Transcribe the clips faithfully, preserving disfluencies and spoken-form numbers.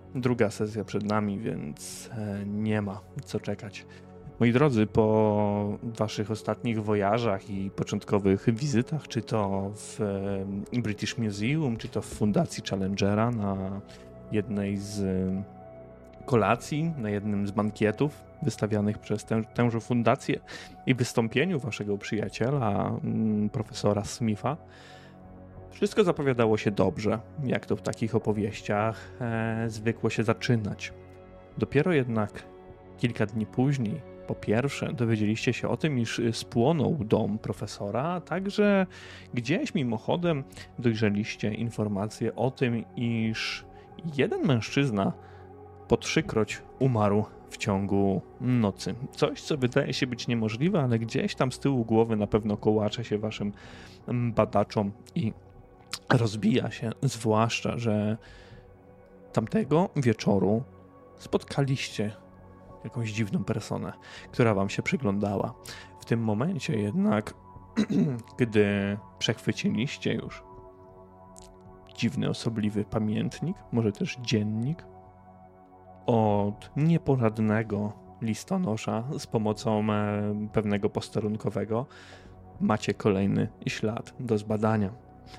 druga sesja przed nami, więc nie ma co czekać. Moi drodzy, po waszych ostatnich wojażach i początkowych wizytach, czy to w British Museum, czy to w Fundacji Challengera, na jednej z kolacji, na jednym z bankietów wystawianych przez tę, tęże fundację i wystąpieniu waszego przyjaciela, profesora Smitha, wszystko zapowiadało się dobrze, jak to w takich opowieściach e, zwykło się zaczynać. Dopiero jednak kilka dni później, po pierwsze, dowiedzieliście się o tym, iż spłonął dom profesora, a także gdzieś mimochodem dojrzeliście informację o tym, iż jeden mężczyzna po trzykroć umarł w ciągu nocy. Coś, co wydaje się być niemożliwe, ale gdzieś tam z tyłu głowy na pewno kołacze się waszym badaczom i rozbija się, zwłaszcza, że tamtego wieczoru spotkaliście jakąś dziwną personę, która wam się przyglądała. W tym momencie jednak, gdy przechwyciliście już dziwny, osobliwy pamiętnik, może też dziennik, od nieporadnego listonosza z pomocą pewnego posterunkowego, macie kolejny ślad do zbadania.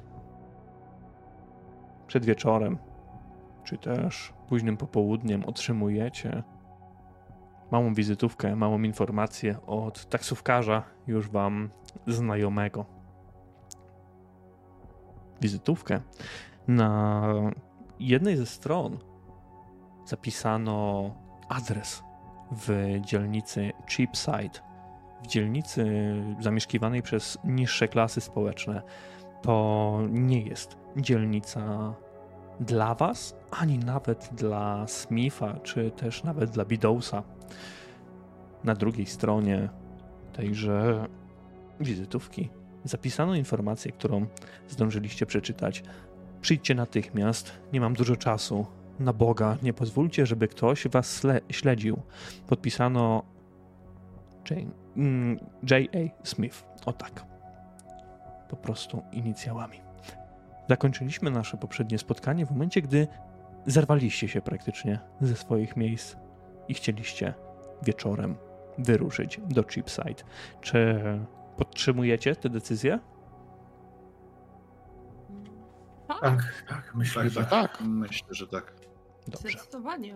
Przed wieczorem, czy też późnym popołudniem otrzymujecie małą wizytówkę, małą informację od taksówkarza już wam znajomego. Wizytówkę. Na jednej ze stron zapisano adres w dzielnicy Cheapside, w dzielnicy zamieszkiwanej przez niższe klasy społeczne. To nie jest dzielnica dla was, ani nawet dla Smitha, czy też nawet dla Bidousa. Na drugiej stronie tejże wizytówki zapisano informację, którą zdążyliście przeczytać. Przyjdźcie natychmiast, nie mam dużo czasu. Na Boga, nie pozwólcie, żeby ktoś was śledził. Podpisano Jane, mm, J A. Smith. O tak. Po prostu inicjałami. Zakończyliśmy nasze poprzednie spotkanie w momencie, gdy zerwaliście się praktycznie ze swoich miejsc i chcieliście wieczorem wyruszyć do Cheapside. Czy podtrzymujecie tę decyzję? Tak, tak, myślę, Chyba że tak. tak. Myślę, że tak. Dobrze. Zdecydowanie.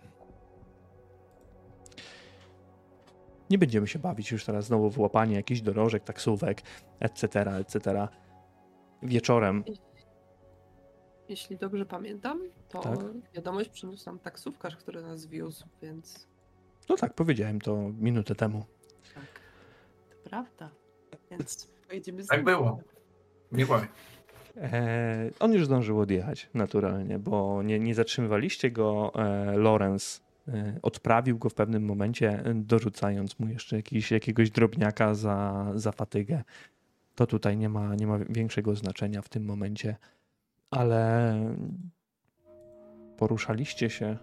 Nie będziemy się bawić już teraz znowu w łapanie jakichś dorożek, taksówek, et cetera, et cetera. Wieczorem. Jeśli dobrze pamiętam, to Tak. wiadomość przyniósł nam taksówkarz, który nas wiózł, więc No tak, powiedziałem to minutę temu. tak, to prawda. Więc pojedziemy z Tak nim. było. Nie kłamie. E, on już zdążył odjechać naturalnie, bo nie, nie zatrzymywaliście go. E, Lawrence e, odprawił go w pewnym momencie, dorzucając mu jeszcze jakiś, jakiegoś drobniaka za, za fatygę. To tutaj nie ma, nie ma większego znaczenia w tym momencie, ale poruszaliście się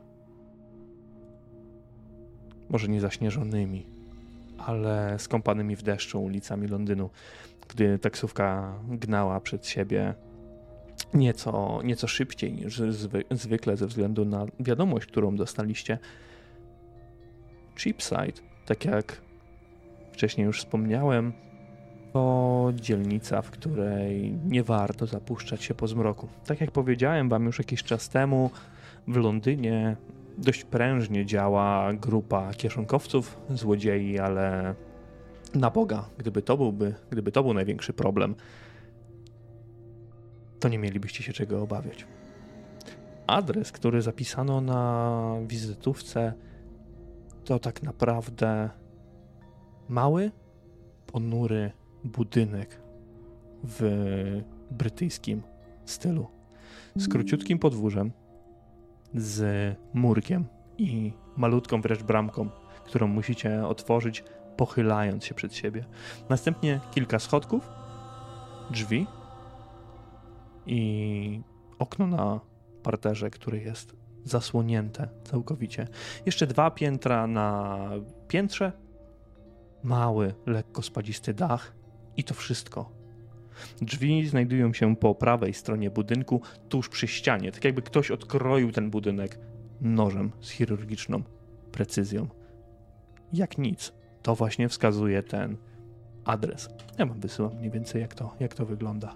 może nie zaśnieżonymi, ale skąpanymi w deszczu ulicami Londynu, gdy taksówka gnała przed siebie nieco, nieco szybciej niż zwy, zwykle ze względu na wiadomość, którą dostaliście. Cheapside, tak jak wcześniej już wspomniałem, to dzielnica, w której nie warto zapuszczać się po zmroku. Tak jak powiedziałem wam już jakiś czas temu, w Londynie dość prężnie działa grupa kieszonkowców, złodziei, ale na Boga, gdyby to byłby, gdyby to był największy problem, to nie mielibyście się czego obawiać. Adres, który zapisano na wizytówce, to tak naprawdę mały, ponury budynek w brytyjskim stylu. Z króciutkim podwórzem, z murkiem i malutką wręcz bramką, którą musicie otworzyć, pochylając się przed siebie. Następnie kilka schodków, drzwi i okno na parterze, które jest zasłonięte całkowicie. Jeszcze dwa piętra na piętrze, mały, lekko spadzisty dach i to wszystko. Drzwi znajdują się po prawej stronie budynku, tuż przy ścianie, tak jakby ktoś odkroił ten budynek nożem z chirurgiczną precyzją. Jak nic, to właśnie wskazuje ten adres. Ja wam wysyłam mniej więcej, jak to, jak to wygląda.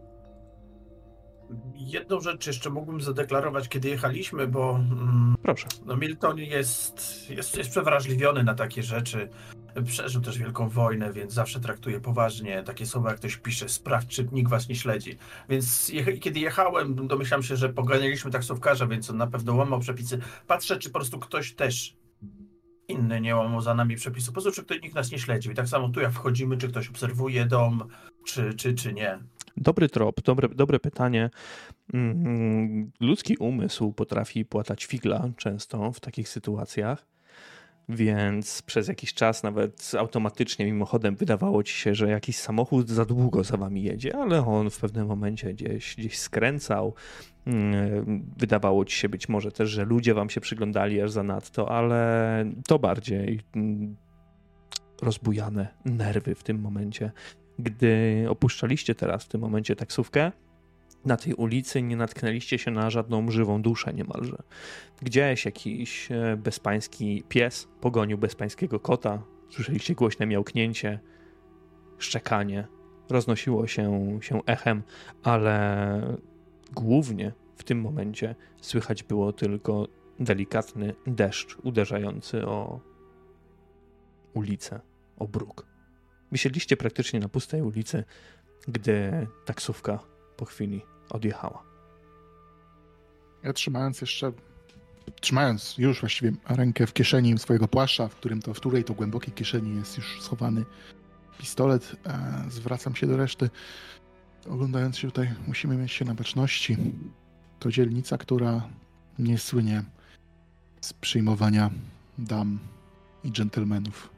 Jedną rzecz jeszcze mógłbym zadeklarować, kiedy jechaliśmy, bo mm, Proszę. no Milton jest, jest, jest przewrażliwiony na takie rzeczy. Przeżył też wielką wojnę, więc zawsze traktuje poważnie takie słowa, jak ktoś pisze, sprawdź, czy nikt was nie śledzi. Więc je, kiedy jechałem, domyślam się, że poganialiśmy taksówkarza, więc on na pewno łamał przepisy. Patrzę, czy po prostu ktoś też inny nie łamał za nami przepisów. Po prostu, czy ktoś, nikt nas nie śledził. I tak samo tu, jak wchodzimy, czy ktoś obserwuje dom, czy, czy, czy nie. Dobry trop, dobre, dobre pytanie. Ludzki umysł potrafi płatać figla często w takich sytuacjach, więc przez jakiś czas nawet automatycznie, mimochodem wydawało ci się, że jakiś samochód za długo za wami jedzie, ale on w pewnym momencie gdzieś, gdzieś skręcał. Wydawało ci się być może też, że ludzie wam się przyglądali aż zanadto, ale to bardziej rozbujane nerwy w tym momencie. Gdy opuszczaliście teraz w tym momencie taksówkę, na tej ulicy nie natknęliście się na żadną żywą duszę niemalże. Gdzieś jakiś bezpański pies pogonił bezpańskiego kota, słyszeliście głośne miałknięcie, szczekanie, roznosiło się, się echem, ale głównie w tym momencie słychać było tylko delikatny deszcz uderzający o ulicę, o bruk. Wysiedliście praktycznie na pustej ulicy, gdy taksówka po chwili odjechała. Ja trzymając jeszcze, trzymając już właściwie rękę w kieszeni swojego płaszcza, w którym to, w której to głębokiej kieszeni jest już schowany pistolet, e, zwracam się do reszty. Oglądając się tutaj, musimy mieć się na baczności. To dzielnica, która nie słynie z przyjmowania dam i dżentelmenów.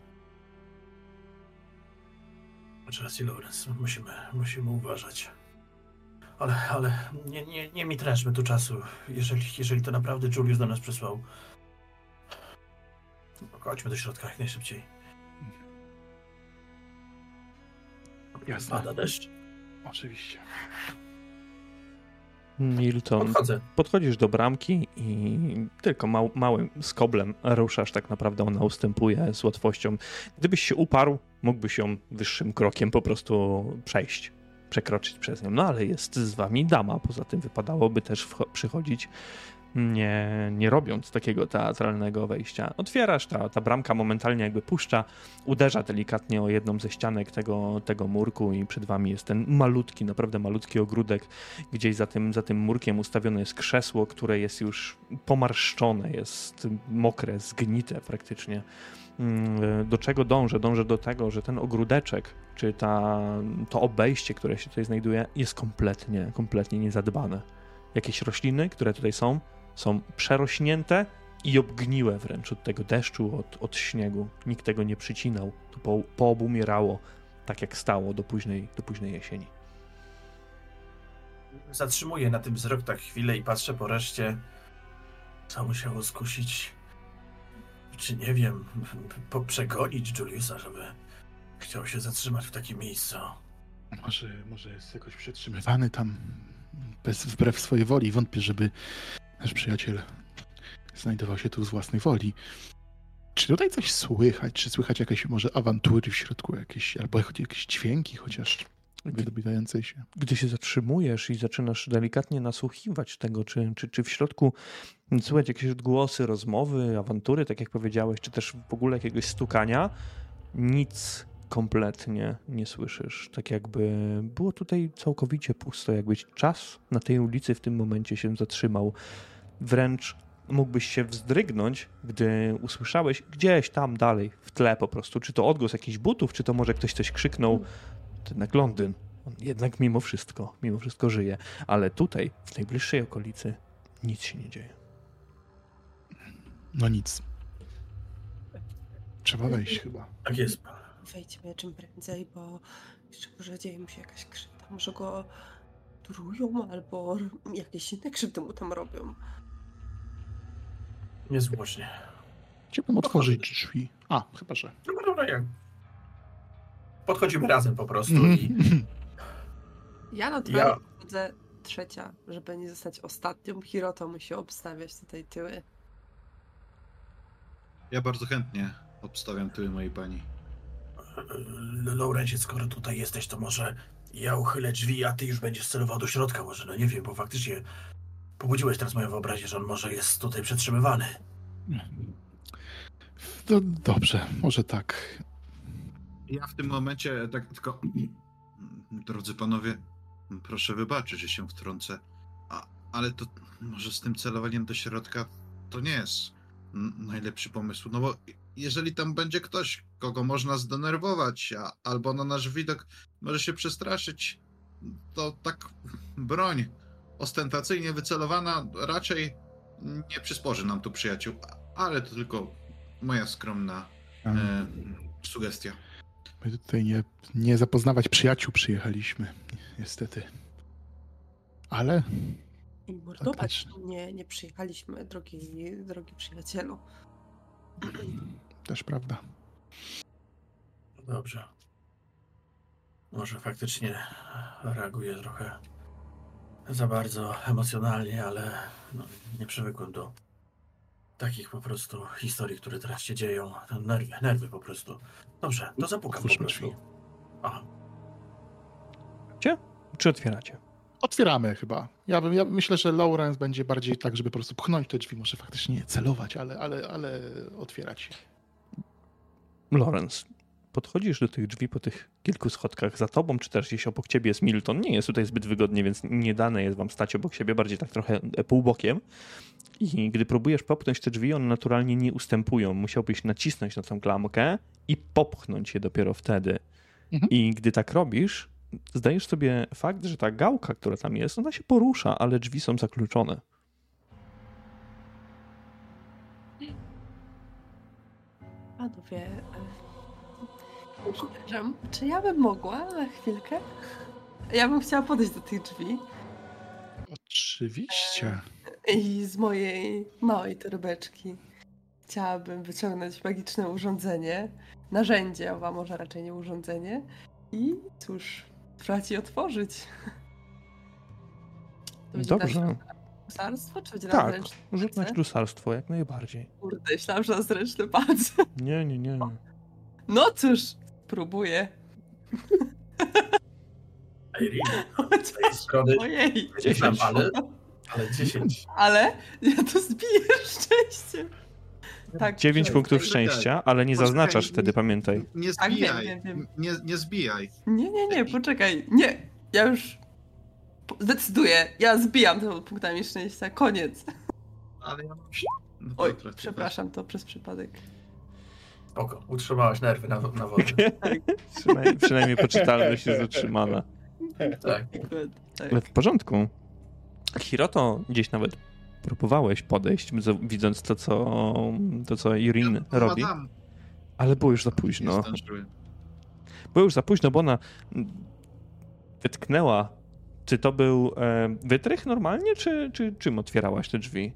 Masz rację, Lawrence. Musimy, musimy uważać. Ale, ale nie, nie, nie mitrężmy tu czasu, jeżeli, jeżeli to naprawdę Julius do nas przysłał. Chodźmy do środka jak najszybciej. Jasne. Pada deszcz? Oczywiście. Milton, Podchodzę. podchodzisz do bramki i tylko mał, małym skoblem ruszasz, tak naprawdę ona ustępuje z łatwością. Gdybyś się uparł, mógłbyś ją wyższym krokiem po prostu przejść, przekroczyć przez nią. No ale jest z wami dama, poza tym wypadałoby też przychodzić nie, nie robiąc takiego teatralnego wejścia. Otwierasz, ta, ta bramka momentalnie jakby puszcza, uderza delikatnie o jedną ze ścianek tego, tego murku i przed wami jest ten malutki, naprawdę malutki ogródek. Gdzieś za tym, za tym murkiem ustawione jest krzesło, które jest już pomarszczone, jest mokre, zgnite praktycznie. Do czego dążę? Dążę do tego, że ten ogródeczek, czy ta, to obejście, które się tutaj znajduje, jest kompletnie, kompletnie niezadbane. Jakieś rośliny, które tutaj są, są przerośnięte i obgniłe wręcz od tego deszczu, od, od śniegu. Nikt tego nie przycinał. To po, poobumierało, tak jak stało do późnej, do późnej jesieni. Zatrzymuję na tym wzrok tak chwilę i patrzę po reszcie. Co musiało skusić? Czy nie wiem, po, przegonić Juliusa, żeby chciał się zatrzymać w takim miejscu? Może, może jest jakoś przetrzymywany tam bez, wbrew swojej woli. Wątpię, żeby nasz przyjaciel znajdował się tu z własnej woli. Czy tutaj coś słychać? Czy słychać jakieś może awantury w środku jakieś, albo jakieś dźwięki chociaż wydobywającej się? Gdy się zatrzymujesz i zaczynasz delikatnie nasłuchiwać tego, czy, czy, czy w środku słychać jakieś odgłosy, rozmowy, awantury, tak jak powiedziałeś, czy też w ogóle jakiegoś stukania, nic kompletnie nie słyszysz. Tak jakby było tutaj całkowicie pusto, jakby czas na tej ulicy w tym momencie się zatrzymał. Wręcz mógłbyś się wzdrygnąć, gdy usłyszałeś gdzieś tam dalej w tle po prostu, czy to odgłos jakichś butów, czy to może ktoś coś krzyknął. To jednak Londyn. On jednak mimo wszystko, mimo wszystko żyje. Ale tutaj, w najbliższej okolicy, nic się nie dzieje. No nic. Trzeba wejść chyba. Tak jest. Wejdźmy czym prędzej, bo jeszcze może dzieje mu się jakaś krzywda. Może go trują albo jakieś inne krzywdy mu tam robią. Niezwłocznie. Chciałbym otworzyć drzwi. A, chyba że. Dobra, dobra, jak. Podchodzimy razem po prostu Mm. i... Ja na twoją ja... trzecia, żeby nie zostać ostatnią. Hiroto musi obstawiać tutaj tyły. Ja bardzo chętnie obstawiam tyły mojej pani. Laurencie, skoro tutaj jesteś, to może ja uchylę drzwi, a ty już będziesz celował do środka może, no nie wiem, bo faktycznie pobudziłeś teraz moją wyobraźnię, że on może jest tutaj przetrzymywany. No, dobrze, może tak. Ja w tym momencie tak tylko... Drodzy panowie, proszę wybaczyć, że się wtrącę, a, ale to może z tym celowaniem do środka to nie jest najlepszy pomysł, no bo jeżeli tam będzie ktoś, kogo można zdenerwować, a, albo na nasz widok może się przestraszyć, to tak broń ostentacyjnie wycelowana raczej nie przysporzy nam tu przyjaciół, ale to tylko moja skromna e, sugestia. My tutaj nie, nie zapoznawać przyjaciół przyjechaliśmy, niestety. Ale... I mordować nie, nie przyjechaliśmy, drogi, drogi przyjacielu. Też prawda. Dobrze. Może faktycznie reaguję trochę za bardzo emocjonalnie, ale no, nie przywykłem do takich po prostu historii, które teraz się dzieją. Nerwy, nerwy po prostu. Dobrze, to zapukam po prostu. Aha. Gdzie? Czy otwieracie? Otwieramy chyba. Ja, bym, ja myślę, że Lawrence będzie bardziej tak, żeby po prostu pchnąć te drzwi, może faktycznie nie celować, ale, ale, ale otwierać. Lawrence, podchodzisz do tych drzwi po tych kilku schodkach za tobą, czy też gdzieś obok ciebie jest Milton. Nie jest tutaj zbyt wygodnie, więc nie dane jest wam stać obok siebie, bardziej tak trochę półbokiem. I gdy próbujesz popchnąć te drzwi, one naturalnie nie ustępują. Musiałbyś nacisnąć na tą klamkę i popchnąć je dopiero wtedy. Mhm. I gdy tak robisz, zdajesz sobie fakt, że ta gałka, która tam jest, ona się porusza, ale drzwi są zakluczone. Panowie, przepraszam, czy ja bym mogła na chwilkę? Ja bym chciała podejść do tych drzwi. Oczywiście. I z mojej małej torebeczki chciałabym wyciągnąć magiczne urządzenie, narzędzie, a może raczej nie urządzenie. I cóż, spróbować je otworzyć. Dobrze. Ślusarstwo, czy będzie tak, na zręczne rzut na ślusarstwo, jak najbardziej. Kurde, myślałam, że na zręczne palce. Nie, nie, nie. No cóż, spróbuję. Ojej, dziesięć, ale, ale dziesięć. Ale ja to zbiję szczęście. Tak, dziewięć punktów szczęścia, ale nie Poczekaj, zaznaczasz nie, wtedy, pamiętaj. Nie zbijaj, tak, wiem, wiem, wiem. Nie, nie zbijaj. Nie, nie, nie, poczekaj. Nie, ja już zdecyduję. Ja zbijam tymi punktami szczęścia. Koniec. Ale ja mam... No, Oj, przepraszam, to przez przypadek. Oko, utrzymałaś nerwy na, na wodzie. Tak. przynajmniej, przynajmniej poczytalność jest utrzymana. Tak. Ale w porządku. Hiroto, gdzieś nawet próbowałeś podejść, widząc to, co, to, co Irin ja robi. Madam. Ale było już za późno. Było już za późno, bo ona wytknęła. Czy to był e, wytrych normalnie, czy, czy czym otwierałaś te drzwi?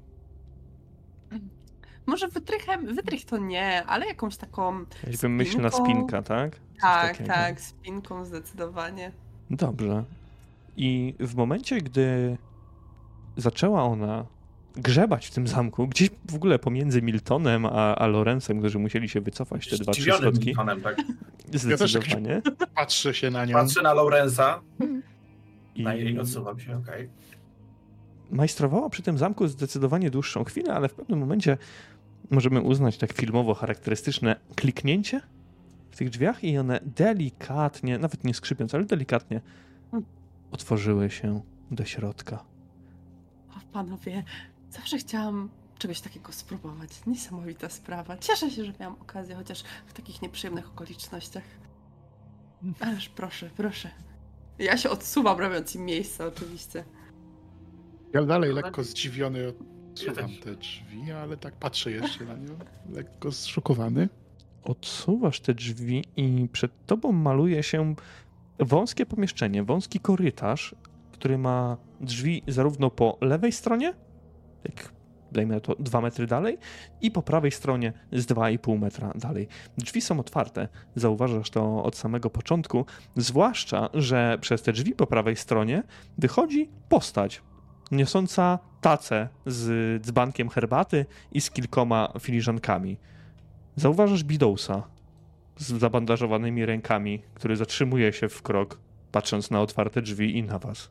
Może wytrychem, wytrych to nie, ale jakąś taką Jakby myślna spinka, tak? Coś tak, takiego. tak, spinką zdecydowanie. Dobrze. I w momencie, gdy zaczęła ona grzebać w tym zamku, gdzieś w ogóle pomiędzy Miltonem a, a Lorenzem, którzy musieli się wycofać te dwa, trzy schodki. Miltonem, tak. Zdecydowanie. Ja też patrzę się na nią. Patrzę na Lorenza. I... Na jej odsuwam się, okej. Okay. Majstrowała przy tym zamku zdecydowanie dłuższą chwilę, ale w pewnym momencie możemy uznać tak filmowo charakterystyczne kliknięcie w tych drzwiach i one delikatnie, nawet nie skrzypiąc, ale delikatnie otworzyły się do środka. O, panowie, zawsze chciałam czegoś takiego spróbować. Niesamowita sprawa. Cieszę się, że miałam okazję, chociaż w takich nieprzyjemnych okolicznościach. Ależ proszę, proszę. Ja się odsuwam, robiąc im miejsce, oczywiście. Ja dalej lekko zdziwiony odsuwam te drzwi, ale tak patrzę jeszcze na nią, lekko zszokowany. Odsuwasz te drzwi i przed tobą maluje się wąskie pomieszczenie, wąski korytarz, który ma drzwi zarówno po lewej stronie, jak dajmy na to dwa metry dalej, i po prawej stronie z dwa i pół metra dalej. Drzwi są otwarte, zauważasz to od samego początku, zwłaszcza, że przez te drzwi po prawej stronie wychodzi postać niosąca tacę z dzbankiem herbaty i z kilkoma filiżankami. Zauważasz Bidousa z zabandażowanymi rękami, który zatrzymuje się w krok, patrząc na otwarte drzwi i na was.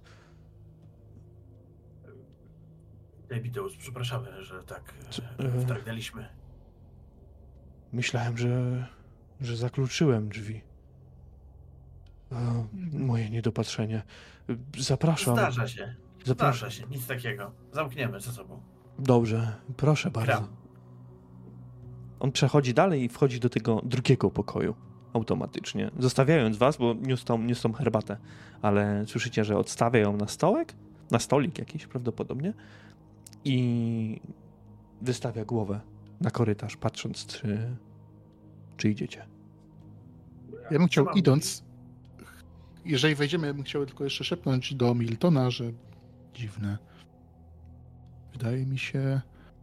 Bidous, przepraszamy, że tak E, wtargnęliśmy. Myślałem, że, że zakluczyłem drzwi. E, moje niedopatrzenie. Zapraszam. Zdarza się. Zapraszam. Zdarza się, nic takiego. Zamkniemy ze sobą. Dobrze, proszę bardzo. Kram. On przechodzi dalej i wchodzi do tego drugiego pokoju automatycznie, zostawiając was, bo niósł tą, niósł tą herbatę, ale słyszycie, że odstawia ją na stołek, na stolik jakiś prawdopodobnie i wystawia głowę na korytarz, patrząc, czy, czy idziecie. Ja bym chciał, Co mam? idąc, jeżeli wejdziemy, ja bym chciał tylko jeszcze szepnąć do Miltona, że dziwne. Wydaje mi się...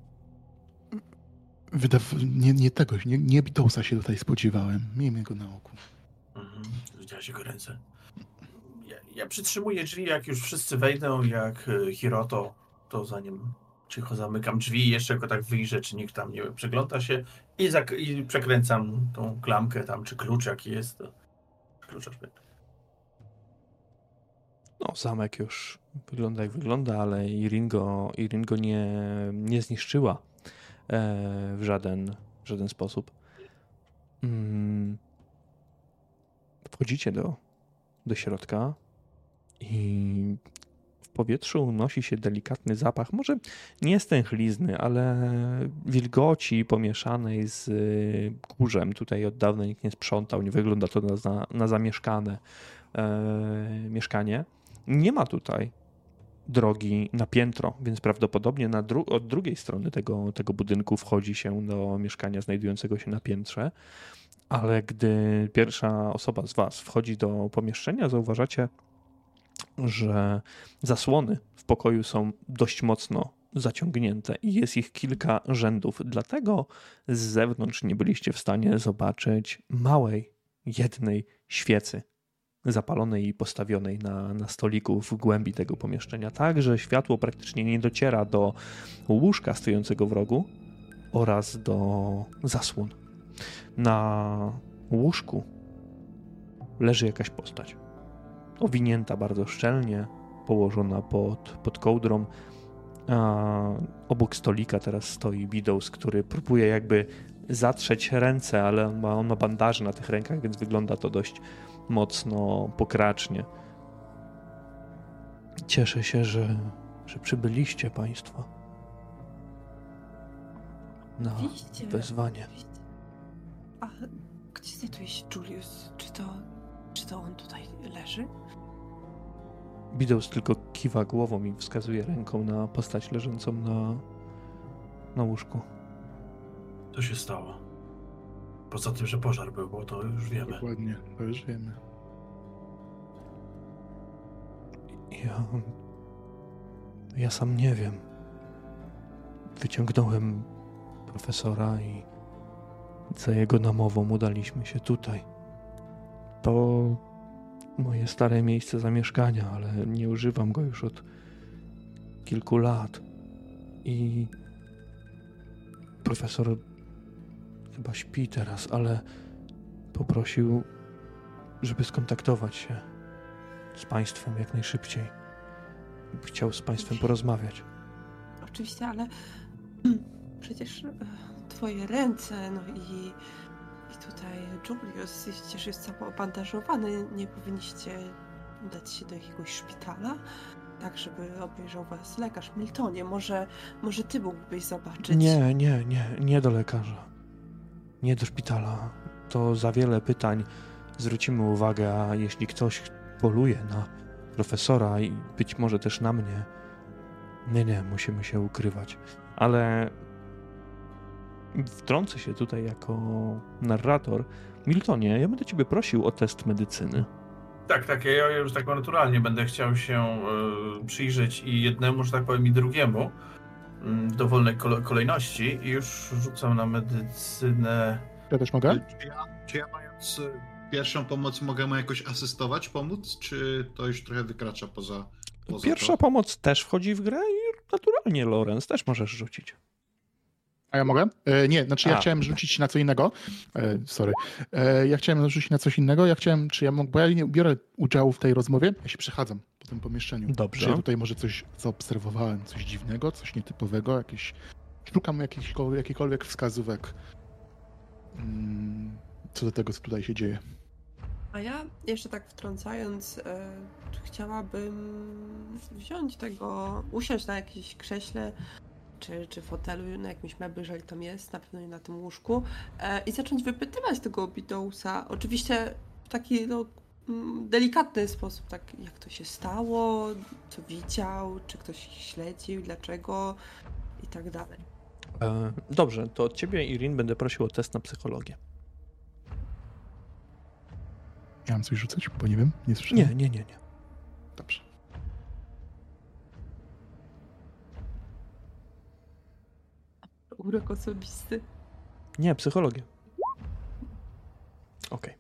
Wydaw... Nie, nie tego, nie, nie Bidousa się tutaj spodziewałem. Miejmy go na oku. Mhm. Widziałeś jego ręce. Ja, ja przytrzymuję drzwi, jak już wszyscy wejdą, jak y, Hiroto, to zanim cicho zamykam drzwi i jeszcze go tak wyjrzę, czy nikt tam nie przegląda się i, zak- i przekręcam tą klamkę tam, czy klucz jaki jest. To... Klucz aż będzie. No, zamek już wygląda jak wygląda, ale Iringo, Iringo nie, nie zniszczyła e, w żaden, w żaden sposób. Mm. Wchodzicie do, do środka i w powietrzu unosi się delikatny zapach, może nie stęchlizny, ale wilgoci pomieszanej z kurzem. Tutaj od dawna nikt nie sprzątał, nie wygląda to na, na, na zamieszkane e, mieszkanie. Nie ma tutaj drogi na piętro, więc prawdopodobnie na dru- od drugiej strony tego, tego budynku wchodzi się do mieszkania znajdującego się na piętrze, ale gdy pierwsza osoba z was wchodzi do pomieszczenia, zauważacie, że zasłony w pokoju są dość mocno zaciągnięte i jest ich kilka rzędów, dlatego z zewnątrz nie byliście w stanie zobaczyć małej, jednej świecy zapalonej i postawionej na, na stoliku w głębi tego pomieszczenia, tak, że światło praktycznie nie dociera do łóżka stojącego w rogu oraz do zasłon. Na łóżku leży jakaś postać, owinięta bardzo szczelnie, położona pod, pod kołdrą, a obok stolika teraz stoi Bidous, który próbuje jakby zatrzeć ręce, ale on ma, on ma bandaże na tych rękach, więc wygląda to dość mocno pokracznie. Cieszę się, że, że przybyliście państwo na Oczywiście. wezwanie. A gdzie znajduje się Julius? Czy to, czy to on tutaj leży? Bidous tylko kiwa głową i wskazuje ręką na postać leżącą na, na łóżku. Co się stało? Poza tym, że pożar był, bo to już wiemy. Dokładnie, to już wiemy. Ja... Ja sam nie wiem. Wyciągnąłem profesora i za jego namową udaliśmy się tutaj. To moje stare miejsce zamieszkania, ale nie używam go już od kilku lat. I profesor chyba śpi teraz, ale poprosił, żeby skontaktować się z państwem jak najszybciej. Chciał z państwem porozmawiać. Oczywiście, ale przecież e, twoje ręce, no i, i tutaj Julius przecież jest cały obandażowany. Nie powinniście udać się do jakiegoś szpitala? Tak, żeby obejrzał was lekarz. Miltonie, może, może ty mógłbyś zobaczyć? Nie, nie, nie, nie do lekarza. Nie do szpitala. To za wiele pytań. Zwrócimy uwagę, a jeśli ktoś poluje na profesora i być może też na mnie, nie, nie, musimy się ukrywać. Ale wtrącę się tutaj jako narrator. Miltonie, ja będę ciebie prosił o test medycyny. Tak, tak, ja już tak naturalnie będę chciał się y, przyjrzeć i jednemu, że tak powiem, i drugiemu y, w dowolnej kole- kolejności i już rzucam na medycynę. Ja też mogę? Czy ja, czy ja mając y, pierwszą pomoc mogę mu jakoś asystować, pomóc, czy to już trochę wykracza poza, poza Pierwsza to? pomoc też wchodzi w grę i naturalnie, Lorenz, też możesz rzucić. A ja mogę? E, nie, znaczy ja A. chciałem rzucić na co innego. E, sorry. E, ja chciałem rzucić na coś innego. Ja chciałem, czy ja mogę, bo ja nie biorę udziału w tej rozmowie, ja się przechadzam po tym pomieszczeniu. Dobrze. Czy ja tutaj może coś zaobserwowałem, coś dziwnego, coś nietypowego, jakieś... Szukam jakichkolwiek, jakichkolwiek wskazówek mm, co do tego, co tutaj się dzieje. A ja jeszcze tak wtrącając, e, chciałabym wziąć tego, usiąść na jakimś krześle czy, czy fotelu, na jakimś meblu, jeżeli tam jest, na pewno nie na tym łóżku, e, i zacząć wypytywać tego Bidousa. Oczywiście w taki no, mm, delikatny sposób, tak jak to się stało, co widział, czy ktoś śledził, dlaczego i tak dalej. E, dobrze, to od ciebie, Irin, będę prosił o test na psychologię. Ja mam coś rzucać? Bo nie wiem, nie słyszałem. Nie, nie, nie, nie. Dobrze. Urok osobisty. Nie, psychologię. Okej.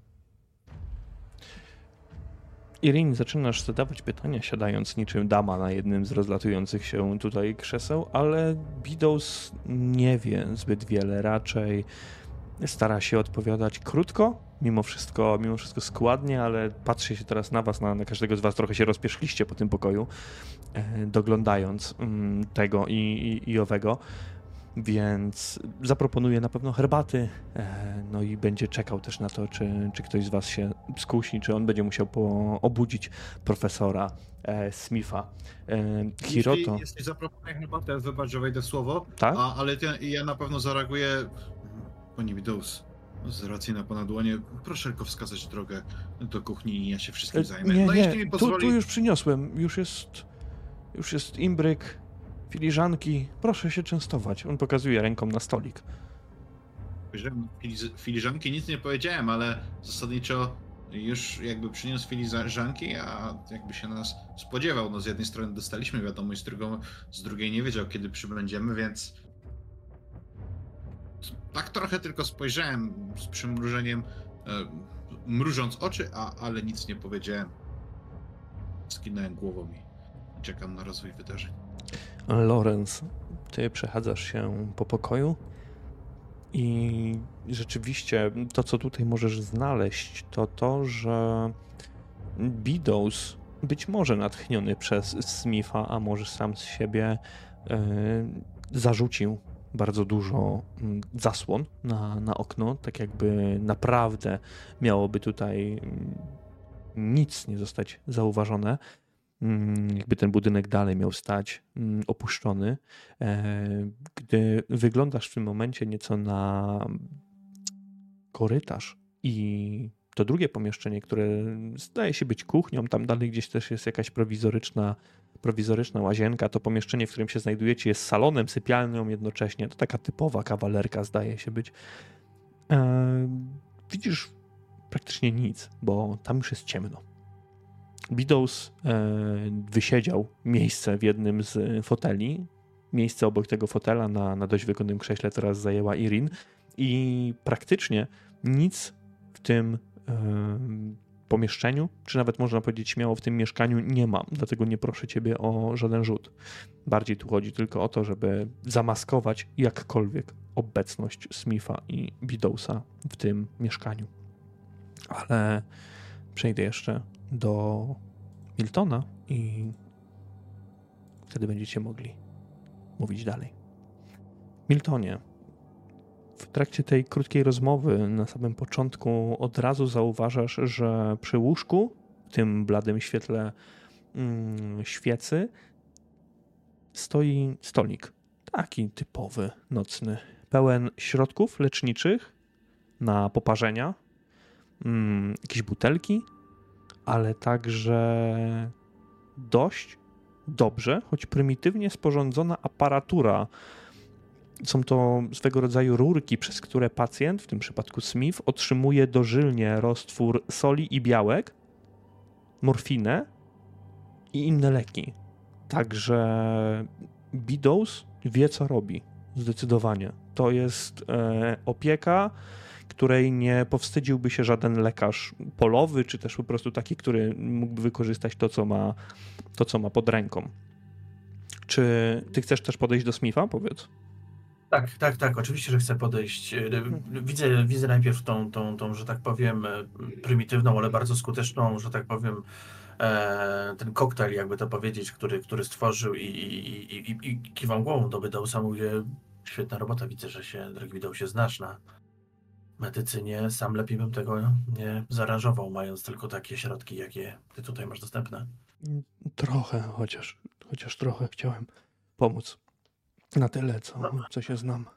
Irin, zaczynasz zadawać pytania, siadając niczym dama na jednym z rozlatujących się tutaj krzeseł, ale Bidous nie wie zbyt wiele, raczej stara się odpowiadać krótko, mimo wszystko, mimo wszystko składnie, ale patrzy się teraz na was, na, na każdego z was, trochę się rozpieszliście po tym pokoju, e, doglądając mm, tego i, i, i owego. Więc zaproponuję na pewno herbaty, no i będzie czekał też na to, czy, czy ktoś z was się skusi, czy on będzie musiał po, obudzić profesora e, Smitha. E, Hiroto... Jeśli, jeśli zaproponuję herbatę, wybacz, że wejdę w słowo, Tak? a, ale ja, ja na pewno zareaguję. Panie Bidous, z racji na pana dłonie, proszę tylko wskazać drogę do kuchni i ja się wszystkim zajmę. Nie, no nie, jeśli mi pozwoli... tu, tu już przyniosłem, już jest, już jest imbryk, filiżanki, proszę się częstować. On pokazuje ręką na stolik. Spojrzałem filiżanki, nic nie powiedziałem, ale zasadniczo już jakby przyniósł filiżanki, a jakby się nas spodziewał. No z jednej strony dostaliśmy wiadomość, z, drugą, z drugiej nie wiedział, kiedy przybędziemy, więc tak trochę tylko spojrzałem z przymrużeniem, e, mrużąc oczy, a, ale nic nie powiedziałem. Skinąłem głową i czekam na rozwój wydarzeń. Lorenz, ty przechadzasz się po pokoju i rzeczywiście to, co tutaj możesz znaleźć, to to, że Bidous, być może natchniony przez Smitha, a może sam z siebie, yy, zarzucił bardzo dużo zasłon na, na okno, tak jakby naprawdę miałoby tutaj nic nie zostać zauważone. Jakby ten budynek dalej miał stać opuszczony. Gdy wyglądasz w tym momencie nieco na korytarz i to drugie pomieszczenie, które zdaje się być kuchnią, tam dalej gdzieś też jest jakaś prowizoryczna, prowizoryczna łazienka, to pomieszczenie, w którym się znajdujecie, jest salonem, sypialnią jednocześnie. To taka typowa kawalerka zdaje się być. Widzisz praktycznie nic, bo tam już jest ciemno. Bidous e, wysiedział miejsce w jednym z foteli. Miejsce obok tego fotela na, na dość wygodnym krześle teraz zajęła Irin i praktycznie nic w tym e, pomieszczeniu, czy nawet można powiedzieć śmiało w tym mieszkaniu nie ma. Dlatego nie proszę ciebie o żaden rzut. Bardziej tu chodzi tylko o to, żeby zamaskować jakkolwiek obecność Smitha i Bidousa w tym mieszkaniu. Ale przejdę jeszcze do Miltona i wtedy będziecie mogli mówić dalej. Miltonie, w trakcie tej krótkiej rozmowy na samym początku od razu zauważasz, że przy łóżku, w tym bladym świetle mm, świecy, stoi stolik. Taki typowy, nocny, pełen środków leczniczych na poparzenia, mm, jakieś butelki, ale także dość dobrze, choć prymitywnie sporządzona aparatura. Są to swego rodzaju rurki, przez które pacjent, w tym przypadku Smith, otrzymuje dożylnie roztwór soli i białek, morfinę i inne leki. Także Bidous wie, co robi. Zdecydowanie. To jest e, opieka, której nie powstydziłby się żaden lekarz polowy, czy też po prostu taki, który mógłby wykorzystać to, co ma, to, co ma pod ręką. Czy ty chcesz też podejść do Smitha? Powiedz. Tak, tak, tak, oczywiście, że chcę podejść. Widzę, widzę najpierw tą, tą, tą, że tak powiem, prymitywną, ale bardzo skuteczną, że tak powiem, e, ten koktajl, jakby to powiedzieć, który, który stworzył i, i, i, i, i kiwam głową do Widowsa, mówię, świetna robota, widzę, że się, drogi Widows, się znasz na medycynie. Sam lepiej bym tego nie zaaranżował, mając tylko takie środki, jakie ty tutaj masz dostępne. Trochę, chociaż, chociaż trochę chciałem pomóc. Na tyle, co, No. co się znam.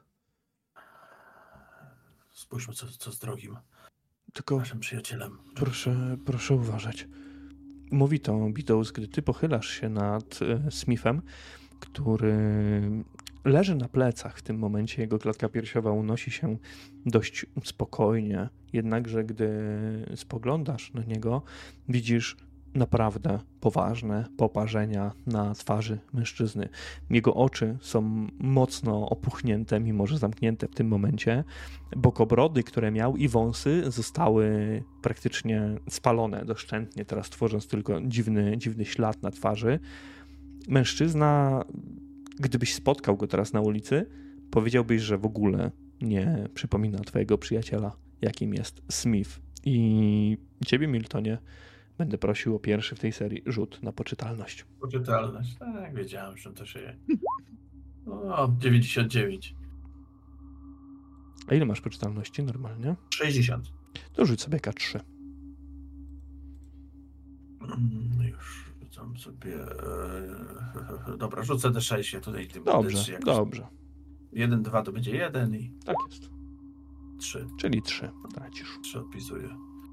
Spójrzmy, co, co z drogim Tylko naszym przyjacielem. proszę, proszę uważać. Mówi to Widows, gdy ty pochylasz się nad e, Smithem, który leży na plecach w tym momencie. Jego klatka piersiowa unosi się dość spokojnie. Jednakże, gdy spoglądasz na niego, widzisz naprawdę poważne poparzenia na twarzy mężczyzny. Jego oczy są mocno opuchnięte, mimo że zamknięte w tym momencie. Bokobrody, które miał, i wąsy zostały praktycznie spalone doszczętnie, teraz tworząc tylko dziwny, dziwny ślad na twarzy. Mężczyzna, gdybyś spotkał go teraz na ulicy, powiedziałbyś, że w ogóle nie przypomina twojego przyjaciela, jakim jest Smith. I ciebie, Miltonie, będę prosił o pierwszy w tej serii rzut na poczytalność. Poczytalność. Tak, wiedziałem, że to się... O, dziewięćdziesiąt dziewięć. A ile masz poczytalności normalnie? sześćdziesiąt. To rzuć sobie K trzy. Mm, Już rzucam sobie... e, Dobra, rzucę D sześć, ja tutaj tym D trzy Dobrze, jakoś... dobrze. jeden, dwa to będzie jeden i Tak jest. trzy. Czyli trzy tracisz. trzy odpisuję.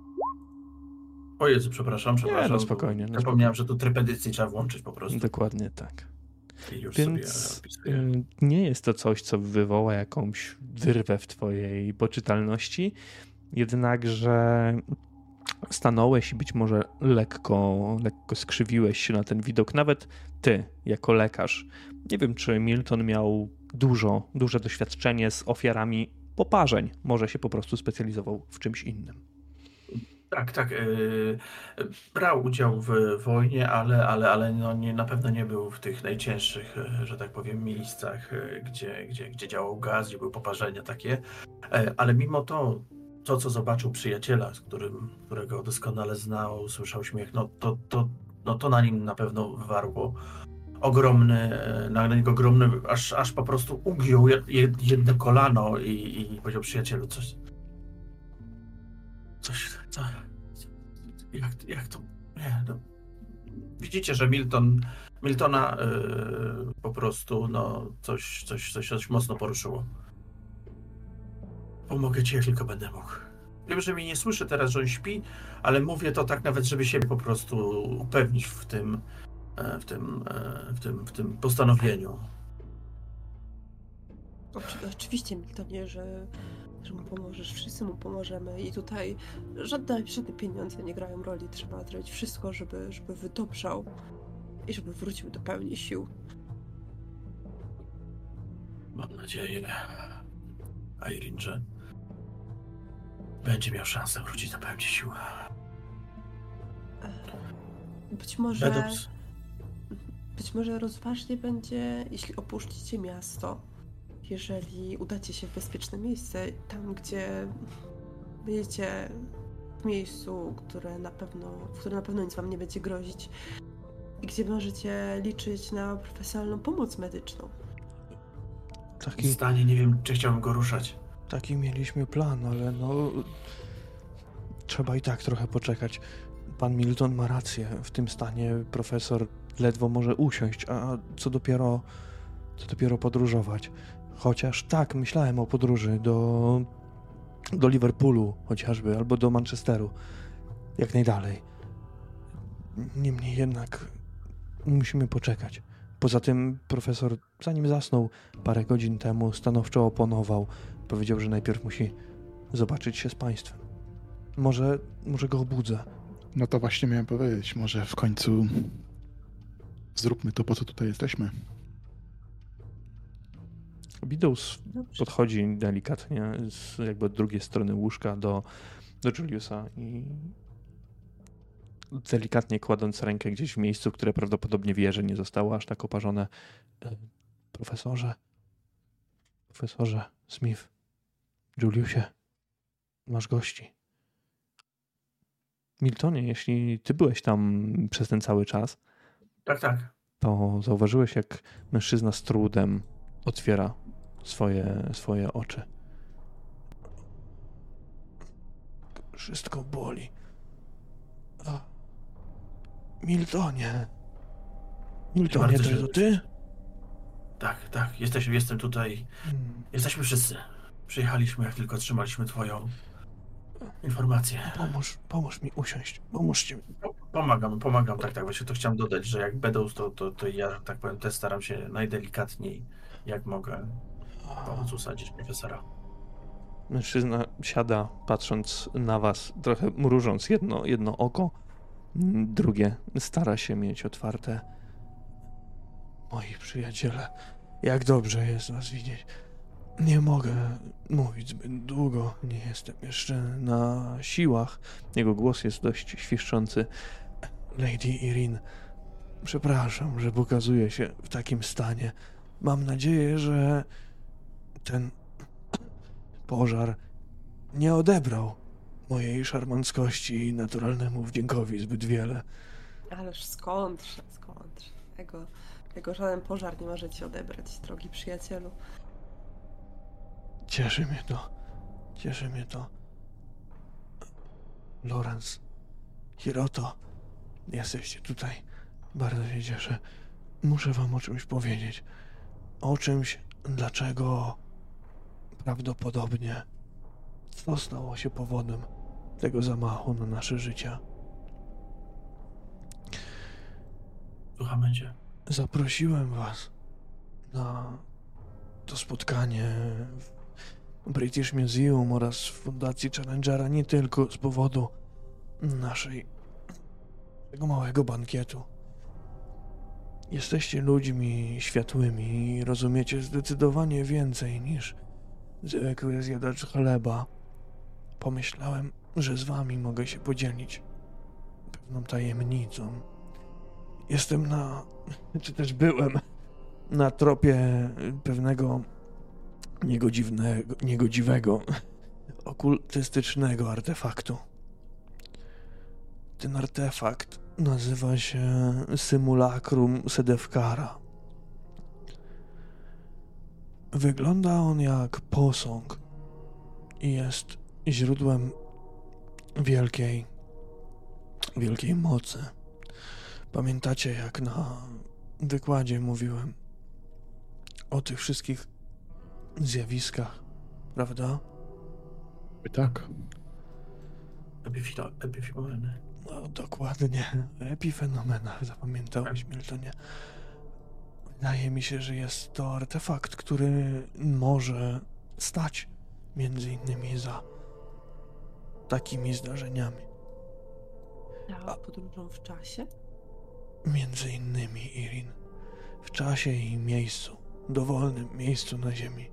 O Jezu, przepraszam, przepraszam. no spokojnie, no Zapomniałem, że tu tryb edycji trzeba włączyć po prostu. Dokładnie tak. I już Więc sobie odpisuję. y, nie jest to coś, co wywoła jakąś wyrwę w twojej poczytalności, jednakże stanąłeś i być może lekko, lekko skrzywiłeś się na ten widok. Nawet ty, jako lekarz. Nie wiem, czy Milton miał dużo, duże doświadczenie z ofiarami poparzeń. Może się po prostu specjalizował w czymś innym. Tak, tak. Yy, brał udział w wojnie, ale, ale, ale no nie, na pewno nie był w tych najcięższych, yy, że tak powiem, miejscach, yy, gdzie, gdzie, gdzie działał gaz, gdzie były poparzenia takie. Yy, ale mimo to, to co zobaczył przyjaciela, z którym, którego doskonale znał, słyszał śmiech, no to, to, no to na nim na pewno wywarło ogromny, yy, na niego ogromny, aż, aż po prostu ugiął jed, jedno kolano i, i powiedział przyjacielu coś. Coś, co, jak, jak to, nie, no. Widzicie, że Milton, Miltona yy, po prostu, no, coś, coś, coś, coś mocno poruszyło. Pomogę ci, jak tylko będę mógł. Wiem, że mnie nie słyszy teraz, że on śpi, ale mówię to tak nawet, żeby siebie po prostu upewnić w tym, w tym, w tym, w tym postanowieniu. Oczy, oczywiście, Miltonie, że, że mu pomożesz, wszyscy mu pomożemy i tutaj żadne, żadne pieniądze nie grają roli. Trzeba zrobić wszystko, żeby, żeby wydobrzał i żeby wrócił do pełni sił. Mam nadzieję, Irene, że będzie miał szansę wrócić do pełni sił. Być może... Bedobs. Być może rozważnie będzie, jeśli opuścicie miasto, jeżeli udacie się w bezpieczne miejsce, tam gdzie będziecie w miejscu, które na pewno, w którym na pewno nic wam nie będzie grozić i gdzie możecie liczyć na profesjonalną pomoc medyczną. W Taki, stanie nie wiem, czy chciałbym go ruszać. taki mieliśmy plan, ale no... Trzeba i tak trochę poczekać. Pan Milton ma rację. W tym stanie profesor ledwo może usiąść, a co dopiero, co dopiero podróżować. Chociaż tak, myślałem o podróży do, do Liverpoolu chociażby, albo do Manchesteru. Jak najdalej. Niemniej jednak musimy poczekać. Poza tym profesor, zanim zasnął parę godzin temu, stanowczo oponował. Powiedział, że najpierw musi zobaczyć się z państwem. Może, może go obudzę. No to właśnie miałem powiedzieć, może w końcu zróbmy to, po co tutaj jesteśmy. Widowс Dobrze. podchodzi delikatnie z jakby od drugiej strony łóżka do, do Juliusa i delikatnie kładąc rękę gdzieś w miejscu, które prawdopodobnie wie, że nie zostało aż tak oparzone. Profesorze, Profesorze Smith, Juliusie, masz gości. Miltonie, jeśli ty byłeś tam przez ten cały czas, Tak, tak. to zauważyłeś, jak mężczyzna z trudem otwiera swoje, swoje oczy. Wszystko boli. A. Miltonie. Miltonie, Bardzo to źle. jest to ty? Tak, tak. Jesteś, jestem tutaj. Hmm. Jesteśmy wszyscy. Przyjechaliśmy, jak tylko otrzymaliśmy twoją informację. Pomóż, pomóż mi usiąść. Pomóżcie mi. Po- Pomagam, pomagam, tak, tak. Właśnie to chciałem dodać, że jak będą, to, to, to ja, że tak powiem, też staram się najdelikatniej, jak mogę, pomóc usadzić profesora. Mężczyzna siada, patrząc na was, trochę mrużąc jedno, jedno oko, drugie stara się mieć otwarte. Moi przyjaciele, jak dobrze jest was widzieć. Nie mogę mówić zbyt długo, nie jestem jeszcze na siłach. Jego głos jest dość świszczący. Lady Irin, przepraszam, że pokazuję się w takim stanie. Mam nadzieję, że ten pożar nie odebrał mojej szarmanckości i naturalnemu wdziękowi zbyt wiele. Ależ skądże, skądże. Tego, tego żaden pożar nie może ci odebrać, drogi przyjacielu. Cieszy mnie to. Cieszy mnie to. Lorenz, Hiroto, jesteście tutaj. Bardzo się cieszę. Muszę wam o czymś powiedzieć. O czymś, dlaczego prawdopodobnie co stało się powodem tego zamachu na nasze życia. Słuchamy cię. Zaprosiłem was na to spotkanie w British Museum oraz w Fundacji Challengera nie tylko z powodu naszej tego małego bankietu. Jesteście ludźmi światłymi i rozumiecie zdecydowanie więcej niż zwykły zjadacz chleba. Pomyślałem, że z wami mogę się podzielić pewną tajemnicą. Jestem na, czy też byłem na tropie pewnego niegodziwnego, niegodziwego, okultystycznego artefaktu. Ten artefakt nazywa się Simulacrum Sedefkara. Wygląda on jak posąg i jest źródłem wielkiej, wielkiej mocy. Pamiętacie, jak na wykładzie mówiłem o tych wszystkich zjawiskach, prawda? Tak. Epifito, epifenomeny. No, dokładnie. Epifenomenach zapamiętałeś, Miltonie. Wydaje mi się, że jest to artefakt, który może stać między innymi za takimi zdarzeniami. A podróżą w czasie? Między innymi, Irin. W czasie i miejscu. Dowolnym miejscu na ziemi.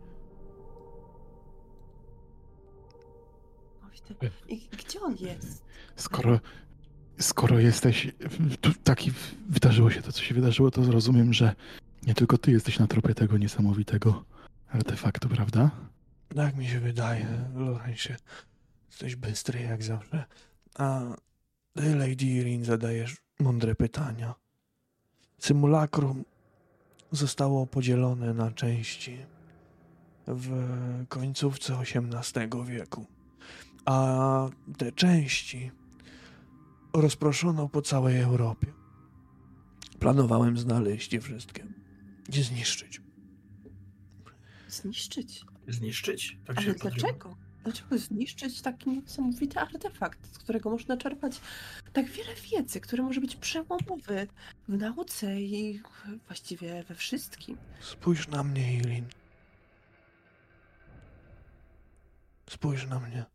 I gdzie on jest? Skoro, skoro jesteś, tu taki wydarzyło się to, co się wydarzyło, to rozumiem, że nie tylko ty jesteś na tropie tego niesamowitego artefaktu, prawda? Tak mi się wydaje, Lorenzie. Jesteś bystry jak zawsze. A ty, Lady Irin, zadajesz mądre pytania. Symulakrum zostało podzielone na części w końcówce osiemnastego wieku. A te części rozproszono po całej Europie. Planowałem znaleźć je wszystkie i zniszczyć. Zniszczyć? Zniszczyć? Tak Ale się podrywa. dlaczego? Dlaczego zniszczyć taki niesamowity artefakt, z którego można czerpać tak wiele wiedzy, który może być przełomowy w nauce i właściwie we wszystkim? Spójrz na mnie, Irin. Spójrz na mnie.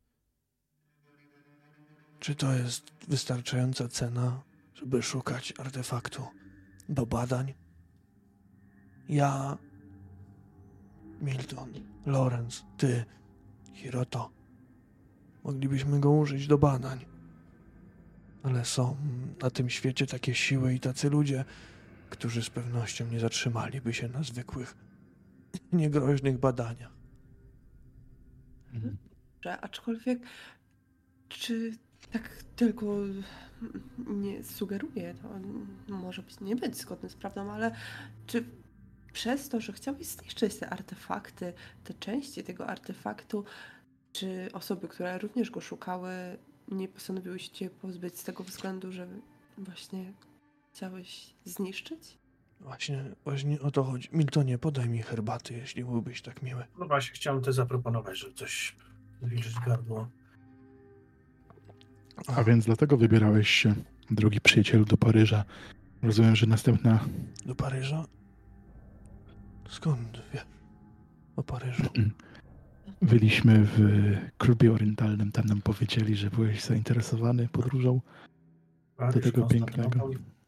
Czy to jest wystarczająca cena, żeby szukać artefaktu do badań? Ja, Milton, Lorenz, ty, Hiroto, moglibyśmy go użyć do badań. Ale są na tym świecie takie siły i tacy ludzie, którzy z pewnością nie zatrzymaliby się na zwykłych niegroźnych badaniach. Mhm. Że, aczkolwiek, czy tak tylko nie sugeruję, to może być, nie być zgodne z prawdą, ale czy przez to, że chciałeś zniszczyć te artefakty, te części tego artefaktu, czy osoby, które również go szukały, nie postanowiły się cię pozbyć z tego względu, że właśnie chciałeś zniszczyć? Właśnie, właśnie o to chodzi. Miltonie, podaj mi herbaty, jeśli byłbyś tak miły. No właśnie, chciałem też zaproponować, żeby coś wilżyć gardło. A więc dlatego wybierałeś się, drogi przyjacielu, do Paryża. Rozumiem, że następna... Do Paryża? Skąd wie? O Paryżu. Byliśmy w klubie orientalnym, tam nam powiedzieli, że byłeś zainteresowany podróżą do tego pięknego.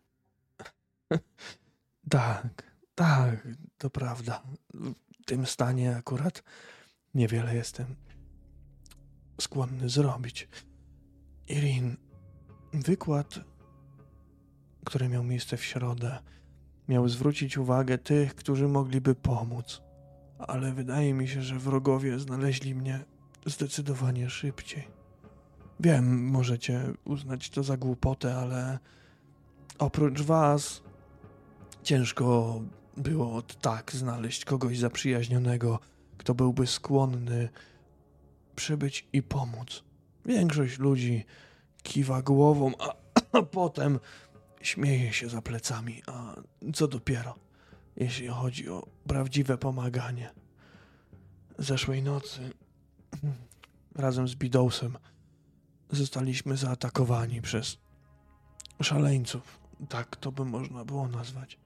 Tak, tak, to prawda. W tym stanie akurat niewiele jestem skłonny zrobić. Irin, wykład, który miał miejsce w środę, miał zwrócić uwagę tych, którzy mogliby pomóc. Ale wydaje mi się, że wrogowie znaleźli mnie zdecydowanie szybciej. Wiem, możecie uznać to za głupotę, ale oprócz was ciężko było od tak znaleźć kogoś zaprzyjaźnionego, kto byłby skłonny przybyć i pomóc. Większość ludzi kiwa głową, a, a potem śmieje się za plecami, a co dopiero, jeśli chodzi o prawdziwe pomaganie. Zeszłej nocy razem z Bidowsem zostaliśmy zaatakowani przez szaleńców, tak to by można było nazwać.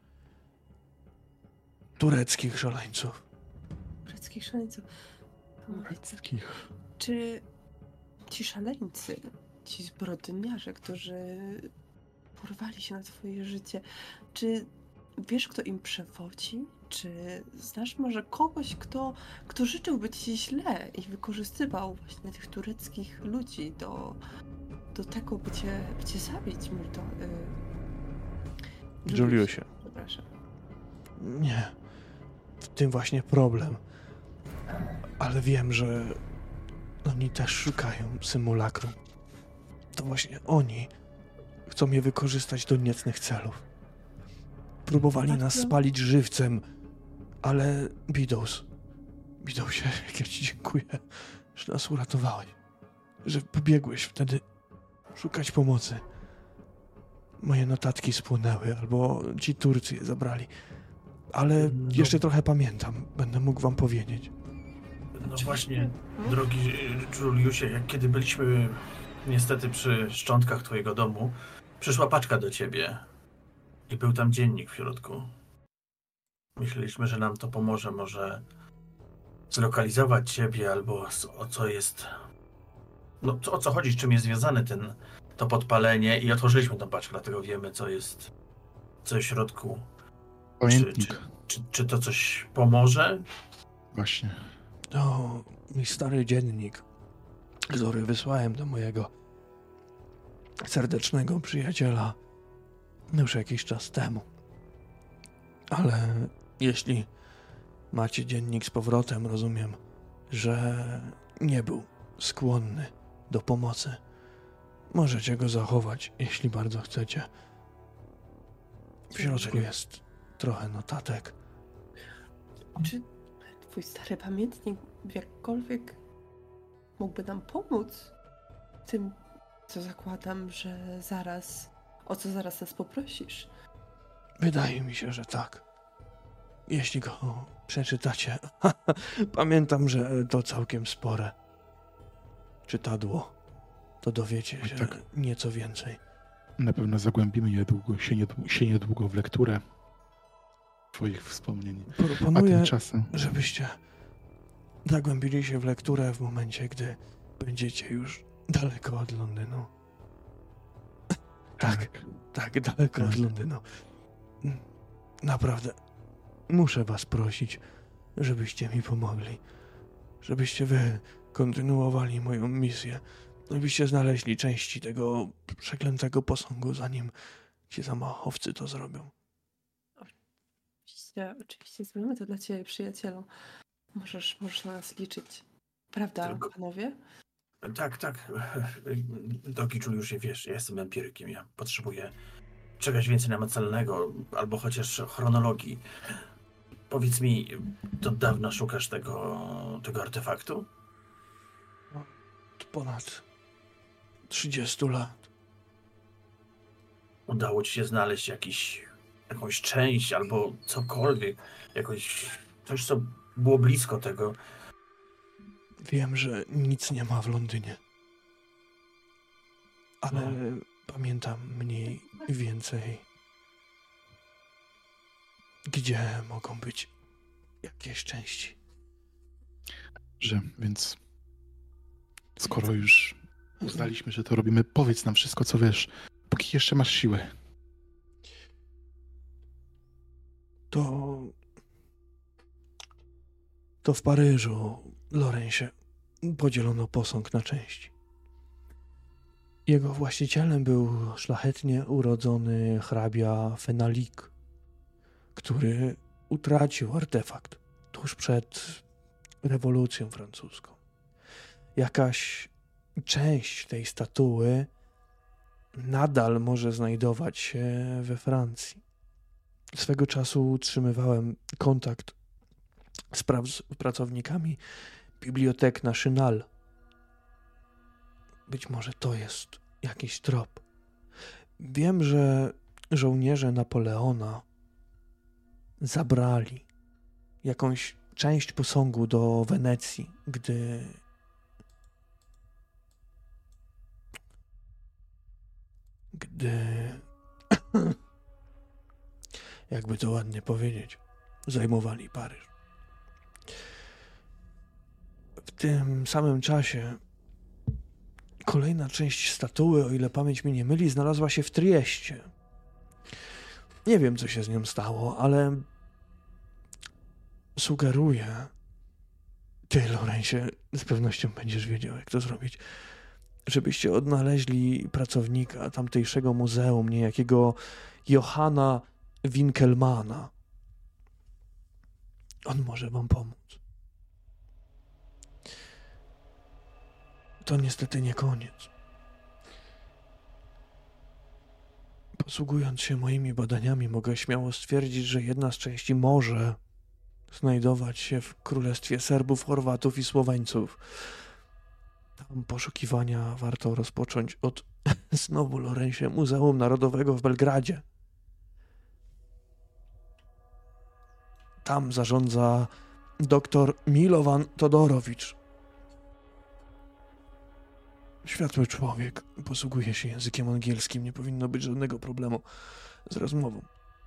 Tureckich szaleńców. Tureckich szaleńców. Tureckich. Czy ci szaleńcy, ci zbrodniarze, którzy porwali się na twoje życie, czy wiesz, kto im przewodzi? Czy znasz może kogoś, kto, kto życzyłby ci źle i wykorzystywał właśnie tych tureckich ludzi do, do tego, by cię, by cię zabić, Milton? Yy, Juliusie. Przepraszam. Nie. W tym właśnie problem. Ale wiem, że oni też szukają symulakrum. To właśnie oni chcą mnie wykorzystać do niecnych celów. Próbowali nas spalić żywcem, ale Bidows, Bidowsie, jak ja ci dziękuję, że nas uratowałeś, że pobiegłeś wtedy szukać pomocy. Moje notatki spłynęły, albo ci Turcy je zabrali, ale No. jeszcze trochę pamiętam, będę mógł wam powiedzieć. No właśnie, drogi Juliusie, jak kiedy byliśmy niestety przy szczątkach twojego domu, przyszła paczka do ciebie i był tam dziennik w środku. Myśleliśmy, że nam to pomoże może zlokalizować ciebie albo o co jest... No o co chodzi, z czym jest związany ten, to podpalenie i otworzyliśmy tą paczkę, dlatego wiemy co jest, co jest w środku. Pamiętnik. Czy, czy, czy, czy to coś pomoże? Właśnie. To mój stary dziennik, który wysłałem do mojego serdecznego przyjaciela już jakiś czas temu. Ale jeśli macie dziennik z powrotem, rozumiem, że nie był skłonny do pomocy. Możecie go zachować, jeśli bardzo chcecie. W środku jest trochę notatek. Czy twój stary pamiętnik jakkolwiek mógłby nam pomóc w tym, co zakładam, że zaraz, o co zaraz nas poprosisz? Wydaje mi się, że tak. Jeśli go przeczytacie. Pamiętam, że to całkiem spore czytadło. To dowiecie się Tak. nieco więcej. Na pewno zagłębimy niedługo, się, niedługo, się niedługo w lekturę twoich wspomnień. A Proponuję, tymczasem... żebyście zagłębili się w lekturę w momencie, gdy będziecie już daleko od Londynu. Tak, tak, daleko od Londynu. Naprawdę, muszę was prosić, żebyście mi pomogli. Żebyście wy kontynuowali moją misję. Żebyście znaleźli części tego przeklętego posągu, zanim ci zamachowcy to zrobią. Oczywiście, oczywiście zrobimy to dla ciebie, przyjacielu. Możesz, możesz na nas liczyć. Prawda, Tylko- panowie? Tak, tak. Doki Juliusz, wiesz, ja jestem empirykiem, ja potrzebuję czegoś więcej namacalnego, albo chociaż chronologii. Powiedz mi, to dawno szukasz tego, tego artefaktu? Od ponad trzydziestu lat. Udało ci się znaleźć jakiś, jakąś część albo cokolwiek, jakoś coś, co było blisko tego. Wiem, że nic nie ma w Londynie. Ale No. pamiętam mniej więcej, gdzie mogą być jakieś części. Że, więc skoro już uznaliśmy, że to robimy, powiedz nam wszystko, co wiesz, póki jeszcze masz siły. To... To w Paryżu, Lorenzie, podzielono posąg na części. Jego właścicielem był szlachetnie urodzony hrabia Fenalik, który utracił artefakt tuż przed rewolucją francuską. Jakaś część tej statuły nadal może znajdować się we Francji. Swego czasu utrzymywałem kontakt z pra- pracownikami Bibliothèque Nationale. Być może to jest jakiś trop. Wiem, że żołnierze Napoleona zabrali jakąś część posągu do Wenecji, gdy gdy jakby to ładnie powiedzieć, zajmowali Paryż. W tym samym czasie kolejna część statuły, o ile pamięć mnie nie myli, znalazła się w Trieście. Nie wiem, co się z nią stało, ale sugeruję, ty, Lorenzie, z pewnością będziesz wiedział, jak to zrobić, żebyście odnaleźli pracownika tamtejszego muzeum, niejakiego Johanna Winkelmana. On może wam pomóc. To niestety nie koniec. Posługując się moimi badaniami, mogę śmiało stwierdzić, że jedna z części może znajdować się w Królestwie Serbów, Chorwatów i Słoweńców. Tam poszukiwania warto rozpocząć od, znowu Lorenzie, Muzeum Narodowego w Belgradzie. Tam zarządza doktor Milovan Todorowicz. Światły człowiek, posługuje się językiem angielskim, nie powinno być żadnego problemu z rozmową.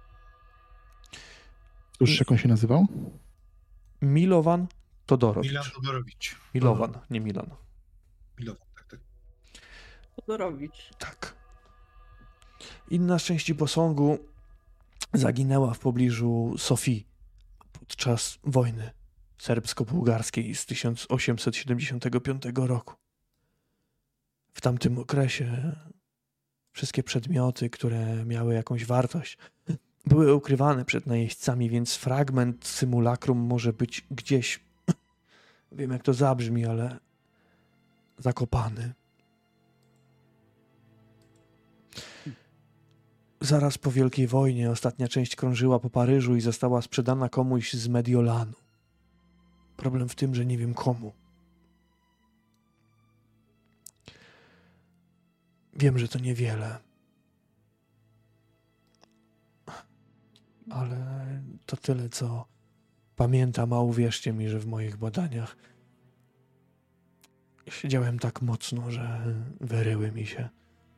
Już jak on się nazywał? Milovan Todorowicz. Milan Todorowicz. Milovan, nie Milan. Milovan, tak, tak. Todorowicz. Tak. Inna z części posągu zaginęła w pobliżu Sofii podczas wojny serbsko-bułgarskiej z tysiąc osiemset siedemdziesiątego piątego roku. W tamtym okresie wszystkie przedmioty, które miały jakąś wartość, były ukrywane przed najeźdźcami, więc fragment symulakrum może być gdzieś, wiem jak to zabrzmi, ale zakopany. Zaraz po Wielkiej Wojnie ostatnia część krążyła po Paryżu i została sprzedana komuś z Mediolanu. Problem w tym, że nie wiem komu. Wiem, że to niewiele. Ale to tyle, co pamiętam, a uwierzcie mi, że w moich badaniach siedziałem tak mocno, że wyryły mi się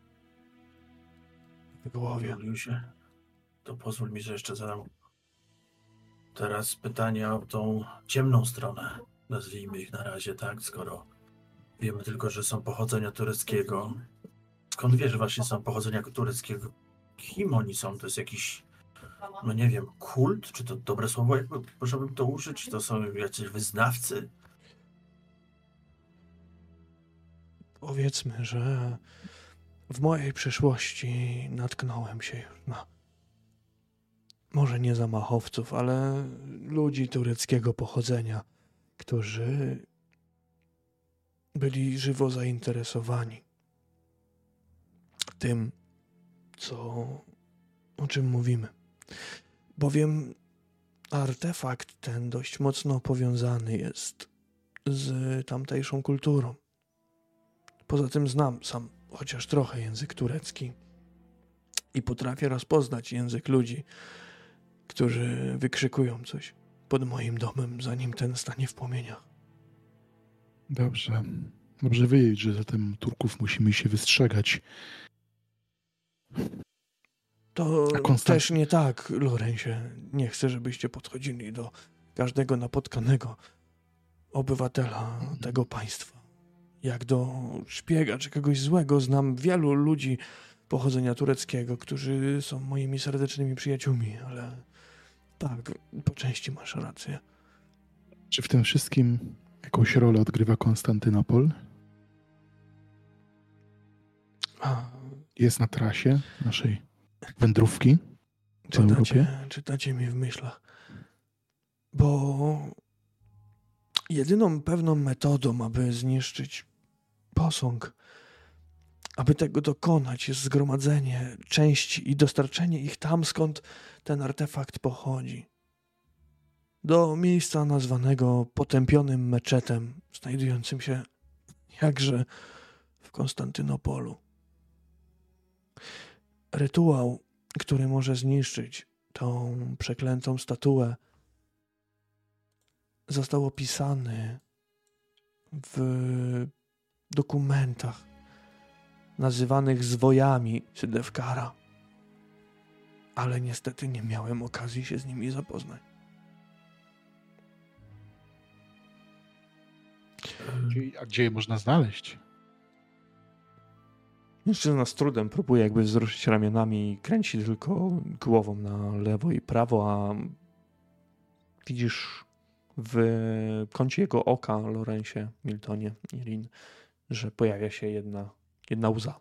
w głowie. Juliusie, to pozwól mi, że jeszcze zadam teraz pytania o tą ciemną stronę. Nazwijmy ich na razie, tak? Skoro wiemy tylko, że są pochodzenia tureckiego. Skąd wiesz, że właśnie są pochodzenia tureckiego? Kim oni są? To jest jakiś, no nie wiem, kult? Czy to dobre słowo, jakby możemy to użyć? Czy to są jacyś wyznawcy? Powiedzmy, że w mojej przeszłości natknąłem się już na może nie zamachowców, ale ludzi tureckiego pochodzenia, którzy byli żywo zainteresowani tym, co, o czym mówimy. Bowiem artefakt ten dość mocno powiązany jest z tamtejszą kulturą. Poza tym znam sam chociaż trochę język turecki i potrafię rozpoznać język ludzi, którzy wykrzykują coś pod moim domem, zanim ten stanie w płomieniach. Dobrze. Dobrze wiedzieć, że zatem Turków musimy się wystrzegać. To Konstant- też nie tak, Lorenzie. Nie chcę, żebyście podchodzili do każdego napotkanego obywatela tego państwa. Jak do szpiega czy kogoś złego. Znam wielu ludzi pochodzenia tureckiego, którzy są moimi serdecznymi przyjaciółmi, ale tak, po części masz rację. Czy w tym wszystkim jakąś rolę odgrywa Konstantynopol? A, Jest na trasie naszej wędrówki po czytacie, Europie? czytacie mi w myślach. Bo jedyną pewną metodą, aby zniszczyć posąg, aby tego dokonać, jest zgromadzenie części i dostarczenie ich tam, skąd ten artefakt pochodzi. Do miejsca nazwanego potępionym meczetem, znajdującym się jakże w Konstantynopolu. Rytuał, który może zniszczyć tą przeklętą statuę, został opisany w dokumentach nazywanych zwojami Sydewkara, ale niestety nie miałem okazji się z nimi zapoznać. Gdzie- A gdzie je można znaleźć? Mężczyzna z trudem próbuje jakby wzruszyć ramionami i kręci tylko głową na lewo i prawo, a widzisz w kącie jego oka, Lorenzie, Miltonie, Irin, że pojawia się jedna, jedna łza.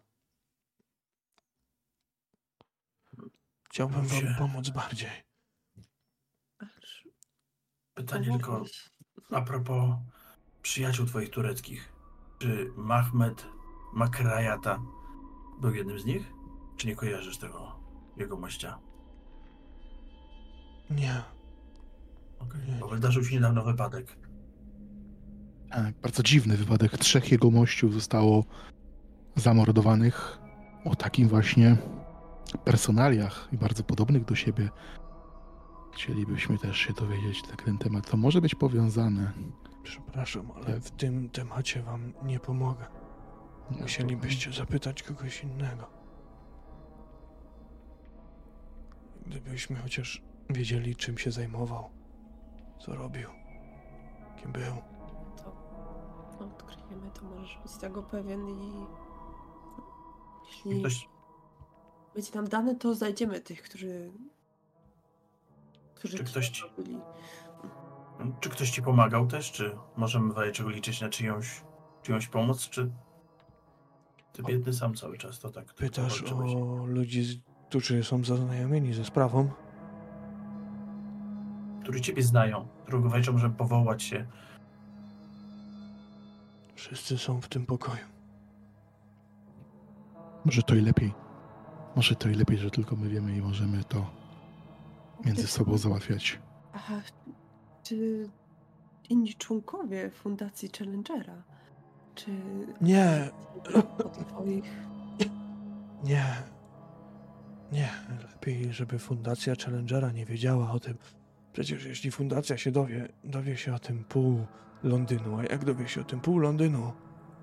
Chciałbym wam pomóc bardziej. Ależ Pytanie tylko pomogłeś. a propos przyjaciół twoich tureckich. Czy Mahmed Makrajata był jednym z nich? Czy nie kojarzysz tego jego mościa? Nie. Okay. Nie. Bo wydarzył się niedawno wypadek. Tak, bardzo dziwny wypadek. Trzech jego mościów zostało zamordowanych o takim właśnie personaliach i bardzo podobnych do siebie. Chcielibyśmy też się dowiedzieć na ten temat. To może być powiązane. Przepraszam, ale w tym temacie wam nie pomogę. Musielibyście zapytać kogoś innego. Gdybyśmy chociaż wiedzieli, czym się zajmował, co robił, kim był. To odkryjemy, to możesz być tego pewien i jeśli Ktoś, będzie nam dane, to znajdziemy tych, którzy którzy Czy to ktoś ci- robili. czy ktoś ci pomagał też? Czy możemy w razie czego liczyć na czyjąś, czyjąś pomoc? Czy ty biedny sam cały czas to tak? Pytasz walczyłeś? o ludzi, z- którzy są zaznajomieni ze sprawą? Którzy ciebie znają, którego w razie możemy powołać się. Wszyscy są w tym pokoju. Może to i lepiej. Może to i lepiej, że tylko my wiemy i możemy to między sobą załatwiać. Aha, czy inni członkowie Fundacji Challengera? Czy Nie, od twoich... nie. Nie, lepiej, żeby Fundacja Challengera nie wiedziała o tym. Przecież jeśli Fundacja się dowie, dowie się o tym pół Londynu, a jak dowie się o tym pół Londynu,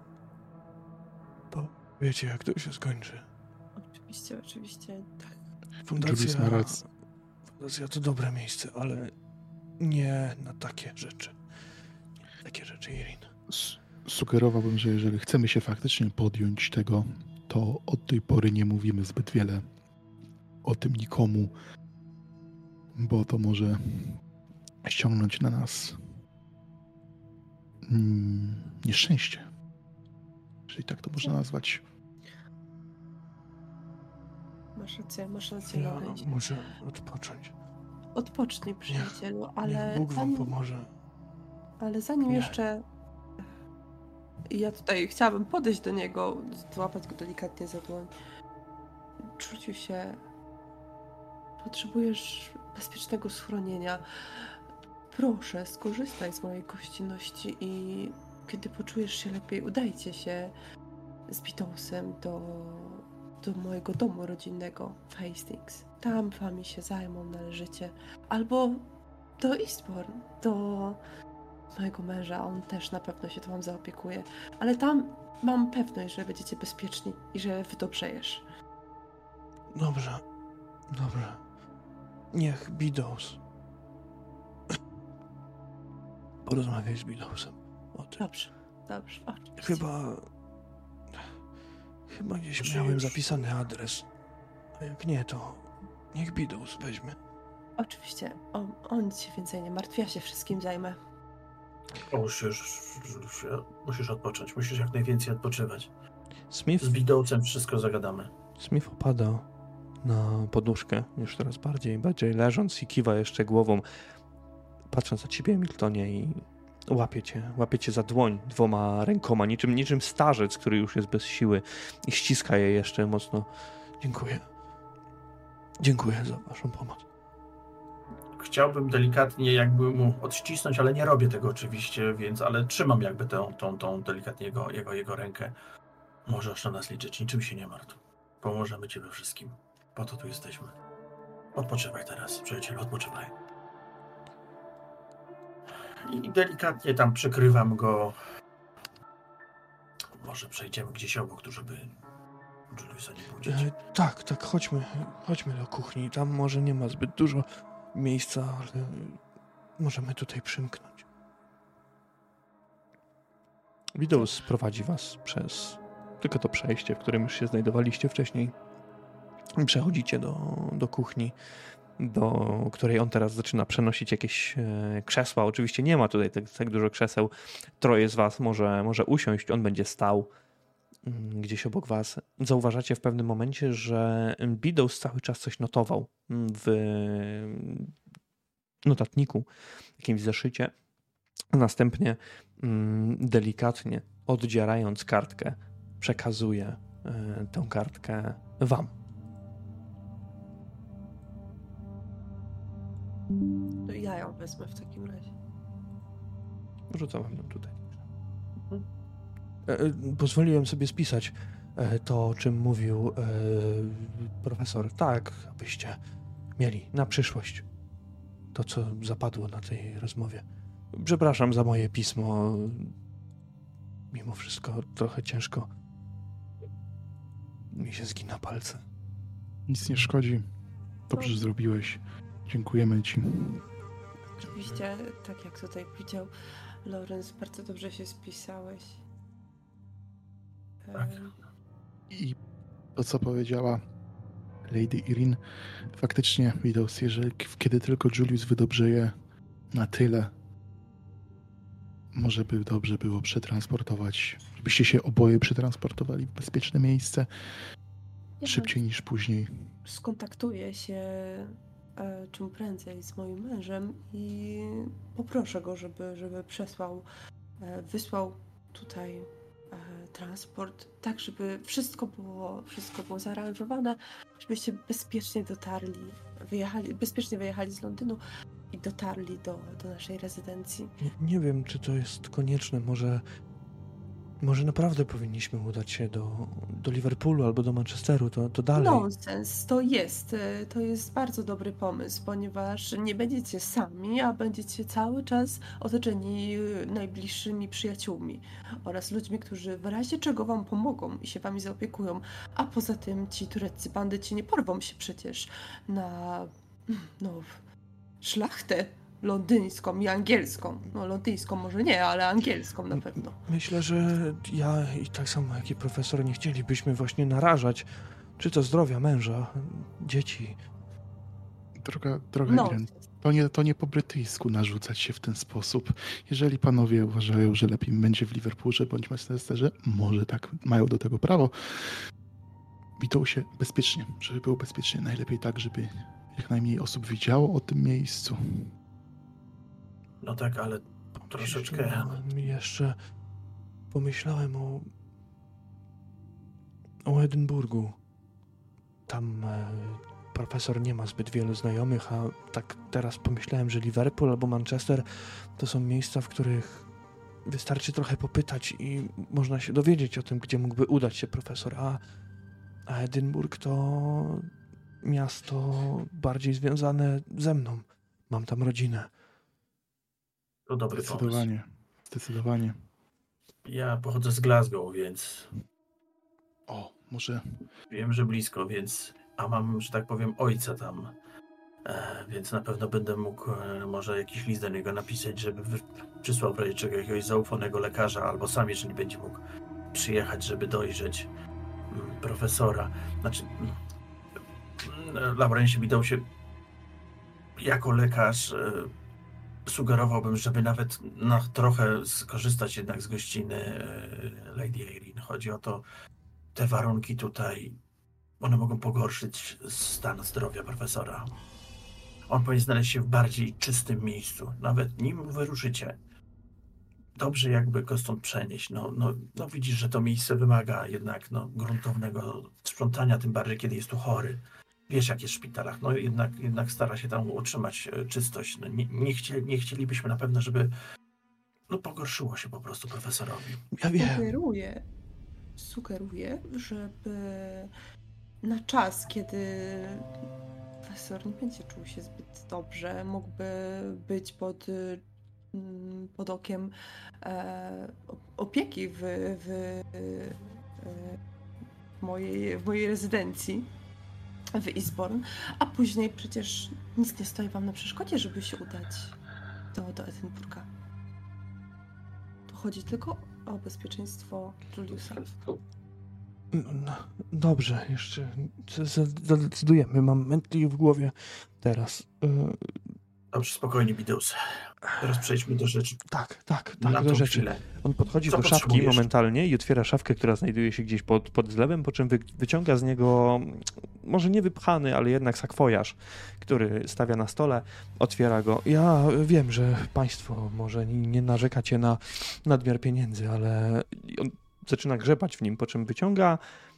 to wiecie, jak to się skończy. Oczywiście, oczywiście, tak. Fundacja, Julius ma rację. Fundacja to dobre miejsce, ale nie na takie rzeczy. Nie na takie rzeczy, Irin. S- Sugerowałbym, że jeżeli chcemy się faktycznie podjąć tego, to od tej pory nie mówimy zbyt wiele o tym nikomu, bo to może ściągnąć na nas mm, nieszczęście. Jeżeli tak to można nazwać. Masz rację, masz rację, Ja Lorenz. muszę odpocząć. odpocznij, przyjacielu, ale Niech Bóg wam zanim, pomoże. ale zanim Nie. jeszcze ja tutaj chciałabym podejść do niego, złapać go delikatnie za dłoń. Czuciu się, potrzebujesz bezpiecznego schronienia. Proszę, skorzystaj z mojej gościnności i kiedy poczujesz się lepiej, udajcie się z Beatlesem do, do mojego domu rodzinnego w Hastings. Tam wami się zajmą należycie. Albo do Eastbourne, do mojego męża. On też na pewno się wam zaopiekuje. Ale tam mam pewność, że będziecie bezpieczni i że wydobrzejesz. Dobrze, dobrze. Niech Beatles. Porozmawiaj z Beatlesem o tym. Dobrze, dobrze. Oczywiście. Chyba... Chyba gdzieś Czy miałem już- zapisany adres. A jak nie, to niech Beatles weźmie. Oczywiście. On, on nic się więcej nie martwi, ja się wszystkim zajmę. Musisz, już, musisz odpocząć, musisz jak najwięcej odpoczywać. Smith, Z widołcem wszystko zagadamy. Smith opada na poduszkę, już teraz bardziej, bardziej leżąc i kiwa jeszcze głową, patrząc na ciebie, Miltonie, i łapie cię, łapie cię za dłoń dwoma rękoma, niczym, niczym starzec, który już jest bez siły, i ściska je jeszcze mocno. Dziękuję. Dziękuję za waszą pomoc. Chciałbym delikatnie jakby mu odścisnąć, ale nie robię tego oczywiście, więc, ale trzymam jakby tę, tą, tą delikatnie jego, jego, jego rękę. Możesz na nas liczyć, niczym się nie martw. Pomożemy ci we wszystkim. Po to tu jesteśmy. Odpoczywaj teraz, przyjacielu, odpoczywaj. I delikatnie tam przykrywam go. Może przejdziemy gdzieś obok, tu, żeby Juliusa nie budzić. E, tak, tak, chodźmy, chodźmy do kuchni. Tam może nie ma zbyt dużo miejsca, ale możemy tutaj przymknąć. Beatles prowadzi was przez tylko to przejście, w którym już się znajdowaliście wcześniej. Przechodzicie do, do kuchni, do której on teraz zaczyna przenosić jakieś e, krzesła. Oczywiście nie ma tutaj tak, tak dużo krzeseł. Troje z was może, może usiąść, on będzie stał mm, gdzieś obok was. Zauważacie w pewnym momencie, że Beatles cały czas coś notował w notatniku, w jakimś zeszycie. Następnie mm, delikatnie oddzierając kartkę, przekazuje y, tę kartkę wam. To ja ją wezmę w takim razie. Rzucam wam ją tutaj. Mhm. E, e, pozwoliłem sobie spisać e, to, o czym mówił e, profesor. Tak, abyście mieli na przyszłość to, co zapadło na tej rozmowie. Przepraszam za moje pismo. Mimo wszystko trochę ciężko mi się zgina palce. Nic nie szkodzi. Dobrze No. zrobiłeś. Dziękujemy ci. Oczywiście, tak jak tutaj powiedział Lawrence, bardzo dobrze się spisałeś. Tak. Em, I to, co powiedziała Lady Irin, faktycznie Beatles, jeżeli kiedy tylko Julius wydobrzeje na tyle, może by dobrze było przetransportować, żebyście się oboje przetransportowali w bezpieczne miejsce ja szybciej niż później. Skontaktuję się e, czym prędzej z moim mężem i poproszę go, żeby, żeby przesłał, e, wysłał tutaj e, transport, tak żeby wszystko było, wszystko było zaaranżowane, żebyście bezpiecznie dotarli, wyjechali, bezpiecznie wyjechali z Londynu i dotarli do, do naszej rezydencji. Nie, nie wiem, czy to jest konieczne. Może, może naprawdę powinniśmy udać się do, do Liverpoolu albo do Manchesteru, to, to dalej. Nonsens, to jest, e, to jest bardzo dobry pomysł, ponieważ nie będziecie sami, a będziecie cały czas otoczeni e, najbliższymi przyjaciółmi oraz ludźmi, którzy w razie czego wam pomogą i się wami zaopiekują. A poza tym ci tureccy bandyci nie porwą się przecież na no, szlachtę londyńską i angielską. No londyńską może nie, ale angielską na pewno. Myślę, że ja i tak samo jak i profesor nie chcielibyśmy właśnie narażać czy to zdrowia męża, dzieci. Droga, droga No, Iren, to nie, to nie po brytyjsku narzucać się w ten sposób. Jeżeli panowie uważają, że lepiej będzie w Liverpoolze bądź Manchesterze, może tak, mają do tego prawo. Witał się bezpiecznie, żeby było bezpiecznie. Najlepiej tak, żeby jak najmniej osób wiedziało o tym miejscu. No tak, ale troszeczkę... Pomyślałem Jeszcze pomyślałem o... o Edynburgu. Tam e, profesor nie ma zbyt wielu znajomych, a tak teraz pomyślałem, że Liverpool albo Manchester to są miejsca, w których wystarczy trochę popytać i można się dowiedzieć o tym, gdzie mógłby udać się profesor, a, a Edynburg to miasto bardziej związane ze mną. Mam tam rodzinę. To dobry pomysł. Zdecydowanie. Zdecydowanie. Ja pochodzę z Glasgow, więc O, może... wiem, że blisko, więc... A mam, że tak powiem, ojca tam. E, więc na pewno będę mógł e, może jakiś list do niego napisać, żeby wy... przysłał w razie czego jakiegoś zaufanego lekarza, albo sam, jeżeli będzie mógł przyjechać, żeby dojrzeć mm, profesora. Znaczy, mm, Laurencie Bidousie, jako lekarz e, sugerowałbym, żeby nawet na trochę skorzystać jednak z gościny e, Lady Irene. Chodzi o to, te warunki tutaj, one mogą pogorszyć stan zdrowia profesora. On powinien znaleźć się w bardziej czystym miejscu. Nawet nim wyruszycie, dobrze jakby go stąd przenieść. No, no, no widzisz, że to miejsce wymaga jednak no, gruntownego sprzątania, tym bardziej kiedy jest tu chory. Wiesz, jak jest w szpitalach. No jednak, jednak stara się tam utrzymać czystość. No, nie, nie, chcieli, nie chcielibyśmy na pewno, żeby no, pogorszyło się po prostu profesorowi. Ja wiem. Sugeruję, sugeruję, żeby na czas, kiedy profesor nie będzie czuł się zbyt dobrze, mógłby być pod, pod okiem e, opieki w, w, w, mojej, w mojej rezydencji w Eastbourne, a później przecież nic nie stoi wam na przeszkodzie, żeby się udać do, do Edynburga. Tu chodzi tylko o bezpieczeństwo Juliusa. No, dobrze, jeszcze zadecydujemy. Mam mętli w głowie teraz. Dobrze, spokojnie, Bideus. Teraz przejdźmy do rzeczy. Tak, tak, Na tak, tą do rzeczy. chwilę. On podchodzi Co do szafki potrzebujesz? momentalnie i otwiera szafkę, która znajduje się gdzieś pod, pod zlewem, po czym wy, wyciąga z niego, może nie wypchany, ale jednak sakwojarz, który stawia na stole, otwiera go. Ja wiem, że państwo może nie, nie narzekacie na nadmiar pieniędzy, ale on zaczyna grzebać w nim, po czym wyciąga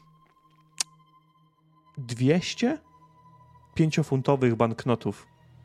dwieście pięciofuntowych banknotów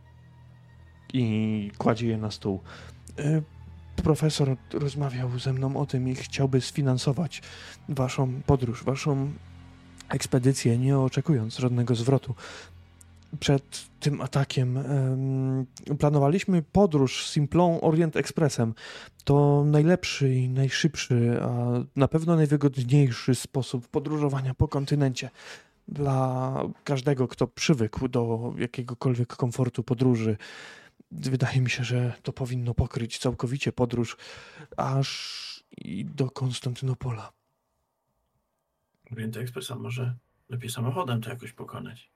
i kładzie je na stół. Profesor rozmawiał ze mną o tym i chciałby sfinansować waszą podróż, waszą ekspedycję, nie oczekując żadnego zwrotu. Przed tym atakiem um, planowaliśmy podróż Simplon Orient Expressem. To najlepszy i najszybszy, a na pewno najwygodniejszy sposób podróżowania po kontynencie. Dla każdego, kto przywykł do jakiegokolwiek komfortu podróży. Wydaje mi się, że to powinno pokryć całkowicie podróż aż i do Konstantynopola. Orient Express, a może lepiej samochodem to jakoś pokonać?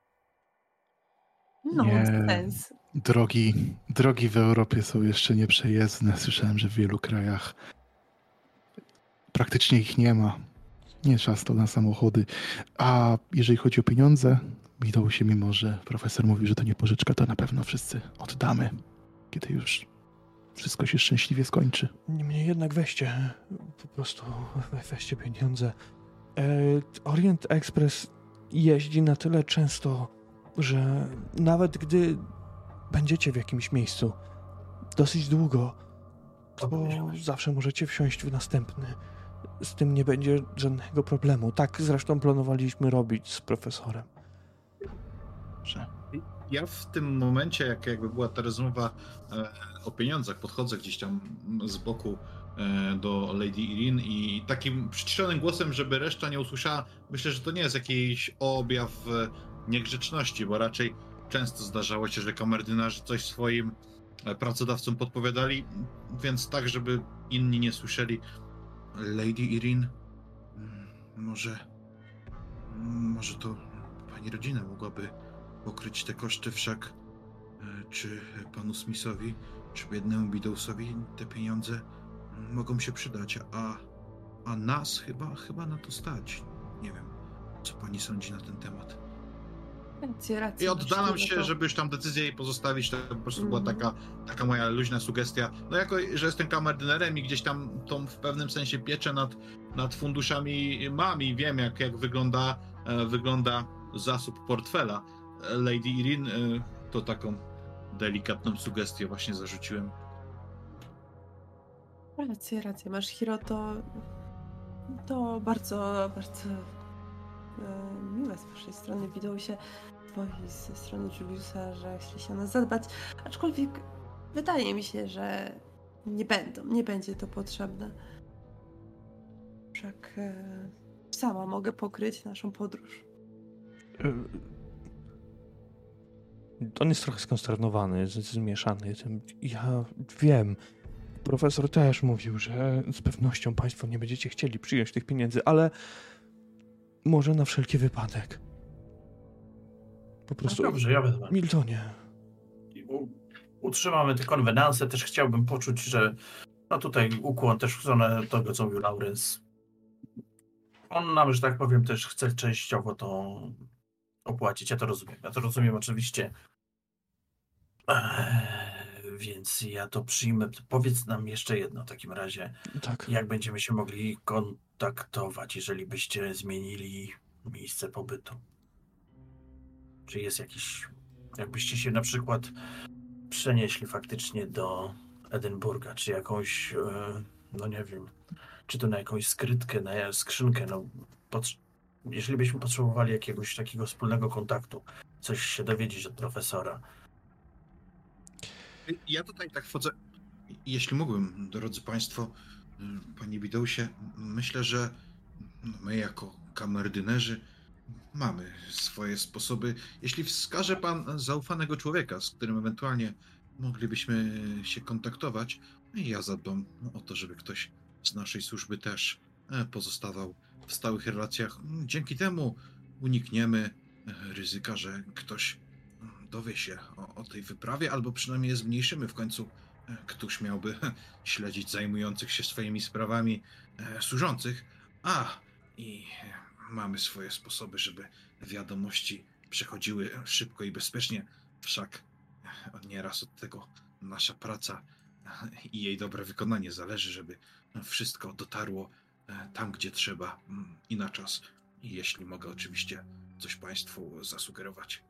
No, Nie. sens. Drogi, drogi w Europie są jeszcze nieprzejezdne. Słyszałem, że w wielu krajach praktycznie ich nie ma. Nie czas to na samochody. A jeżeli chodzi o pieniądze, wydało się, mimo że profesor mówi, że to nie pożyczka, to na pewno wszyscy oddamy, kiedy już wszystko się szczęśliwie skończy. Niemniej jednak weźcie, po prostu weźcie pieniądze. Orient Express jeździ na tyle często, że nawet gdy będziecie w jakimś miejscu dosyć długo, to zawsze możecie wsiąść w następny. Z tym nie będzie żadnego problemu. Tak zresztą planowaliśmy robić z profesorem. Że... Ja w tym momencie, jak jakby była ta rozmowa e, o pieniądzach, podchodzę gdzieś tam z boku e, do Lady Irene i takim przyciszonym głosem, żeby reszta nie usłyszała, myślę, że to nie jest jakiś objaw e, niegrzeczności, bo raczej często zdarzało się, że kamerdynarze coś swoim e, pracodawcom podpowiadali, więc tak, żeby inni nie słyszeli. Lady Irene, może, może to pani rodzina mogłaby pokryć te koszty, wszak czy panu Smithowi, czy biednemu Bidousowi te pieniądze mogą się przydać, a, a nas chyba, chyba na to stać. Nie wiem, co pani sądzi na ten temat. Rację, rację. I oddalam masz, się, to... żeby już tam decyzję jej pozostawić, to po prostu była Mhm. taka, taka moja luźna sugestia. No jako, że jestem kamerdynerem i gdzieś tam tą w pewnym sensie pieczę nad, nad funduszami mam i wiem, jak, jak wygląda, e, wygląda zasób portfela e, Lady Irin, e, to taką delikatną sugestię właśnie zarzuciłem. Rację, rację. Masz, Hiro, to... To bardzo, bardzo e, miłe z waszej strony. Widzą się twoi ze strony Juliusa, że chcieli się o nas zadbać. Aczkolwiek wydaje mi się, że nie będą, nie będzie to potrzebne. Wszak e, sama mogę pokryć naszą podróż. On jest trochę skonsternowany, z- zmieszany tym. Ja wiem. Profesor też mówił, że z pewnością państwo nie będziecie chcieli przyjąć tych pieniędzy, ale może na wszelki wypadek. Po prostu... No dobrze, ja wezmę. Miltonie. U- Utrzymamy te konwenanse. Też chciałbym poczuć, że no tutaj ukłon też w stronę tego, co mówił Laurens. On nam, że tak powiem, też chce częściowo to opłacić. Ja to rozumiem. Ja to rozumiem oczywiście. Eee, więc ja to przyjmę. Powiedz nam jeszcze jedno w takim razie. Tak. Jak będziemy się mogli kontaktować, jeżeli byście zmienili miejsce pobytu? Czy jest jakiś... Jakbyście się na przykład przenieśli faktycznie do Edynburga, czy jakąś, e, no nie wiem, czy to na jakąś skrytkę, na skrzynkę, no, pot- jeżeli byśmy potrzebowali jakiegoś takiego wspólnego kontaktu, coś się dowiedzieć od profesora. Ja tutaj tak wchodzę, jeśli mógłbym, drodzy Państwo, Panie Widousie, myślę, że my jako kamerdynerzy mamy swoje sposoby. Jeśli wskaże Pan zaufanego człowieka, z którym ewentualnie moglibyśmy się kontaktować, ja zadbam o to, żeby ktoś z naszej służby też pozostawał w stałych relacjach. Dzięki temu unikniemy ryzyka, że ktoś dowie się o, o tej wyprawie, albo przynajmniej je zmniejszymy. W końcu któż miałby śledzić zajmujących się swoimi sprawami e, służących. A, i mamy swoje sposoby, żeby wiadomości przechodziły szybko i bezpiecznie. Wszak nieraz od tego nasza praca i jej dobre wykonanie zależy, żeby wszystko dotarło tam, gdzie trzeba i na czas. I jeśli mogę oczywiście coś Państwu zasugerować.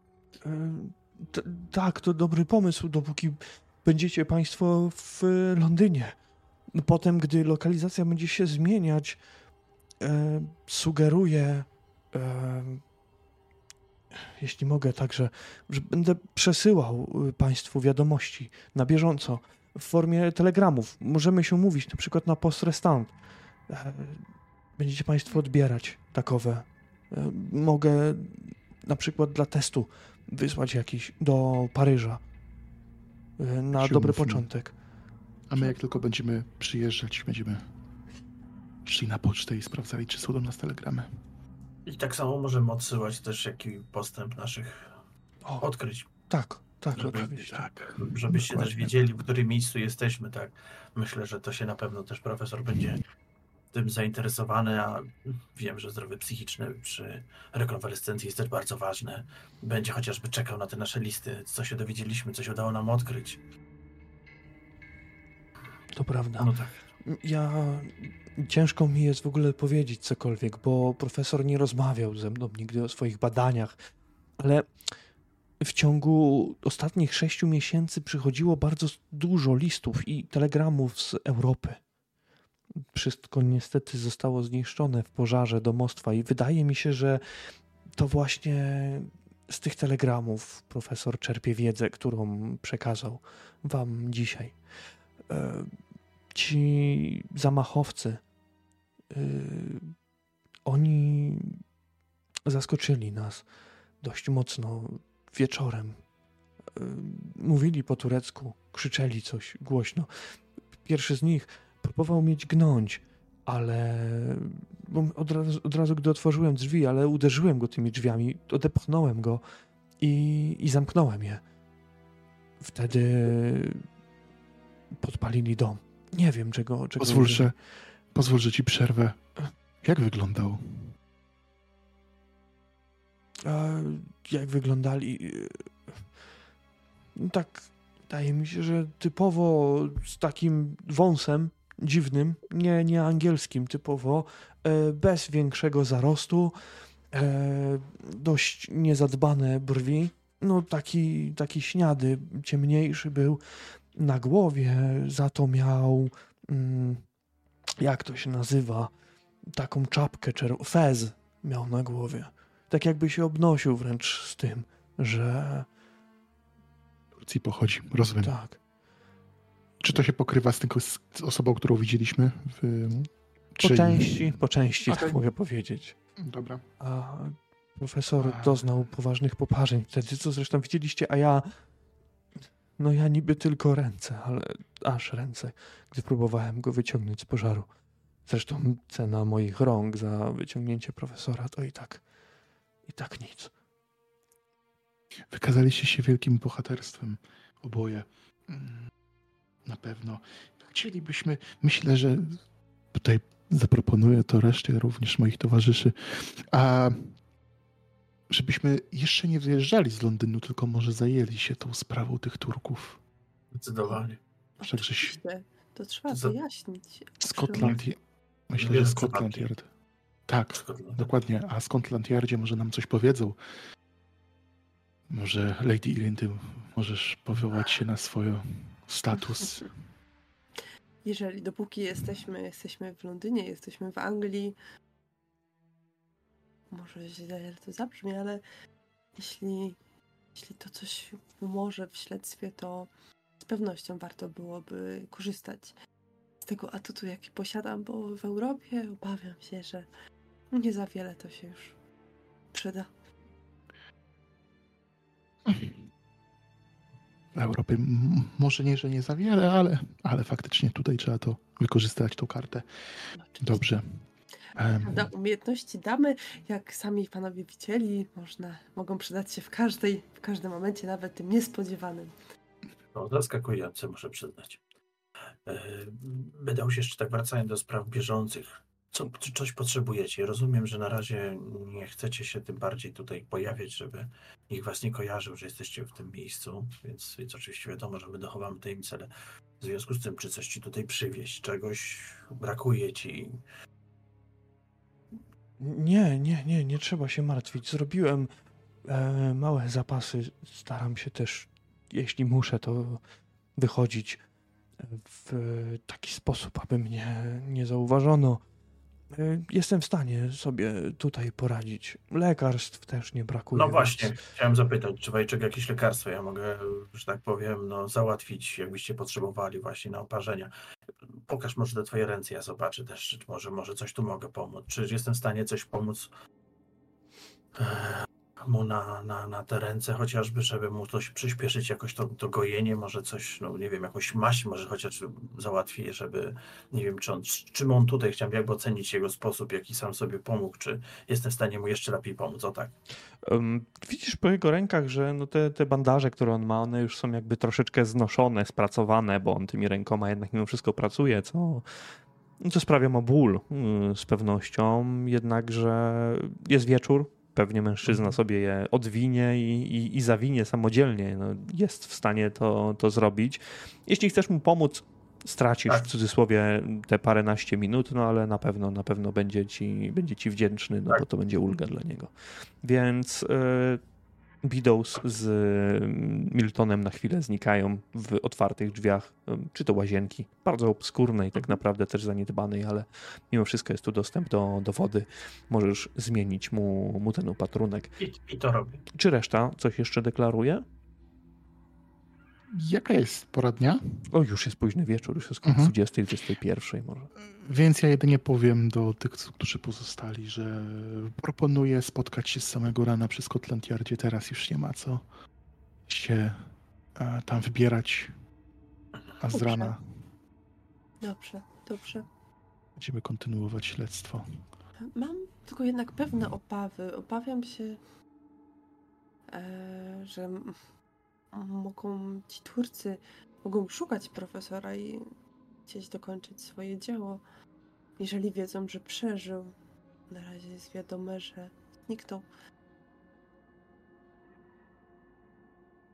T- tak, to dobry pomysł, dopóki będziecie Państwo w Londynie. Potem, gdy lokalizacja będzie się zmieniać, e, sugeruję, e, jeśli mogę, także, że będę przesyłał Państwu wiadomości na bieżąco w formie telegramów. Możemy się umówić na przykład na post restant. E, będziecie Państwo odbierać takowe. E, mogę na przykład dla testu wysłać jakiś do Paryża e, na Się dobry umówmy. początek. A my jak tylko będziemy przyjeżdżać, będziemy szli na pocztę i sprawdzali, czy są do nas telegramy. I tak samo możemy odsyłać też jaki postęp naszych O, odkryć, tak, tak, żeby, oczywiście. tak, żebyście też Dokładnie. wiedzieli, w którym miejscu jesteśmy, tak. Myślę, że to się na pewno też profesor będzie tym zainteresowany, a wiem, że zdrowie psychiczne przy rekonwalescencji jest też bardzo ważne. Będzie chociażby czekał na te nasze listy, co się dowiedzieliśmy, co się udało nam odkryć. To prawda. No tak. Ja... Ciężko mi jest w ogóle powiedzieć cokolwiek, bo profesor nie rozmawiał ze mną nigdy o swoich badaniach, ale w ciągu ostatnich sześciu miesięcy przychodziło bardzo dużo listów i telegramów z Europy. Wszystko niestety zostało zniszczone w pożarze domostwa i wydaje mi się, że to właśnie z tych telegramów profesor czerpie wiedzę, którą przekazał wam dzisiaj. E, ci zamachowcy, e, oni zaskoczyli nas dość mocno wieczorem. E, mówili po turecku, krzyczeli coś głośno. Pierwszy z nich próbował mnie dźgnąć, ale bo od razu, od razu, gdy otworzyłem drzwi, ale uderzyłem go tymi drzwiami, odepchnąłem go i, i zamknąłem je. Wtedy podpalili dom. Nie wiem, czego... czego Pozwól, użyli. że, pozwól, że ci przerwę. Jak wyglądał? E, jak wyglądali? Tak, wydaje mi się, że typowo z takim wąsem dziwnym, nie, nie angielskim, typowo e, bez większego zarostu, e, dość niezadbane brwi, no taki, taki śniady, ciemniejszy był na głowie, za to miał, mm, jak to się nazywa, taką czapkę, czer- fez miał na głowie. Tak jakby się obnosił wręcz z tym, że... Turcji pochodzi, rozumiem. Tak. Czy to się pokrywa z, tylko z osobą, którą widzieliśmy? W, Po czy... części, po części, Okay. tak mogę powiedzieć. Dobra. A profesor doznał poważnych poparzeń wtedy, co zresztą widzieliście, a ja... No ja niby tylko ręce, ale aż ręce, gdy próbowałem go wyciągnąć z pożaru. Zresztą cena moich rąk za wyciągnięcie profesora to i tak, i tak nic. Wykazaliście się wielkim bohaterstwem, oboje. Na pewno. Chcielibyśmy, myślę, że tutaj zaproponuję to reszcie również moich towarzyszy, a żebyśmy jeszcze nie wyjeżdżali z Londynu, tylko może zajęli się tą sprawą tych Turków. Zdecydowanie. Wszakże się- Oczywiście, to trzeba To za- wyjaśnić. Scotland, myślę, że Wiele Scotland przypadki. Yard. Tak, Scotland. dokładnie. A Scotland Yardzie może nam coś powiedzą. Może Lady Irene, ty możesz powołać się na swój status. Jeżeli dopóki jesteśmy, jesteśmy w Londynie, jesteśmy w Anglii, może źle to zabrzmi, ale jeśli, jeśli to coś pomoże w śledztwie, to z pewnością warto byłoby korzystać z tego atutu, jaki posiadam, bo w Europie obawiam się, że nie za wiele to się już przyda. W Europie m- może nie, że nie za wiele, ale, ale faktycznie tutaj trzeba to wykorzystać, tą kartę. Oczywiście. Dobrze. Em, Prawda, umiejętności damy, jak sami panowie widzieli, można, mogą przydać się w każdej, w każdym momencie, nawet tym niespodziewanym. No, zaskakujące, muszę przyznać. E, Będę już jeszcze tak wracając do spraw bieżących. Co, czy coś potrzebujecie? Rozumiem, że na razie nie chcecie się tym bardziej tutaj pojawiać, żeby nikt was nie kojarzył, że jesteście w tym miejscu, więc, więc oczywiście wiadomo, że my dochowamy tajemnicy, ale w związku z tym, czy coś ci tutaj przywieźć, czegoś brakuje ci? Nie, nie, nie, nie trzeba się martwić. Zrobiłem e, małe zapasy. Staram się też, jeśli muszę, to wychodzić w taki sposób, aby mnie nie zauważono. E, Jestem w stanie sobie tutaj poradzić. Lekarstw też nie brakuje. No więc- właśnie, chciałem zapytać, czy Wajczek jakieś lekarstwo ja mogę, że tak powiem, no, załatwić, jakbyście potrzebowali właśnie na oparzenia. Pokaż może te twoje ręce, ja zobaczę też, czy może, może coś tu mogę pomóc. Czy jestem w stanie coś pomóc e, mu na, na, na te ręce, chociażby, żeby mu coś przyspieszyć, jakoś to, to gojenie, może coś, no nie wiem, jakąś maść może chociaż załatwię, żeby, nie wiem, czy on, czym on tutaj, chciałem jakby ocenić jego sposób, jaki sam sobie pomógł, czy jestem w stanie mu jeszcze lepiej pomóc, o tak. Um, widzisz po jego rękach, że no te, te bandaże, które on ma, one już są jakby troszeczkę znoszone, spracowane, bo on tymi rękoma jednak mimo wszystko pracuje, co, co sprawia mu ból yy, z pewnością. Jednakże jest wieczór, pewnie mężczyzna sobie je odwinie i, i, i zawinie samodzielnie. No, jest w stanie to, to zrobić. Jeśli chcesz mu pomóc, stracisz Tak. w cudzysłowie te paręnaście minut, no ale na pewno, na pewno będzie ci, będzie ci wdzięczny, no Tak. bo to będzie ulga dla niego. Więc y, Beadles z y, Miltonem na chwilę znikają w otwartych drzwiach, y, czy to łazienki, bardzo obskurnej, tak naprawdę też zaniedbanej, ale mimo wszystko jest tu dostęp do, do wody. Możesz zmienić mu, mu ten opatrunek. I, i to robię. Czy reszta coś jeszcze deklaruje? Jaka jest pora dnia? O, już jest późny wieczór, już jest około Mhm. dwudziestej, dwudziestej pierwszej może. Więc ja jedynie powiem do tych, którzy pozostali, że proponuję spotkać się z samego rana przy Scotland Yardzie. Teraz już nie ma co się e, tam wybierać, a z Dobrze. rana Dobrze, dobrze. będziemy kontynuować śledztwo. Mam tylko jednak pewne obawy. Obawiam się, e, że m- mogą ci Turcy mogą szukać profesora i chcieć dokończyć swoje dzieło. Jeżeli wiedzą, że przeżył, na razie jest wiadome, że zniknął.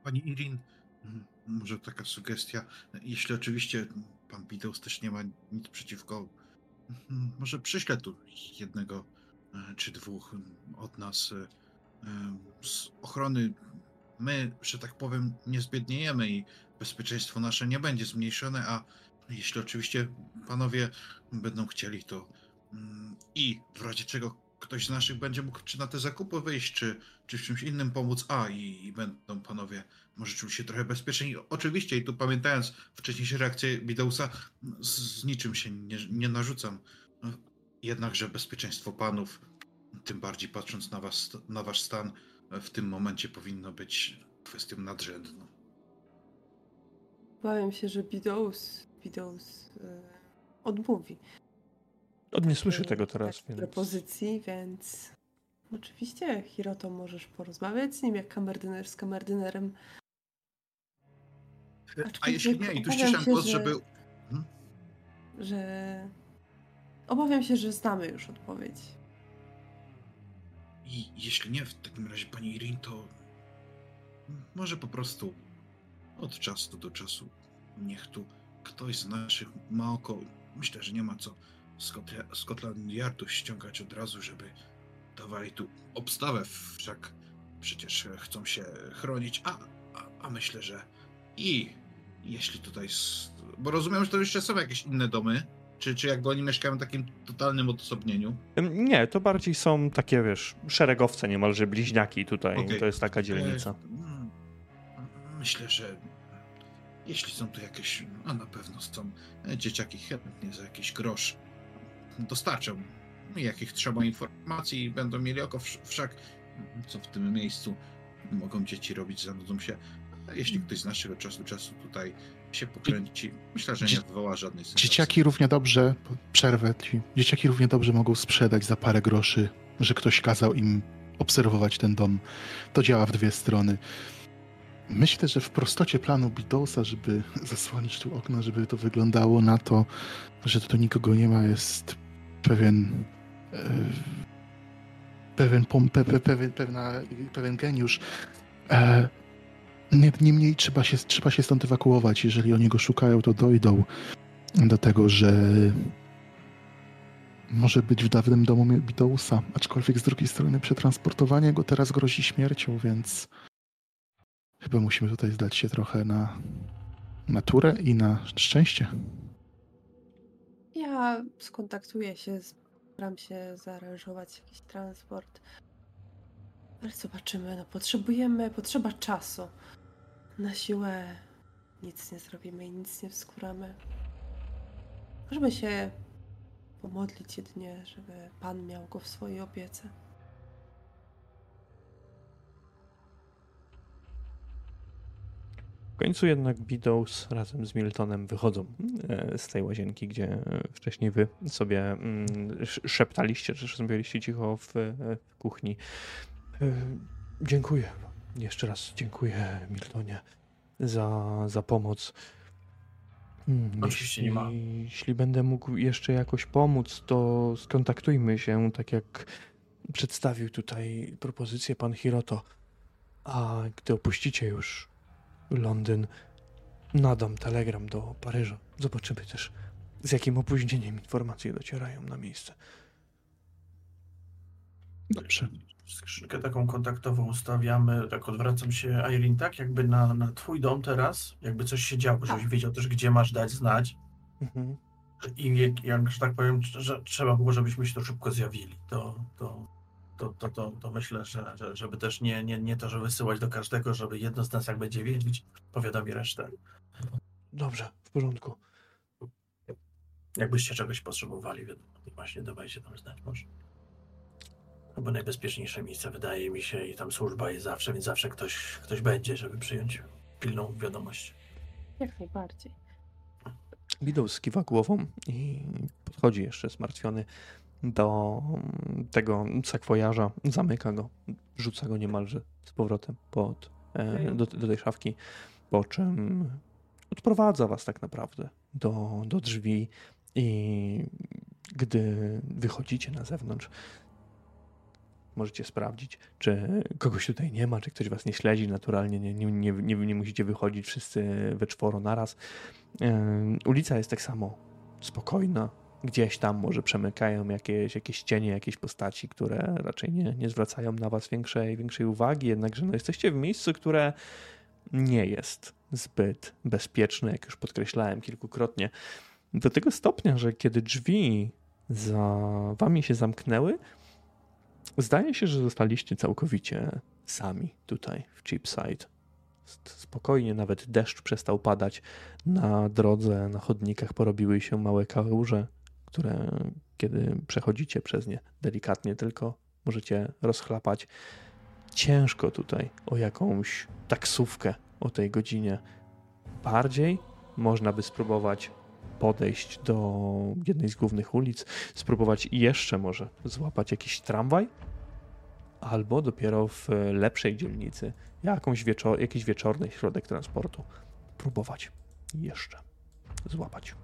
Pani Irin, może taka sugestia, jeśli oczywiście pan Biddles też nie ma nic przeciwko, może przyślę tu jednego czy dwóch od nas z ochrony. My, że tak powiem, nie zbiedniejemy i bezpieczeństwo nasze nie będzie zmniejszone, a jeśli oczywiście panowie będą chcieli, to i w razie czego ktoś z naszych będzie mógł czy na te zakupy wyjść, czy, czy w czymś innym pomóc, a i, i będą panowie może czuli się trochę bezpieczniej. Oczywiście, i tu pamiętając wcześniejsze reakcje Bidousa, z, z niczym się nie, nie narzucam. Jednakże bezpieczeństwo panów, tym bardziej patrząc na was, na wasz stan, w tym momencie powinno być kwestią nadrzędną. Obawiam się, że Bidous, Bidous yy, odmówi. On nie słyszy tego teraz, takiej więc... propozycji, więc oczywiście, Hiroto, możesz porozmawiać z nim jak kamerdyner z kamerdynerem. A jeśli nie, i tu obawiam ściszam się, głos, że, żeby... Hmm? że... Obawiam się, że znamy już odpowiedź. I jeśli nie, w takim razie, pani Irin, to może po prostu od czasu do czasu niech tu ktoś z naszych ma oko. Myślę, że nie ma co Scotland, Scotland Yardu ściągać od razu, żeby dawali tu obstawę, wszak przecież chcą się chronić, a, a, a myślę, że i jeśli tutaj, bo rozumiem, że to jeszcze są jakieś inne domy, czy, czy jakby oni mieszkają w takim totalnym odosobnieniu? Nie, to bardziej są takie, wiesz, szeregowce, niemalże bliźniaki tutaj, Okay. To jest taka dzielnica. Myślę, że jeśli są tu jakieś, a na pewno są dzieciaki, chętnie za jakiś grosz dostarczą, jakich trzeba informacji i będą mieli oko, wszak co w tym miejscu mogą dzieci robić, zanudzą się. A jeśli ktoś z naszego czasu do czasu tutaj się pokręci, myślę, że nie wywoła żadnej sensacji. Dzieciaki równie dobrze, przerwę ci, dzieciaki równie dobrze mogą sprzedać za parę groszy, że ktoś kazał im obserwować ten dom. To działa w dwie strony. Myślę, że w prostocie planu Bidousa, żeby zasłonić tu okno, żeby to wyglądało na to, że tu nikogo nie ma, jest pewien e, pewien, pe, pe, pewien, pewna, pewien geniusz. E, Niemniej trzeba się, trzeba się stąd ewakuować. Jeżeli oni go szukają, to dojdą do tego, że może być w dawnym domu Bidousa, aczkolwiek z drugiej strony przetransportowanie go teraz grozi śmiercią, więc chyba musimy tutaj zdać się trochę na naturę i na szczęście. Ja skontaktuję się, staram się zaaranżować jakiś transport. Ale zobaczymy, no potrzebujemy, potrzeba czasu. Na siłę nic nie zrobimy i nic nie wskuramy. Możemy się pomodlić jedynie, żeby Pan miał go w swojej opiece. W końcu jednak Bidous razem z Miltonem wychodzą z tej łazienki, gdzie wcześniej wy sobie szeptaliście, czy rozmawialiście cicho w kuchni. Dziękuję. Jeszcze raz dziękuję, Miltonie, za, za pomoc. Oczywiście jeśli, nie ma. Jeśli będę mógł jeszcze jakoś pomóc, to skontaktujmy się, tak jak przedstawił tutaj propozycję pan Hiroto. A gdy opuścicie już Londyn, nadam telegram do Paryża. Zobaczymy też, z jakim opóźnieniem informacje docierają na miejsce. Dobrze. Skrzynkę taką kontaktową ustawiamy, tak odwracam się, Irene, tak jakby na, na twój dom teraz, jakby coś się działo, żebyś wiedział też, gdzie masz dać znać. Mhm. I jak, jak, że tak powiem, że trzeba było, żebyśmy się to szybko zjawili. To, to, to, to, to, to myślę, że, że żeby też nie, nie, nie to, że wysyłać do każdego, żeby jedno z nas jak będzie wiedzieć, powiadomi resztę. Dobrze, w porządku. Jakbyście czegoś potrzebowali, wiadomo, właśnie dawajcie tam znać może. Bo najbezpieczniejsze miejsce wydaje mi się i tam służba jest zawsze, więc zawsze ktoś, ktoś będzie, żeby przyjąć pilną wiadomość. Jak najbardziej. Bidous kiwa głową i podchodzi jeszcze zmartwiony do tego sakwojarza, zamyka go, rzuca go niemalże z powrotem pod, e, do, do tej szafki, po czym odprowadza was tak naprawdę do, do drzwi i gdy wychodzicie na zewnątrz, możecie sprawdzić, czy kogoś tutaj nie ma, czy ktoś was nie śledzi. Naturalnie nie, nie, nie, nie, nie musicie wychodzić wszyscy we czworo naraz. Yy, ulica jest tak samo spokojna. Gdzieś tam może przemykają jakieś, jakieś cienie, jakieś postaci, które raczej nie, nie zwracają na was większej, większej uwagi, jednakże no, jesteście w miejscu, które nie jest zbyt bezpieczne, jak już podkreślałem kilkukrotnie. Do tego stopnia, że kiedy drzwi za wami się zamknęły, zdaje się, że zostaliście całkowicie sami tutaj w Cheapside. Spokojnie, nawet deszcz przestał padać. Na drodze, na chodnikach porobiły się małe kałuże, które kiedy przechodzicie przez nie delikatnie tylko możecie rozchlapać. Ciężko tutaj o jakąś taksówkę o tej godzinie. Bardziej można by spróbować podejść do jednej z głównych ulic, spróbować jeszcze może złapać jakiś tramwaj, albo dopiero w lepszej dzielnicy jakąś wieczor- jakiś wieczorny środek transportu próbować jeszcze złapać.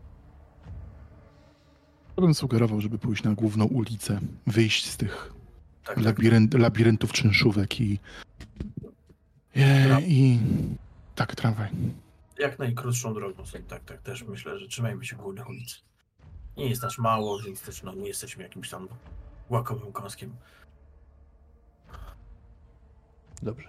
Ja bym sugerował, żeby pójść na główną ulicę, wyjść z tych Tak, tak. labirynt, labiryntów czynszówek i... I, i... Tak, tramwaj. Jak najkrótszą drogą. Tak, tak, też myślę, że trzymajmy się głównych ulic. Nie jest nas mało, więc też no, nie jesteśmy jakimś tam łakowym kąskiem. Dobrze.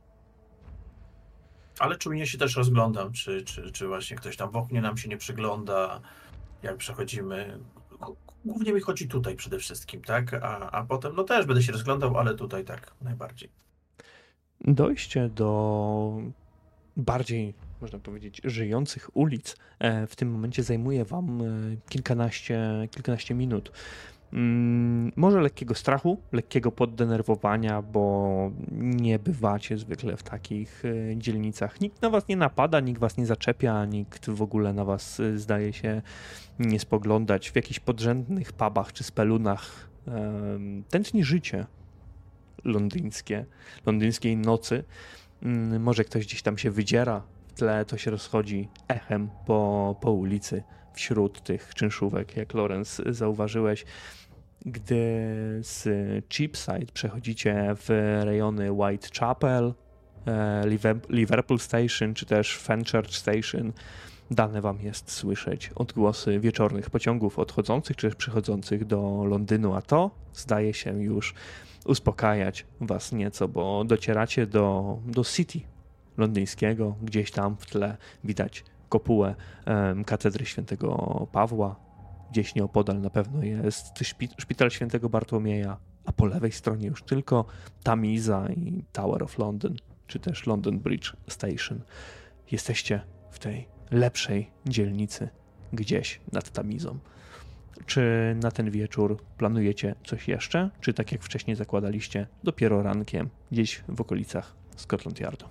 Ale czujnie się też rozglądam, czy, czy, czy właśnie ktoś tam w oknie nam się nie przygląda, jak przechodzimy. Głównie mi chodzi tutaj przede wszystkim, tak? A, a potem no też będę się rozglądał, ale tutaj tak najbardziej. Dojście do bardziej, można powiedzieć, żyjących ulic w tym momencie zajmuje wam kilkanaście, kilkanaście minut. Może lekkiego strachu, lekkiego poddenerwowania, bo nie bywacie zwykle w takich dzielnicach. Nikt na was nie napada, nikt was nie zaczepia, nikt w ogóle na was zdaje się nie spoglądać. W jakichś podrzędnych pubach czy spelunach tętni życie londyńskie, londyńskiej nocy. Może ktoś gdzieś tam się wydziera, w tle to się rozchodzi echem po, po ulicy wśród tych czynszówek, jak Lawrence zauważyłeś. Gdy z Cheapside przechodzicie w rejony Whitechapel, Liverpool Station czy też Fenchurch Station, dane wam jest słyszeć odgłosy wieczornych pociągów odchodzących czy przychodzących do Londynu, a to zdaje się już uspokajać was nieco, bo docieracie do, do City londyńskiego, gdzieś tam w tle widać kopułę um, katedry świętego Pawła, gdzieś nieopodal na pewno jest szpital świętego Bartłomieja, a po lewej stronie już tylko Tamiza i Tower of London, czy też London Bridge Station. Jesteście w tej lepszej dzielnicy, gdzieś nad Tamizą. Czy na ten wieczór planujecie coś jeszcze? Czy tak jak wcześniej zakładaliście, dopiero rankiem, gdzieś w okolicach Scotland Yardu?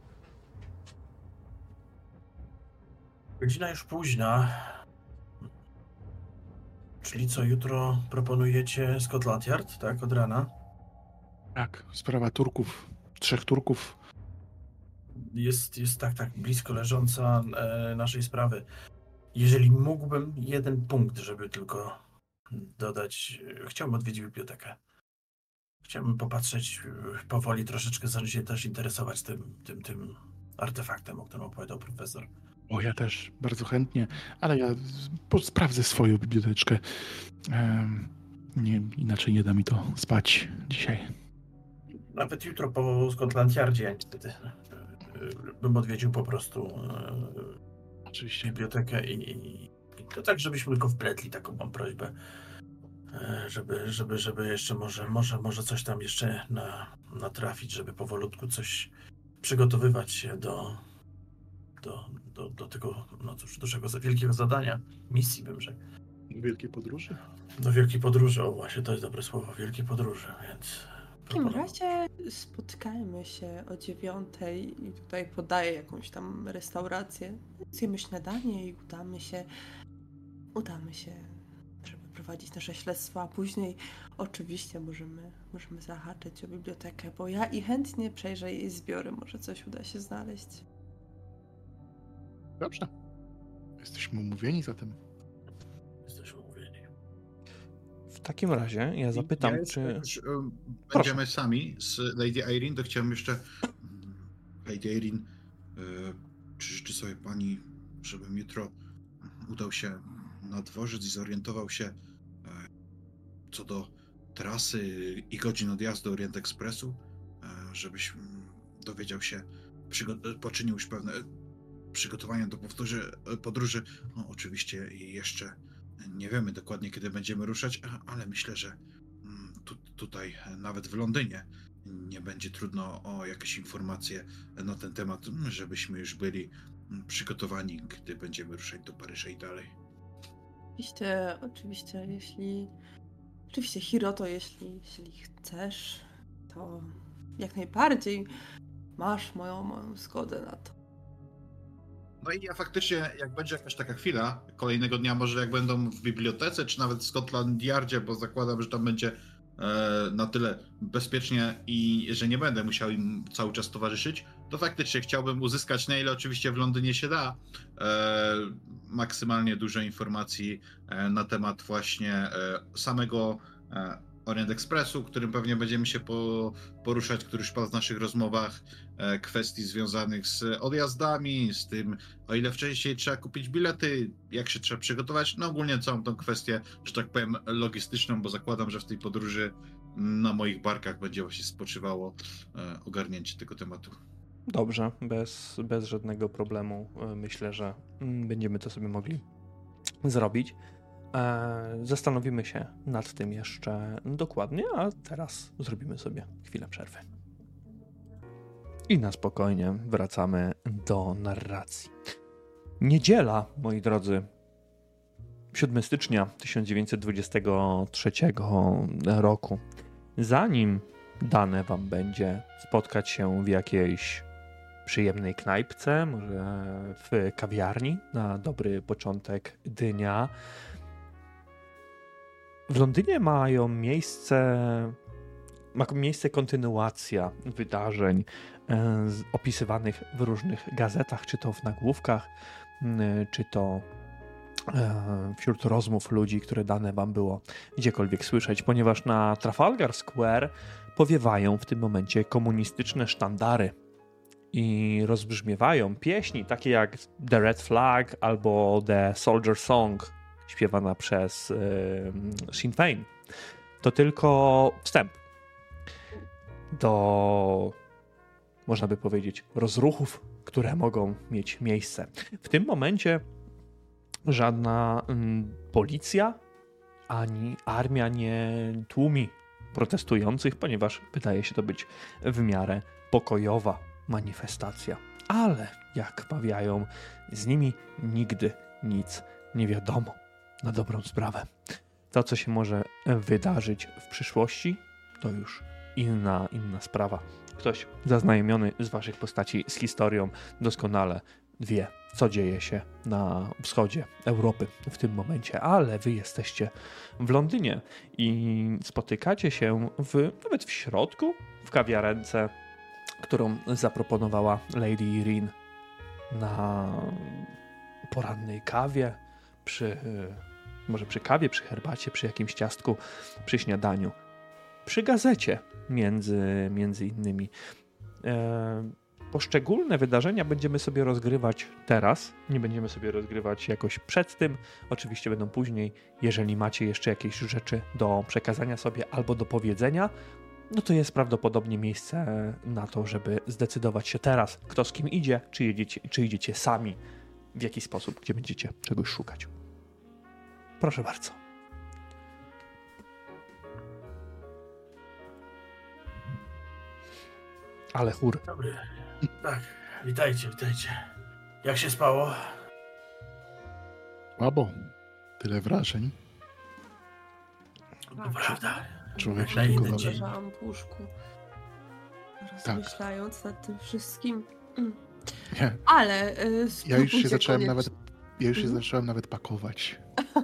Godzina już późna. Czyli co, jutro proponujecie Scotland Yard, tak? Od rana? Tak, sprawa Turków, trzech Turków. Jest, jest tak, tak blisko leżąca e, naszej sprawy. Jeżeli mógłbym jeden punkt, żeby tylko dodać, chciałbym odwiedzić bibliotekę. Chciałbym popatrzeć powoli, troszeczkę zacząć się też interesować tym, tym, tym artefaktem, o którym opowiadał profesor. O, ja też, bardzo chętnie, ale ja sprawdzę swoją biblioteczkę. Ehm, nie, inaczej nie da mi to spać dzisiaj. Nawet jutro po Scotland Yardzie niestety bym odwiedził po prostu Oczywiście. bibliotekę i, i to tak, żebyśmy tylko wpletli, taką mam prośbę, żeby, żeby, żeby jeszcze może, może, może coś tam jeszcze na, natrafić, żeby powolutku coś przygotowywać się do, do, do, do tego, no cóż, dużego, wielkiego zadania, misji bym rzekł. Wielkiej podróży? No wielkiej podróży, o właśnie, to jest dobre słowo, wielkiej podróży, więc... W takim razie spotkajmy się o dziewiątej i tutaj podaję jakąś tam restaurację. Zjemy śniadanie i udamy się, udamy się, żeby prowadzić nasze śledztwo, a później oczywiście możemy, możemy zahaczyć o bibliotekę, bo ja i chętnie przejrzę jej zbiory, może coś uda się znaleźć. Dobrze. Jesteśmy umówieni zatem. Jesteśmy umówieni. W takim razie ja zapytam, ja jeszcze, czy... Już, um, będziemy sami z Lady Irene, to chciałem jeszcze... Lady Irene, y, czy życzy sobie pani, żebym jutro udał się na dworzec i zorientował się y, co do trasy i godzin odjazdu Orient Expressu, y, żebyś dowiedział się, przygo- poczynił już pewne przygotowania do powtórzy, podróży. No, oczywiście jeszcze nie wiemy dokładnie, kiedy będziemy ruszać, ale myślę, że tu, tutaj, nawet w Londynie, nie będzie trudno o jakieś informacje na ten temat, żebyśmy już byli przygotowani, gdy będziemy ruszać do Paryża i dalej. Oczywiście, oczywiście, jeśli... Oczywiście, Hiroto, jeśli, jeśli chcesz, to jak najbardziej masz moją, moją zgodę na to. No i ja faktycznie, jak będzie jakaś taka chwila, kolejnego dnia może jak będą w bibliotece, czy nawet w Scotland Yardzie, bo zakładam, że tam będzie e, na tyle bezpiecznie i że nie będę musiał im cały czas towarzyszyć, to faktycznie chciałbym uzyskać, na ile oczywiście w Londynie się da, e, maksymalnie dużo informacji e, na temat właśnie e, samego e, Orient Expressu, którym pewnie będziemy się po, poruszać, który już padł w naszych rozmowach, e, kwestii związanych z odjazdami, z tym, o ile wcześniej trzeba kupić bilety, jak się trzeba przygotować, no ogólnie całą tą kwestię, że tak powiem, logistyczną, bo zakładam, że w tej podróży na moich barkach będzie właśnie spoczywało e, ogarnięcie tego tematu. Dobrze, bez, bez żadnego problemu. Myślę, że będziemy to sobie mogli zrobić. Zastanowimy się nad tym jeszcze dokładnie, a teraz zrobimy sobie chwilę przerwy. I na spokojnie wracamy do narracji. Niedziela, moi drodzy, siódmego stycznia tysiąc dziewięćset dwudziestego trzeciego roku. Zanim dane wam będzie spotkać się w jakiejś przyjemnej knajpce, może w kawiarni na dobry początek dnia, w Londynie mają miejsce, ma miejsce kontynuacja wydarzeń e, z, opisywanych w różnych gazetach, czy to w nagłówkach, y, czy to e, wśród rozmów ludzi, które dane wam było gdziekolwiek słyszeć, ponieważ na Trafalgar Square powiewają w tym momencie komunistyczne sztandary i rozbrzmiewają pieśni takie jak The Red Flag albo The Soldier Song, śpiewana przez y, Sinn Féin. To tylko wstęp do, można by powiedzieć, rozruchów, które mogą mieć miejsce. W tym momencie żadna mm, policja ani armia nie tłumi protestujących, ponieważ wydaje się to być w miarę pokojowa manifestacja. Ale, jak mawiają, z nimi nigdy nic nie wiadomo. Na dobrą sprawę. To, co się może wydarzyć w przyszłości, to już inna, inna sprawa. Ktoś zaznajomiony z waszych postaci z historią doskonale wie, co dzieje się na wschodzie Europy w tym momencie, ale wy jesteście w Londynie i spotykacie się w, nawet w środku, w kawiarence, którą zaproponowała Lady Irene na porannej kawie, przy, może przy kawie, przy herbacie, przy jakimś ciastku, przy śniadaniu, przy gazecie między, między innymi. E, poszczególne wydarzenia będziemy sobie rozgrywać teraz, nie będziemy sobie rozgrywać jakoś przed tym, oczywiście będą później. Jeżeli macie jeszcze jakieś rzeczy do przekazania sobie albo do powiedzenia, no to jest prawdopodobnie miejsce na to, żeby zdecydować się teraz, kto z kim idzie, czy, jedziecie, czy idziecie sami, w jaki sposób, gdzie będziecie czegoś szukać. Proszę bardzo. Ale chór. Dobry. Tak, witajcie, witajcie. Jak się spało? Słabo. Tyle wrażeń. To prawda. Człowiek się Na tylko jeden należy. dzień. Leżałam w łóżku, rozmyślając nad tym wszystkim. Mm. Nie. Ale y, Ja już się spróbujcie zacząłem koniecznie- nawet, ja już się Mhm. zacząłem nawet pakować.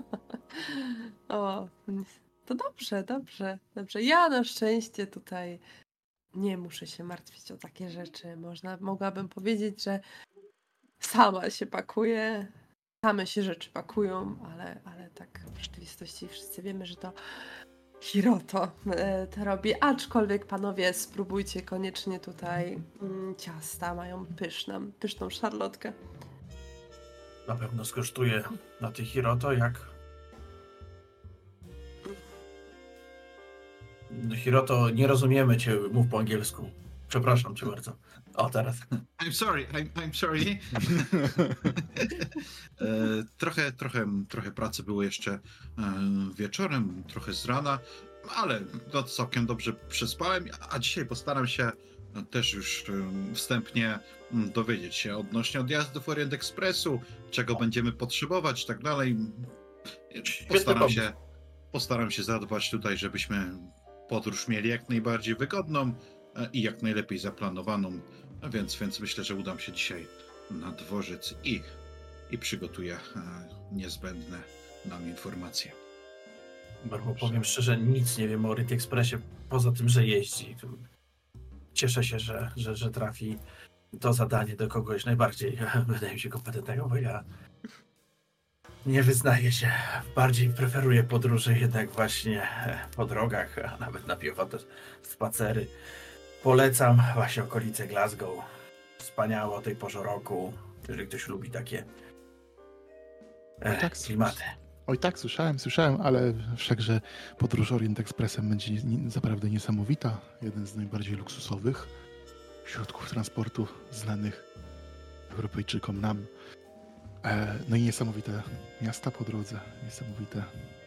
O, to dobrze, dobrze, dobrze. Ja na szczęście tutaj nie muszę się martwić o takie rzeczy. Można, mogłabym powiedzieć, że sama się pakuję. same się rzeczy pakują, ale, ale tak w rzeczywistości wszyscy wiemy, że to Hiroto e, to robi. Aczkolwiek panowie, spróbujcie koniecznie tutaj mm, ciasta. Mają pyszną, pyszną szarlotkę. Na pewno skosztuję na tych Hiroto, jak... Hiroto, nie rozumiemy cię, mów po angielsku. Przepraszam cię bardzo. O, teraz. I'm sorry, I'm, I'm sorry. e, trochę, trochę, trochę pracy było jeszcze e, wieczorem, trochę z rana, ale to całkiem dobrze przespałem, a dzisiaj postaram się też już e, wstępnie dowiedzieć się odnośnie odjazdów Orient Expressu, czego będziemy potrzebować i tak dalej. Postaram się, postaram się zadbać tutaj, żebyśmy podróż mieli jak najbardziej wygodną i jak najlepiej zaplanowaną, więc, więc myślę, że udam się dzisiaj na dworzec i, i przygotuję e, niezbędne nam informacje. Bo powiem szczerze, nic nie wiem o Orient Expressie, poza tym, że jeździ. Cieszę się, że, że, że trafi to zadanie do kogoś najbardziej, wydaje mi się, kompetentnego, bo ja nie wyznaję się. Bardziej preferuję podróże jednak właśnie po drogach, a nawet na piechotę, spacery. Polecam właśnie okolice Glasgow. Wspaniałe o tej porze roku, jeżeli ktoś lubi takie e, tak, klimaty. Oj tak, słyszałem, słyszałem, ale wszakże podróż Orient Expressem będzie nie, naprawdę niesamowita. Jeden z najbardziej luksusowych środków transportu znanych Europejczykom, nam. E, no i niesamowite miasta po drodze, niesamowite.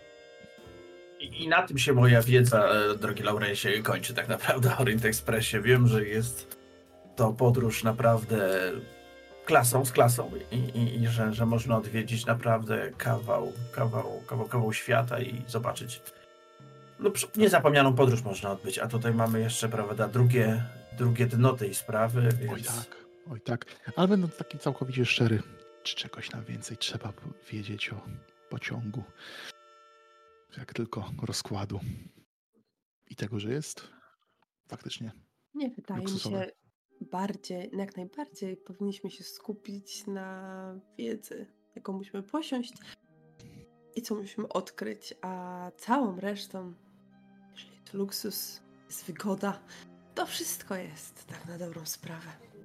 I, I na tym się moja wiedza, e, drogi Laurencie, kończy tak naprawdę o Orient Expressie. Wiem, że jest to podróż naprawdę klasą, z klasą i, i, i że, że można odwiedzić naprawdę kawał, kawał, kawał, kawał świata i zobaczyć. No, niezapomnianą podróż można odbyć, a tutaj mamy jeszcze, prawda, drugie, drugie dno tej sprawy, więc... Oj tak, oj tak. Ale będąc taki całkowicie szczery, czy czegoś nam więcej trzeba wiedzieć o pociągu? Jak tylko rozkładu. I tego, że jest faktycznie Nie wydaje luksusowe. mi się bardziej, jak najbardziej powinniśmy się skupić na wiedzy, jaką musimy posiąść i co musimy odkryć, a całą resztą, jeżeli jest luksus, jest wygoda, to wszystko jest tak na dobrą sprawę.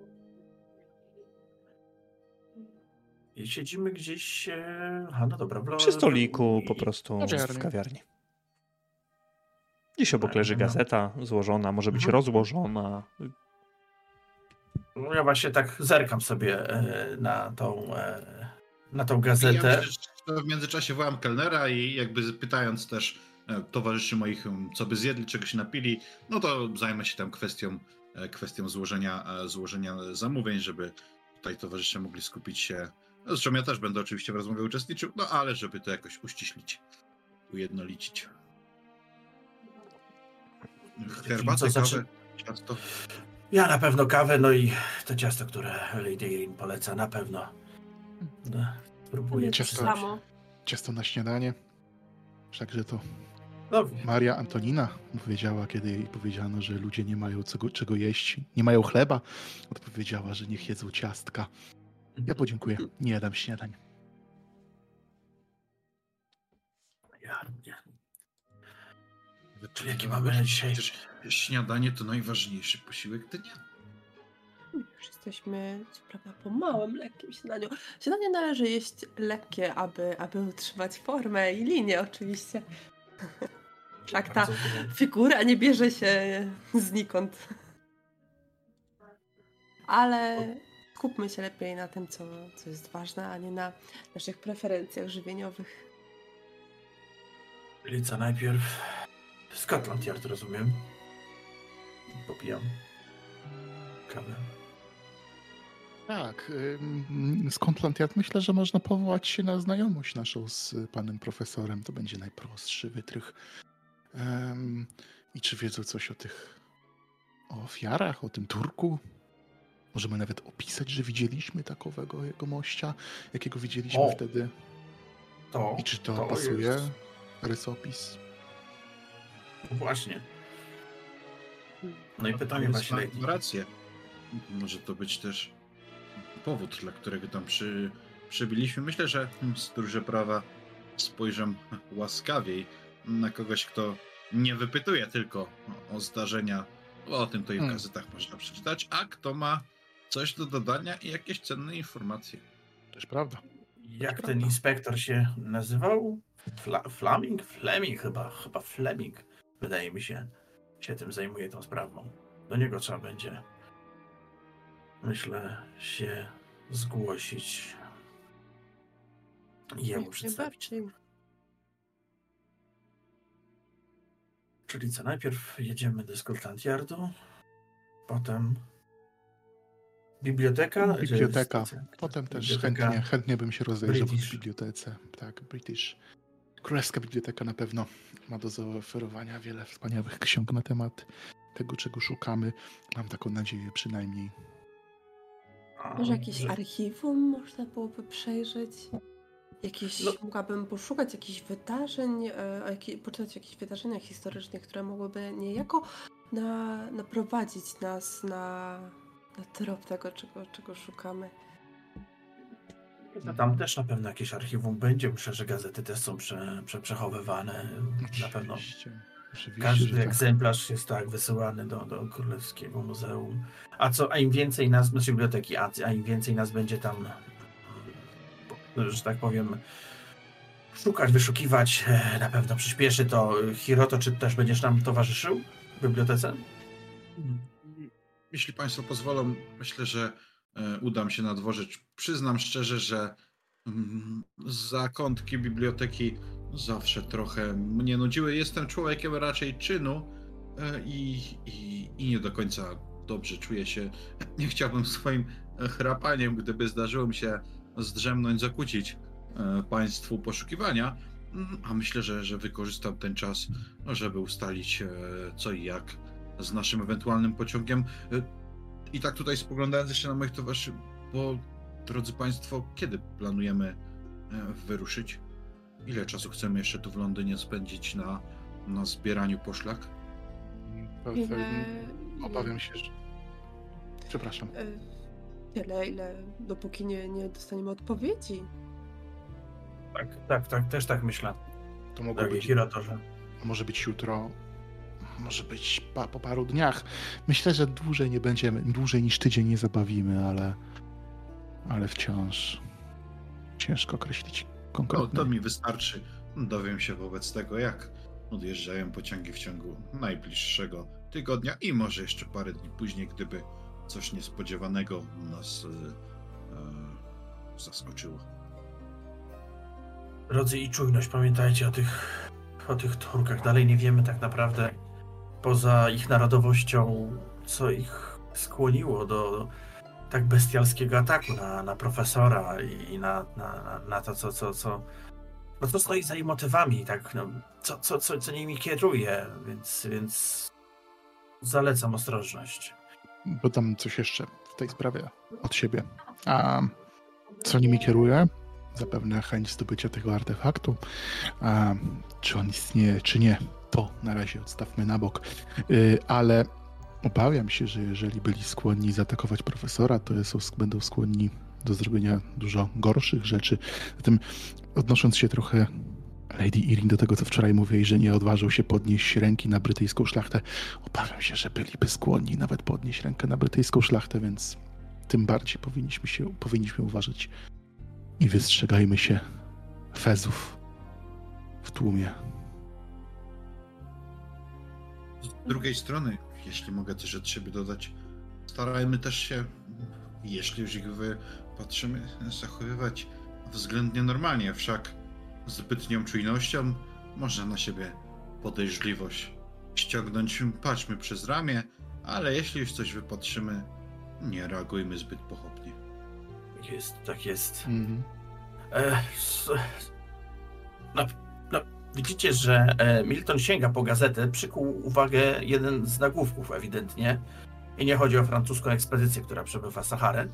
I siedzimy gdzieś... E... A, no dobra. Blo... Przy stoliku po prostu Kawiarni. w kawiarni. Gdzieś obok leży gazeta złożona, może być rozłożona. No ja właśnie tak zerkam sobie e, na tą, e, na tą gazetę. Ja myślę, że w międzyczasie wołam kelnera i jakby pytając też e, towarzyszy moich, m, co by zjedli, czego się napili, no to zajmę się tam kwestią, e, kwestią złożenia, e, złożenia zamówień, żeby tutaj towarzysze mogli skupić się. Zresztą ja też będę oczywiście w rozmowie uczestniczył, no ale żeby to jakoś uściślić, ujednolicić. Herbatę, Co znaczy- kawę, ciasto. Ja na pewno kawę, no i to ciasto, które Lady Irene poleca, na pewno. No, spróbuję. To Ciasto. samo. Ciasto na śniadanie. Wszakże to No, Maria Antonina powiedziała, kiedy jej powiedziano, że ludzie nie mają czego, czego jeść, nie mają chleba, odpowiedziała, że niech jedzą ciastka. Ja podziękuję, nie jadam śniadań. ja nie. Czyli jaki mamy na dzisiaj? Przecież śniadanie to najważniejszy posiłek dnia. Już jesteśmy, co prawda, po małym, lekkim śniadaniu. Śniadanie należy jeść lekkie, aby, aby utrzymać formę i linię oczywiście. Tak, ta Bardzo dobrze. figura nie bierze się znikąd. Ale skupmy się lepiej na tym, co, co jest ważne, a nie na naszych preferencjach żywieniowych. Czyli co najpierw Scotland Yard, rozumiem. Popijam kawę. Tak, ym, Scotland Yard myślę, że można powołać się na znajomość naszą z panem profesorem. To będzie najprostszy wytrych. Ym, I czy wiedzą coś o tych o ofiarach, o tym Turku? Możemy nawet opisać, że widzieliśmy takowego jego mościa, jakiego widzieliśmy O, wtedy. To, I czy to, to pasuje? jest- Rysopis? Właśnie. No i pytanie Więc właśnie, ma Lady. ma rację. Może to być też powód, dla którego tam przy, przebiliśmy. Myślę, że stróże prawa spojrzą łaskawiej na kogoś, kto nie wypytuje tylko o zdarzenia, bo o tym to i w Hmm. gazetach można przeczytać, a kto ma coś do dodania i jakieś cenne informacje. Też prawda. Jak ten inspektor się nazywał? Fla Flaming? Fleming chyba. Chyba Fleming. Wydaje mi się, się tym zajmuje tą sprawą. Do niego trzeba będzie, myślę, się zgłosić i jemu Jak przedstawić. najbardziej. Czyli co, najpierw jedziemy do Scotland Yardu, potem biblioteka. Biblioteka. Czy- Potem też biblioteka chętnie, chętnie bym się rozejrzał w British. bibliotece. Tak, British. Królewska Biblioteka na pewno ma do zaoferowania wiele wspaniałych ksiąg na temat tego, czego szukamy. Mam taką nadzieję przynajmniej. A, Może jakieś że- archiwum można byłoby przejrzeć? Jakieś, No. mogłabym poszukać jakichś wydarzeń, e, a jakie, poczytać o jakichś wydarzeniach historycznych, które mogłyby niejako na, naprowadzić nas na, na trop tego, czego, czego szukamy. No tam też na pewno jakieś archiwum będzie. Myślę, że gazety też są prze, prze, przechowywane. Na pewno Oczywiście. Oczywiście, każdy że tak. egzemplarz jest tak wysyłany do, do Królewskiego Muzeum. A co, a im więcej nas, znaczy biblioteki, a, a im więcej nas będzie tam, że tak powiem, szukać, wyszukiwać, e, na pewno przyspieszy to. Hiroto, czy też będziesz nam towarzyszył w bibliotece? Jeśli Państwo pozwolą, myślę, że e, udam się na dworzec. Przyznam szczerze, że mm, zakątki biblioteki zawsze trochę mnie nudziły. Jestem człowiekiem raczej czynu e, i, i, i nie do końca dobrze czuję się. Nie chciałbym swoim chrapaniem, gdyby zdarzyło mi się zdrzemnąć, zakłócić e, Państwu poszukiwania, Mm, a myślę, że, że wykorzystam ten czas, żeby ustalić e, co i jak z naszym ewentualnym pociągiem. E, I tak tutaj spoglądając jeszcze na moich towarzyszy, bo drodzy Państwo, kiedy planujemy e, wyruszyć? Ile czasu chcemy jeszcze tu w Londynie spędzić na, na zbieraniu poszlak? Ile, Obawiam się, że... Przepraszam. e, Tyle, ile dopóki nie, nie dostaniemy odpowiedzi. Tak, tak, tak, też tak myślę. To mogło Drogi być, Hiroto, że może być jutro, może być pa, po paru dniach. Myślę, że dłużej nie będziemy, dłużej niż tydzień nie zabawimy, ale, ale wciąż ciężko określić No, konkretnie. to mi wystarczy. Dowiem się wobec tego, jak odjeżdżają pociągi w ciągu najbliższego tygodnia i może jeszcze parę dni później, gdyby coś niespodziewanego nas e, e, zaskoczyło. drodzy, i czujność, pamiętajcie o tych, o tych Turkach. Dalej nie wiemy tak naprawdę, poza ich narodowością, co ich skłoniło do tak bestialskiego ataku na, na profesora i na, na, na, na to, co, co, co, no co stoi za ich motywami, tak, no, co, co, co, co nimi kieruje, więc, więc zalecam ostrożność. Dodam coś jeszcze w tej sprawie od siebie. A co nimi kieruje? Zapewne chęć zdobycia tego artefaktu. A czy on istnieje, czy nie, to na razie odstawmy na bok. Yy, ale obawiam się, że jeżeli byli skłonni zaatakować profesora, to jest, będą skłonni do zrobienia dużo gorszych rzeczy. Zatem odnosząc się trochę Lady Irin do tego, co wczoraj mówili, że nie odważył się podnieść ręki na brytyjską szlachtę, obawiam się, że byliby skłonni nawet podnieść rękę na brytyjską szlachtę, więc tym bardziej powinniśmy się, powinniśmy uważać i wystrzegajmy się fezów w tłumie. Z drugiej strony, jeśli mogę coś od siebie dodać, starajmy też się, jeśli już ich wypatrzymy, zachowywać względnie normalnie, wszak zbytnią czujnością można na siebie podejrzliwość ściągnąć. Patrzmy przez ramię, ale jeśli już coś wypatrzymy, nie reagujmy zbyt pochopnie. Tak jest, tak jest. Mhm. E, s- no, no, widzicie, że e, Milton sięga po gazetę, przykuł uwagę jeden z nagłówków ewidentnie. I nie chodzi o francuską ekspedycję, która przebywa Saharę.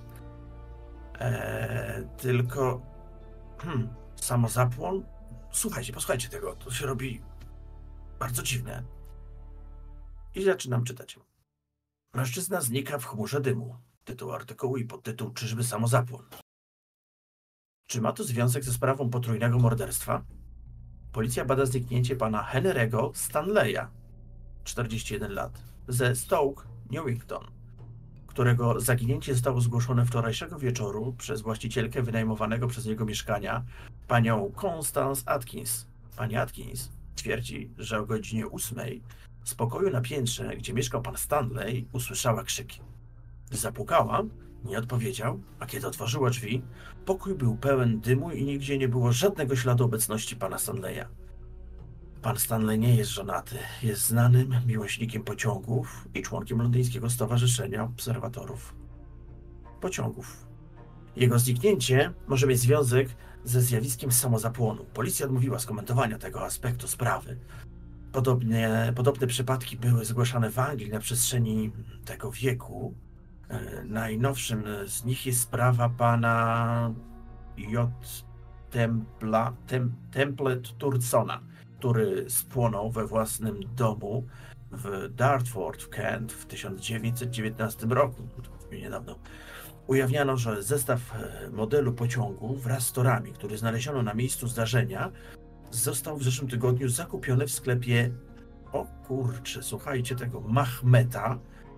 E, tylko hmm, samozapłon. Słuchajcie, posłuchajcie tego, to się robi bardzo dziwne. I zaczynam czytać. Mężczyzna znika w chmurze dymu. Tytuł artykułu i podtytuł: Czyżby samozapłon? Czy ma to związek ze sprawą potrójnego morderstwa? Policja bada zniknięcie pana Henry'ego Stanleya, czterdzieści jeden lat, ze Stoke Newington, którego zaginięcie zostało zgłoszone wczorajszego wieczoru przez właścicielkę wynajmowanego przez niego mieszkania, panią Constance Atkins. Pani Atkins twierdzi, że o godzinie ósmej z pokoju na piętrze, gdzie mieszkał pan Stanley, usłyszała krzyki. Zapukała, nie odpowiedział, a kiedy otworzyła drzwi, pokój był pełen dymu i nigdzie nie było żadnego śladu obecności pana Stanleya. Pan Stanley nie jest żonaty, jest znanym miłośnikiem pociągów i członkiem londyńskiego Stowarzyszenia Obserwatorów Pociągów. Jego zniknięcie może mieć związek ze zjawiskiem samozapłonu. Policja odmówiła skomentowania tego aspektu sprawy. Podobnie, podobne przypadki były zgłaszane w Anglii na przestrzeni tego wieku. Najnowszym z nich jest sprawa pana J. Templa, Tem, Templet Turcsona, który spłonął we własnym domu w Dartford w Kent w tysiąc dziewięćset dziewiętnastym roku. To niedawno. Ujawniano, że zestaw modelu pociągu wraz z torami, który znaleziono na miejscu zdarzenia, został w zeszłym tygodniu zakupiony w sklepie, o kurczę, słuchajcie tego, Mahmeta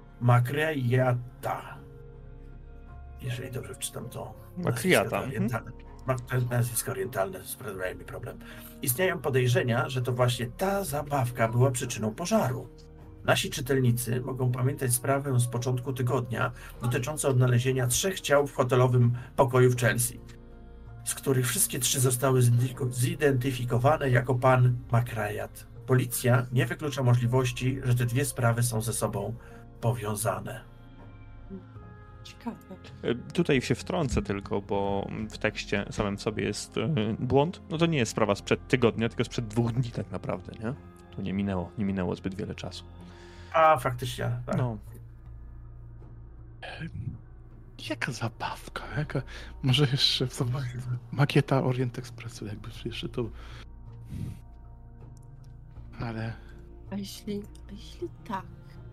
Makrejata. Jeżeli dobrze wczytam to. Makrejata. To jest nazwisko orientalne, sprawia mi problem. Istnieją podejrzenia, że to właśnie ta zabawka była przyczyną pożaru. Nasi czytelnicy mogą pamiętać sprawę z początku tygodnia dotyczącą odnalezienia trzech ciał w hotelowym pokoju w Chelsea, z których wszystkie trzy zostały zidentyfikowane jako pan Makrejat. Policja nie wyklucza możliwości, że te dwie sprawy są ze sobą powiązane. Ciekawe. Tutaj się wtrącę tylko, bo w tekście samym sobie jest błąd. No to nie jest sprawa sprzed tygodnia, tylko sprzed dwóch dni tak naprawdę, nie? Tu nie minęło, nie minęło zbyt wiele czasu. A, faktycznie, tak. No. Jaka zabawka, jaka... Może jeszcze w makieta Orient Expressu, jakby jeszcze to... Ale... A jeśli, a jeśli tak?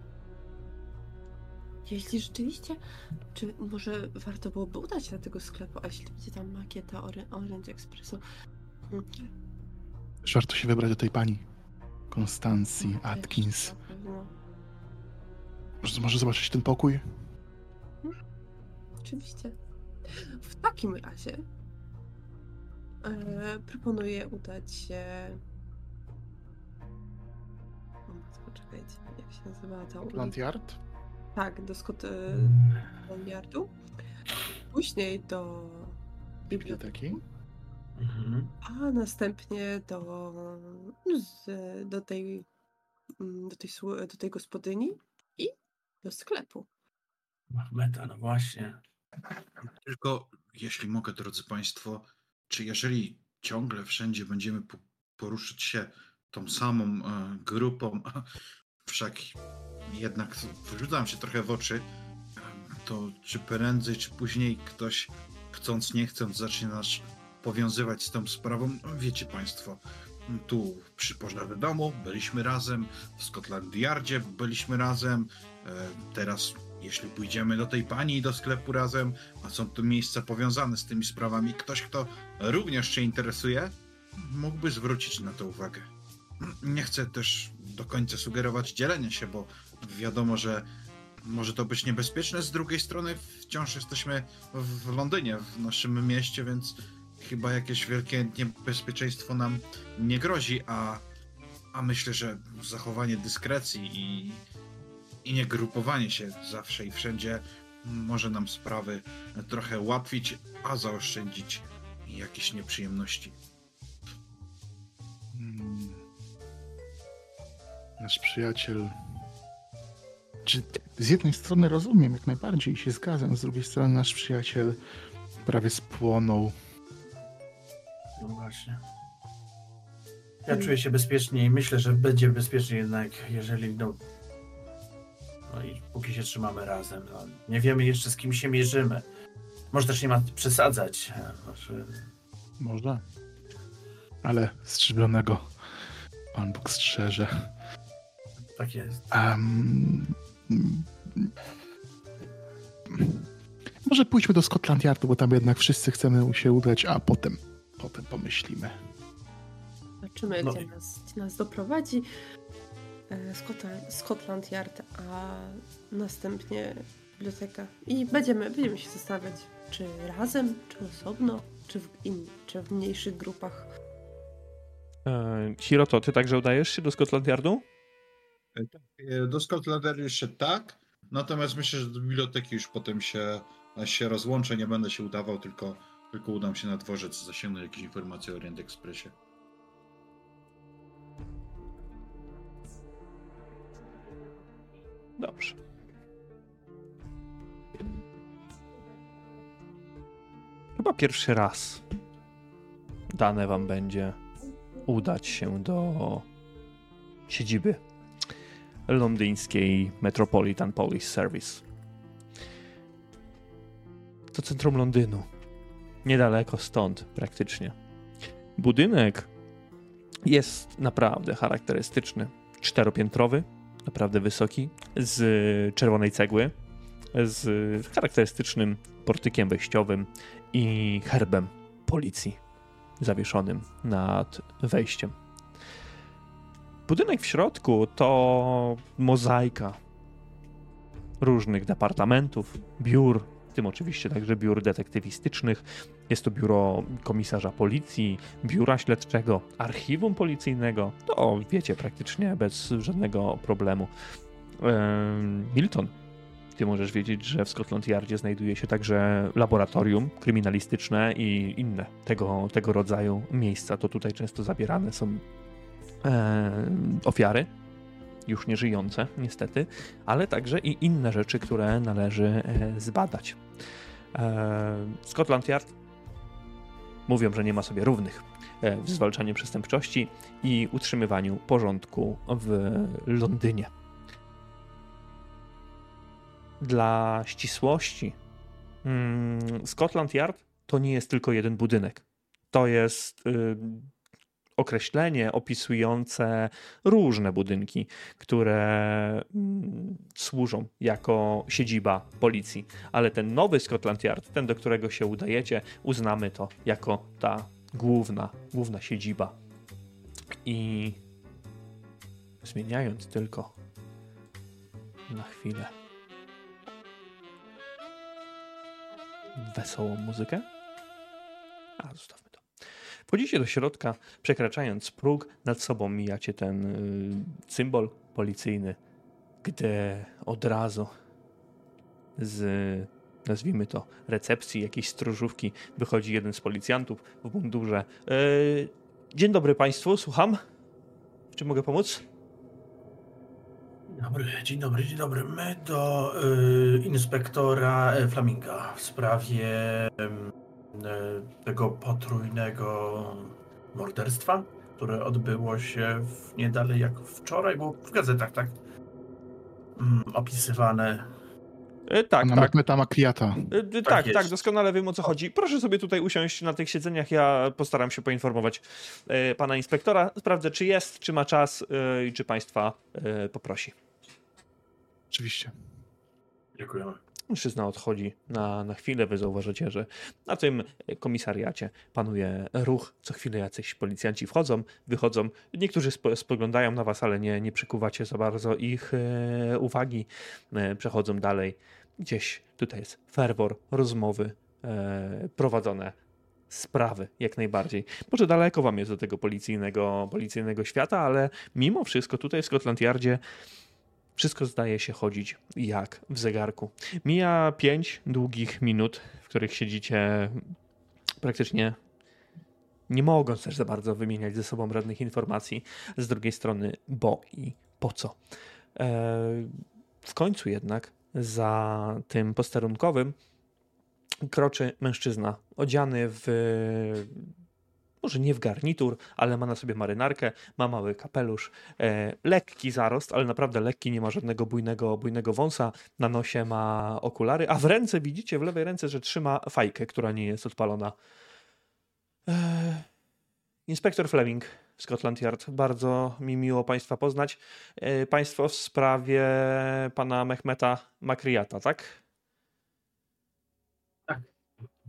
Jeśli rzeczywiście, czy może warto byłoby udać się do tego sklepu, a jeśli będzie tam makieta Orient Expressu? Hmm. Warto się wybrać do tej pani Konstancji No, Atkins. na pewno. Może, może zobaczyć ten pokój? Hmm. Oczywiście. W takim razie e, proponuję udać się... O, poczekajcie, jak się nazywała ta ulica? Scotland Yard? Tak, do Scotland Yardu. Później do biblioteki. Mhm. A następnie do, no, z, do, tej, do, tej, do tej gospodyni i do sklepu. Mahmeta, no właśnie. Tylko, jeśli mogę, drodzy Państwo, czy jeżeli ciągle wszędzie będziemy po, poruszać się tą samą e, grupą, wszak jednak wrzucam się trochę w oczy, to czy prędzej, czy później ktoś, chcąc, nie chcąc, zacznie nas powiązywać z tą sprawą. Wiecie Państwo, tu przy pożarze domu byliśmy razem, w Scotland Yardzie byliśmy razem, teraz jeśli pójdziemy do tej pani i do sklepu razem, a są tu miejsca powiązane z tymi sprawami, ktoś, kto również się interesuje, mógłby zwrócić na to uwagę. Nie chcę też do końca sugerować dzielenia się, bo wiadomo, że może to być niebezpieczne. Z drugiej strony wciąż jesteśmy w Londynie, w naszym mieście, więc chyba jakieś wielkie niebezpieczeństwo nam nie grozi, a, a myślę, że zachowanie dyskrecji i, i nie grupowanie się zawsze i wszędzie może nam sprawy trochę ułatwić, a zaoszczędzić jakieś nieprzyjemności. Hmm. Nasz przyjaciel... Czy z jednej strony rozumiem jak najbardziej i się zgadzam, z drugiej strony nasz przyjaciel prawie spłonął. No właśnie. Ja czuję się bezpiecznie i myślę, że będzie bezpiecznie jednak, jeżeli no... No i póki się trzymamy razem. No, nie wiemy jeszcze, z kim się mierzymy. Może też nie ma przesadzać. Może... Można. Ale strzybionego Pan Bóg strzeże. Tak jest. Um, Może pójdźmy do Scotland Yardu, bo tam jednak wszyscy chcemy się udać, a potem, potem pomyślimy. Zobaczymy, No gdzie, i- nas, gdzie nas doprowadzi e, Scotland, Scotland Yard, a następnie biblioteka. I będziemy, będziemy się zastanawiać, czy razem, czy osobno, czy w, in, czy w mniejszych grupach. E, Hiroto, ty także udajesz się do Scotland Yardu? E, Do Scotland Yardu jeszcze tak, natomiast myślę, że do biblioteki już potem się, się rozłączę, nie będę się udawał, tylko, tylko udam się na dworzec, zasięgnąć jakieś informacje o Orient Expressie. Dobrze. Chyba pierwszy raz dane wam będzie udać się do siedziby londyńskiej Metropolitan Police Service. To centrum Londynu. Niedaleko stąd praktycznie. Budynek jest naprawdę charakterystyczny. Czteropiętrowy, naprawdę wysoki, z czerwonej cegły, z charakterystycznym portykiem wejściowym i herbem policji zawieszonym nad wejściem. Budynek w środku to mozaika różnych departamentów, biur, w tym oczywiście także biur detektywistycznych. Jest to biuro komisarza policji, biura śledczego, archiwum policyjnego. To wiecie praktycznie bez żadnego problemu. Ehm, Milton, ty możesz wiedzieć, że w Scotland Yardzie znajduje się także laboratorium kryminalistyczne i inne tego, tego rodzaju miejsca. To tutaj często zabierane są e, ofiary, już nie żyjące niestety, ale także i inne rzeczy, które należy e, zbadać. E, Scotland Yard mówią, że nie ma sobie równych w zwalczaniu przestępczości i utrzymywaniu porządku w Londynie. Dla ścisłości, hmm, Scotland Yard to nie jest tylko jeden budynek. To jest y, określenie opisujące różne budynki, które mm, służą jako siedziba policji. Ale ten nowy Scotland Yard, ten, do którego się udajecie, uznamy to jako ta główna, główna siedziba. I zmieniając tylko na chwilę wesołą muzykę. A, zostawmy to. Wchodzicie do środka, przekraczając próg, nad sobą mijacie ten y, symbol policyjny, gdy od razu z, nazwijmy to, recepcji jakiejś stróżówki wychodzi jeden z policjantów w mundurze. Y, dzień dobry Państwu, słucham. Czy mogę pomóc? Dobry, dzień dobry, dzień dobry. My do y, inspektora Flaminga w sprawie y, tego potrójnego morderstwa, które odbyło się w, nie dalej jak wczoraj, było w gazetach tak mm, opisywane. Y, tak, Na tak. Mehmeta Makriata. Y, y, tak, jest. tak, doskonale wiem o co chodzi. Proszę sobie tutaj usiąść na tych siedzeniach, ja postaram się poinformować y, pana inspektora. Sprawdzę, czy jest, czy ma czas y, i czy państwa y, poprosi. Oczywiście. Dziękujemy. Mężczyzna odchodzi na, na chwilę. Wy zauważycie, że na tym komisariacie panuje ruch. Co chwilę jacyś policjanci wchodzą, wychodzą. Niektórzy spo, spoglądają na was, ale nie, nie przykuwacie za bardzo ich e, uwagi. E, przechodzą dalej. Gdzieś tutaj jest ferwor, rozmowy, e, prowadzone sprawy, jak najbardziej. Może daleko wam jest do tego policyjnego, policyjnego świata, ale mimo wszystko tutaj w Scotland Yardzie wszystko zdaje się chodzić jak w zegarku. Mija pięć długich minut, w których siedzicie praktycznie nie mogąc też za bardzo wymieniać ze sobą żadnych informacji. Z drugiej strony, bo i po co. W końcu jednak za tym posterunkowym kroczy mężczyzna odziany w, może nie w garnitur, ale ma na sobie marynarkę, ma mały kapelusz, e, lekki zarost, ale naprawdę lekki, nie ma żadnego bujnego, bujnego wąsa, na nosie ma okulary, a w ręce widzicie, w lewej ręce, że trzyma fajkę, która nie jest odpalona. E, inspektor Fleming, Scotland Yard, bardzo mi miło Państwa poznać. E, państwo w sprawie pana Mehmeta Makriata, tak?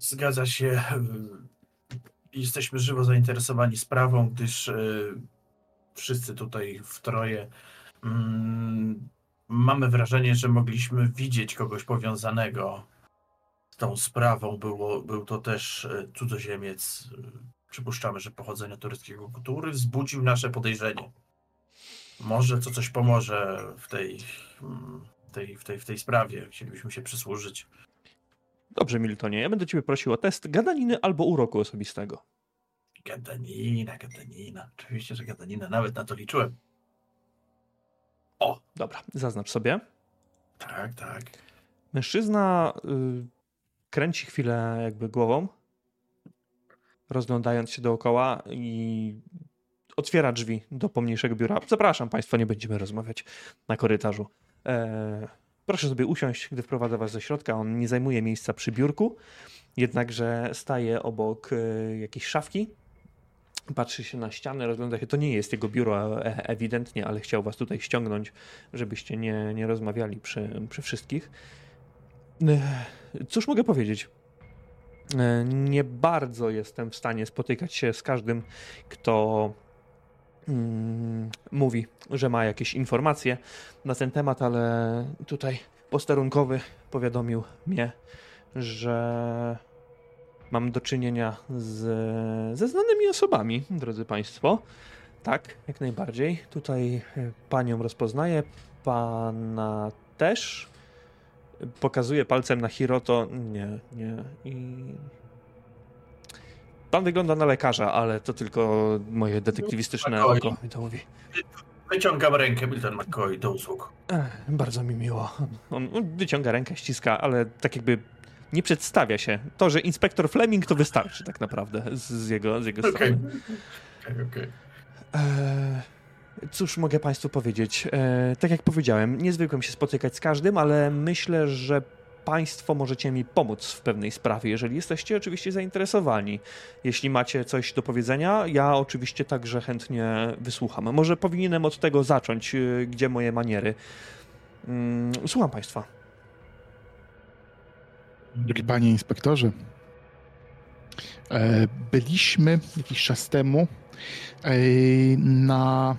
Zgadza się. Jesteśmy żywo zainteresowani sprawą, gdyż y, wszyscy tutaj w troje mm, mamy wrażenie, że mogliśmy widzieć kogoś powiązanego z tą sprawą. Było, był to też y, cudzoziemiec. Przypuszczamy, że pochodzenia tureckiego, który wzbudził nasze podejrzenie. Może to coś pomoże w tej, tej, w tej, w tej sprawie. Chcielibyśmy się przysłużyć. Dobrze, Miltonie, ja będę ciebie prosił o test gadaniny albo uroku osobistego. Gadanina, gadanina. Oczywiście, że gadanina. Nawet na to liczyłem. O! Dobra, zaznacz sobie. Tak, tak. Mężczyzna y, kręci chwilę jakby głową, rozglądając się dookoła i otwiera drzwi do pomniejszego biura. Zapraszam Państwa, nie będziemy rozmawiać na korytarzu. E, proszę sobie usiąść, gdy wprowadzę Was do środka. On nie zajmuje miejsca przy biurku, jednakże staje obok e, jakiejś szafki. Patrzy się na ścianę, rozgląda się. To nie jest jego biuro e, ewidentnie, ale chciał Was tutaj ściągnąć, żebyście nie, nie rozmawiali przy, przy wszystkich. E, cóż mogę powiedzieć? E, nie bardzo jestem w stanie spotykać się z każdym, kto mm, mówi, że ma jakieś informacje na ten temat, ale tutaj posterunkowy powiadomił mnie, że mam do czynienia z, ze znanymi osobami, drodzy Państwo. Tak, jak najbardziej. Tutaj panią rozpoznaję, pana też. Pokazuję palcem na Hiroto. Nie, nie. I... Pan wygląda na lekarza, ale to tylko moje detektywistyczne oko mi to mówi. Wyciągam rękę, Milton McCoy, do usług. Ech, bardzo mi miło. On, on wyciąga rękę, ściska, ale tak jakby nie przedstawia się. To, że inspektor Fleming, to wystarczy tak naprawdę z, z jego, z jego Okej, strony. okej, okej. E, cóż mogę Państwu powiedzieć? E, tak jak powiedziałem, nie zwykłem się spotykać z każdym, ale myślę, że Państwo możecie mi pomóc w pewnej sprawie, jeżeli jesteście oczywiście zainteresowani. Jeśli macie coś do powiedzenia, ja oczywiście także chętnie wysłucham. Może powinienem od tego zacząć, gdzie moje maniery. Słucham Państwa. Drogi panie inspektorze, byliśmy jakiś czas temu na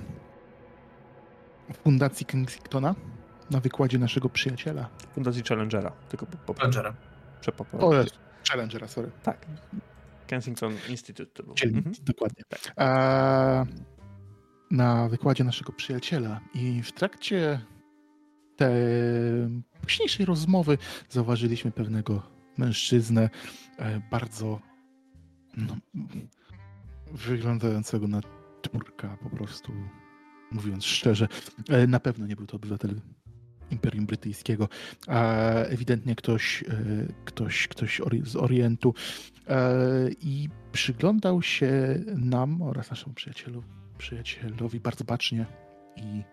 Fundacji Kensingtona, na wykładzie naszego przyjaciela. Fundacji Challengera. Tylko po, po, Challengera. Po, o, jest. Challengera, sorry. Tak. Kensington Institute to był. Czyli, mhm. Dokładnie. Tak. A, na wykładzie naszego przyjaciela i w trakcie tej późniejszej rozmowy zauważyliśmy pewnego mężczyznę e, bardzo no, wyglądającego na Turka, po prostu mówiąc szczerze. E, na pewno nie był to obywatel Imperium Brytyjskiego, a ewidentnie ktoś, e, ktoś, ktoś ori- z Orientu e, i przyglądał się nam oraz naszemu przyjacielu, przyjacielowi bardzo bacznie i,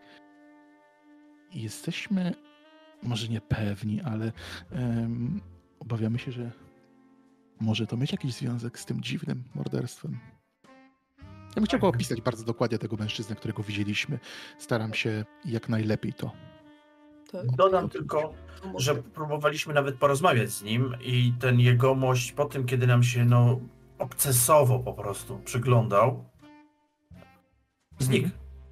i jesteśmy może nie pewni, ale um, obawiamy się, że może to mieć jakiś związek z tym dziwnym morderstwem. Ja bym chciał go opisać bardzo dokładnie tego mężczyznę, którego widzieliśmy. Staram się jak najlepiej to. Tak. Dodam tylko, że próbowaliśmy nawet porozmawiać z nim i ten jegomość po tym, kiedy nam się no obcesowo po prostu przyglądał, znikł.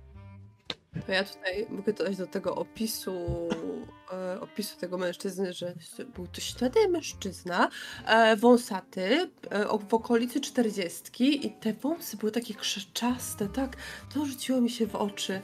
To ja tutaj mogę dodać do tego opisu, e, opisu tego mężczyzny, że był to ślady mężczyzna, e, wąsaty, e, w okolicy czterdziestki i te wąsy były takie krzeczaste, tak? To rzuciło mi się w oczy.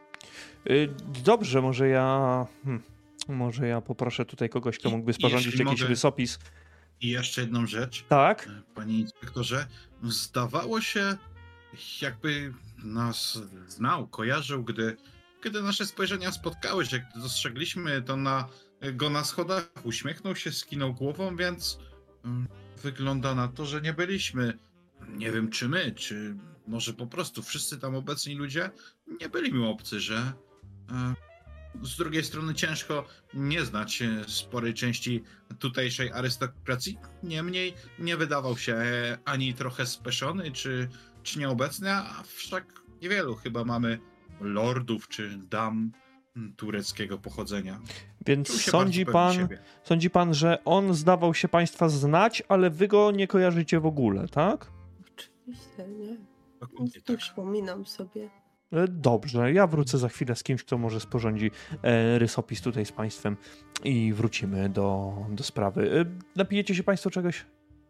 Dobrze, może ja... Hmm, może ja poproszę tutaj kogoś, kto mógłby sporządzić jakiś mogę... rysopis. I jeszcze jedną rzecz. Tak? Panie inspektorze, zdawało się, jakby nas znał, kojarzył, gdy, gdy nasze spojrzenia spotkały się, gdy dostrzegliśmy to na, go na schodach, uśmiechnął się, skinął głową, więc um, wygląda na to, że nie byliśmy, nie wiem czy my, czy może po prostu wszyscy tam obecni ludzie nie byli mi obcy, że e, z drugiej strony ciężko nie znać sporej części tutejszej arystokracji, niemniej nie wydawał się ani trochę speszony, czy, czy nieobecny, a wszak niewielu chyba mamy lordów czy dam tureckiego pochodzenia. Więc Czuł się sądzi bardzo pewny pan, siebie. sądzi pan, że on zdawał się państwa znać, ale wy go nie kojarzycie w ogóle, tak? Oczywiście, nie. Dokładnie Nic nie tak. przypominam sobie. E, Dobrze, ja wrócę za chwilę z kimś, kto może sporządzi e, rysopis tutaj z państwem i wrócimy do, do sprawy. E, napijecie się państwo czegoś?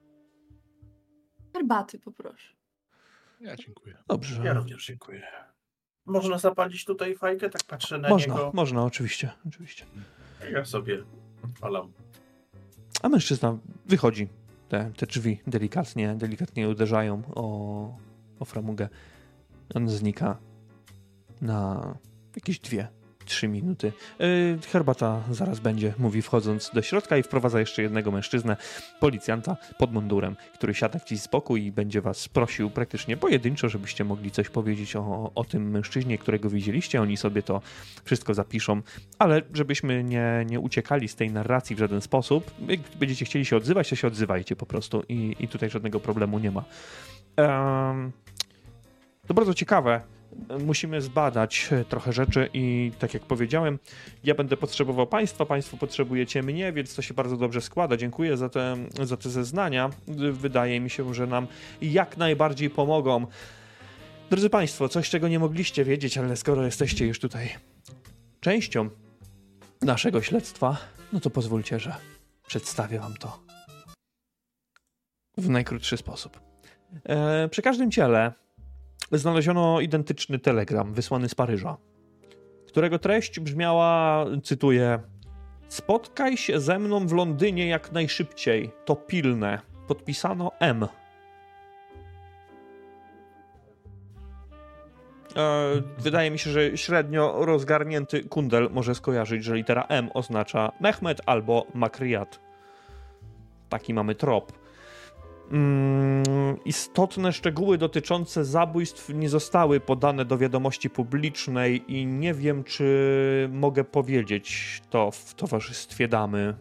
Herbaty poproszę. Ja dziękuję. Dobrze. Ja również dziękuję. Można zapalić tutaj fajkę? Tak patrzę na Można, niego. można, oczywiście, oczywiście. Ja sobie odpalam. A mężczyzna wychodzi. Te, te drzwi delikatnie, delikatnie uderzają o, o framugę. On znika na jakieś dwie, trzy minuty. Yy, herbata zaraz będzie, mówi wchodząc do środka i wprowadza jeszcze jednego mężczyznę, policjanta pod mundurem, który siada gdzieś z boku i będzie was prosił praktycznie pojedynczo, żebyście mogli coś powiedzieć o, o tym mężczyźnie, którego widzieliście. Oni sobie to wszystko zapiszą, ale żebyśmy nie, nie uciekali z tej narracji w żaden sposób, jak będziecie chcieli się odzywać, to się odzywajcie po prostu i, i tutaj żadnego problemu nie ma. Um, to bardzo ciekawe. Musimy zbadać trochę rzeczy i tak jak powiedziałem, ja będę potrzebował państwa, państwo potrzebujecie mnie, więc to się bardzo dobrze składa. Dziękuję za te, za te zeznania. Wydaje mi się, że nam jak najbardziej pomogą. Drodzy państwo, coś czego nie mogliście wiedzieć, ale skoro jesteście już tutaj częścią naszego śledztwa, no to pozwólcie, że przedstawię wam to w najkrótszy sposób. E, przy każdym ciele znaleziono identyczny telegram wysłany z Paryża, którego treść brzmiała, cytuję: spotkaj się ze mną w Londynie jak najszybciej, to pilne. Podpisano M. E, wydaje mi się, że średnio rozgarnięty kundel może skojarzyć, że litera M oznacza Mehmet albo Makriyat. Taki mamy trop. Mm, istotne szczegóły dotyczące zabójstw nie zostały podane do wiadomości publicznej i nie wiem, czy mogę powiedzieć to w towarzystwie damy.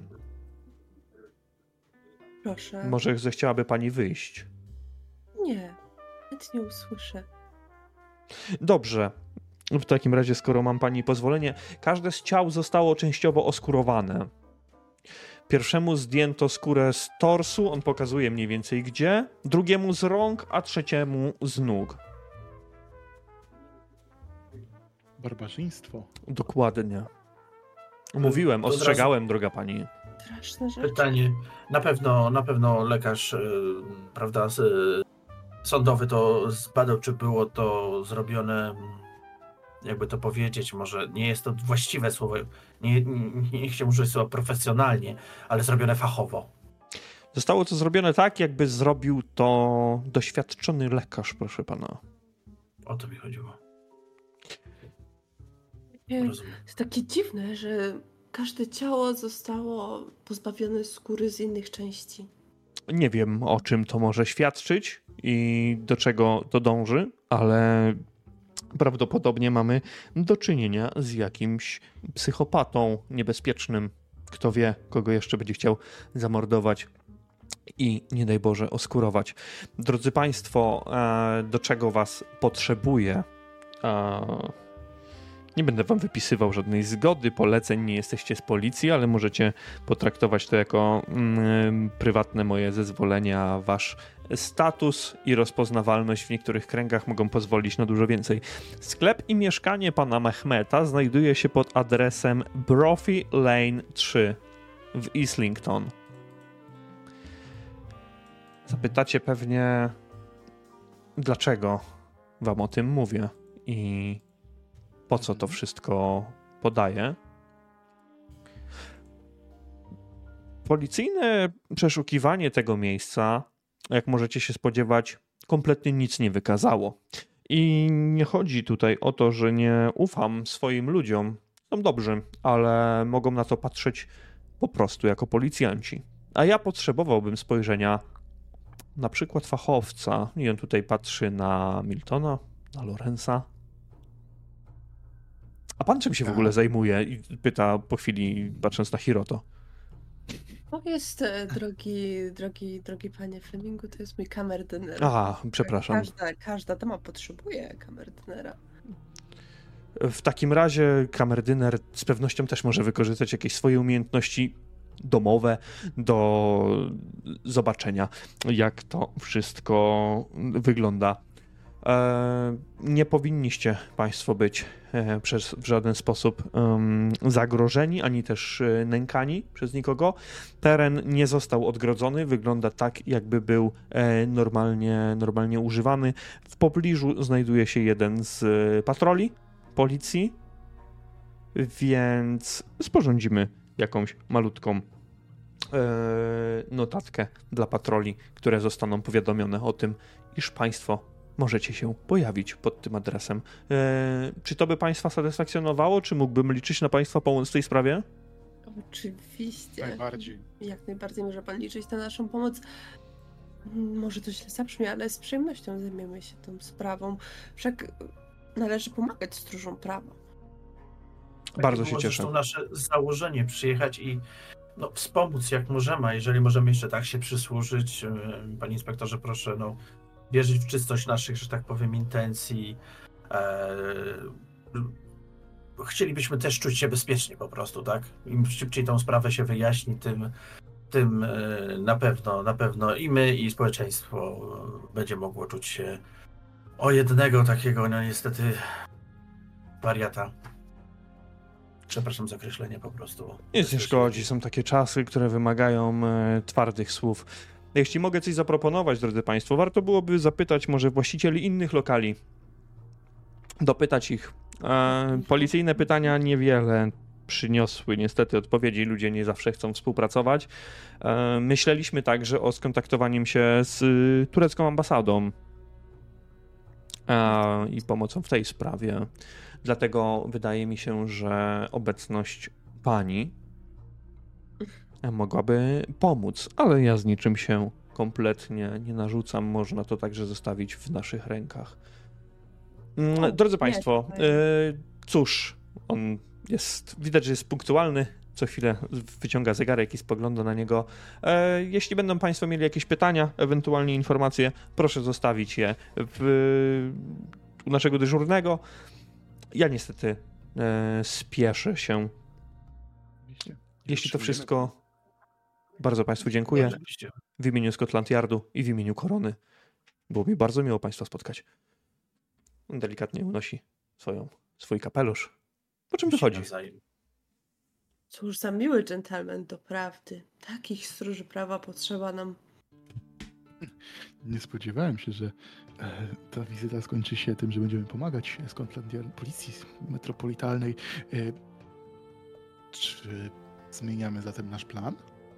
Proszę. Może zechciałaby pani wyjść. Nie, nic nie usłyszę. Dobrze. W takim razie, skoro mam pani pozwolenie, każde z ciał zostało częściowo oskurowane. Pierwszemu zdjęto skórę z torsu, on pokazuje mniej więcej gdzie, drugiemu z rąk, a trzeciemu z nóg. Barbarzyństwo. Dokładnie. Mówiłem, To od ostrzegałem, droga pani. Straszne rzeczy. Pytanie. Na pewno, na pewno lekarz, yy, prawda, z, yy, sądowy to zbadał, czy było to zrobione, jakby to powiedzieć, może nie jest to właściwe słowo, nie, nie, nie chciałbym użyć słowa profesjonalnie, ale zrobione fachowo. Zostało to zrobione tak, jakby zrobił to doświadczony lekarz, proszę pana. O to mi chodziło. Nie, Rozumiem. jest takie dziwne, że każde ciało zostało pozbawione skóry z innych części. Nie wiem, o czym to może świadczyć i do czego to dąży, ale prawdopodobnie mamy do czynienia z jakimś psychopatą niebezpiecznym. Kto wie, kogo jeszcze będzie chciał zamordować i nie daj Boże oskurować. Drodzy Państwo, do czego Was potrzebuję? Nie będę wam wypisywał żadnej zgody, poleceń, nie jesteście z policji, ale możecie potraktować to jako mm, prywatne moje zezwolenia. Wasz status i rozpoznawalność w niektórych kręgach mogą pozwolić na dużo więcej. Sklep i mieszkanie pana Mehmeta znajduje się pod adresem Brophy Lane trzy w Islington. Zapytacie pewnie, dlaczego wam o tym mówię i po co to wszystko podaję. Policyjne przeszukiwanie tego miejsca, jak możecie się spodziewać, kompletnie nic nie wykazało. I nie chodzi tutaj o to, że nie ufam swoim ludziom. Są dobrzy, ale mogą na to patrzeć po prostu jako policjanci. A ja potrzebowałbym spojrzenia na przykład fachowca. I on tutaj patrzy na Miltona, na Lorenza. A pan czym się w ogóle zajmuje? I pyta po chwili, patrząc na Hiroto. To jest, e, drogi, drogi, drogi panie Flemingu, to jest mój kamerdyner. A, przepraszam. Każda, każda dama potrzebuje kamerdynera. W takim razie kamerdyner z pewnością też może wykorzystać jakieś swoje umiejętności domowe do zobaczenia, jak to wszystko wygląda. E, nie powinniście Państwo być e, przez, w żaden sposób um, zagrożeni, ani też e, nękani przez nikogo. Teren nie został odgrodzony, wygląda tak, jakby był e, normalnie, normalnie używany. W pobliżu znajduje się jeden z e, patroli policji, więc sporządzimy jakąś malutką e, notatkę dla patroli, które zostaną powiadomione o tym, iż Państwo możecie się pojawić pod tym adresem. E, czy to by Państwa satysfakcjonowało? Czy mógłbym liczyć na Państwa pomoc w tej sprawie? Oczywiście. Najbardziej. Jak najbardziej może pan liczyć na naszą pomoc. Może to źle zabrzmi, ale z przyjemnością zajmiemy się tą sprawą. Wszak należy pomagać stróżom prawa. Bardzo Tak, się było cieszę. zresztą nasze założenie przyjechać i no, wspomóc jak możemy, a jeżeli możemy jeszcze tak się przysłużyć. Panie inspektorze, proszę no, wierzyć w czystość naszych, że tak powiem, intencji. Eee, chcielibyśmy też czuć się bezpiecznie po prostu, tak? Im szybciej tą sprawę się wyjaśni, tym, tym e, na pewno, na pewno i my, i społeczeństwo będzie mogło czuć się o jednego takiego, no niestety, wariata. Przepraszam za określenie po prostu. Nic nie szkodzi, są takie czasy, które wymagają e, twardych słów. Jeśli mogę coś zaproponować, drodzy Państwo, warto byłoby zapytać może właścicieli innych lokali. Dopytać ich. E, policyjne pytania niewiele przyniosły niestety odpowiedzi. Ludzie nie zawsze chcą współpracować. E, myśleliśmy także o skontaktowaniu się z y, turecką ambasadą e, i pomocą w tej sprawie. Dlatego wydaje mi się, że obecność pani mogłaby pomóc, ale ja z niczym się kompletnie nie narzucam. Można to także zostawić w naszych rękach. O, Drodzy nie, Państwo, to jest- cóż, on jest, widać, że jest punktualny. Co chwilę wyciąga zegarek i spogląda na niego. E, jeśli będą Państwo mieli jakieś pytania, ewentualnie informacje, proszę zostawić je w, u naszego dyżurnego. Ja niestety e, spieszę się. Jeśli to wszystko, bardzo Państwu dziękuję. Oczywiście. W imieniu Scotland Yardu i w imieniu Korony. Było mi bardzo miło Państwa spotkać. On delikatnie unosi swoją, swój kapelusz. Po czym wychodzi? Nawzajem. Cóż za miły dżentelmen, doprawdy. Takich stróży prawa potrzeba nam. Nie spodziewałem się, że e, ta wizyta skończy się tym, że będziemy pomagać Scotland Yard, policji metropolitalnej. E, czy zmieniamy zatem nasz plan?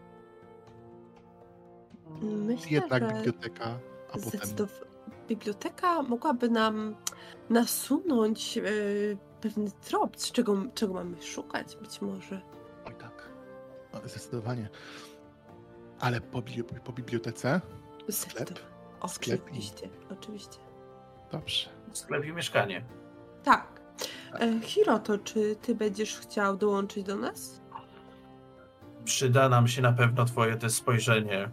Myślę, Jednak że biblioteka, a potem... zdecydow- biblioteka mogłaby nam nasunąć e, pewny trop, z czego, czego mamy szukać być może. Oj tak, no, zdecydowanie. Ale po, bibli- po bibliotece? Sklep? Zdecydow- Sklep i- Oczywiście, oczywiście. Dobrze. Sklep i mieszkanie. Tak. E, Hiroto, czy ty będziesz chciał dołączyć do nas? Przyda nam się na pewno twoje te spojrzenie.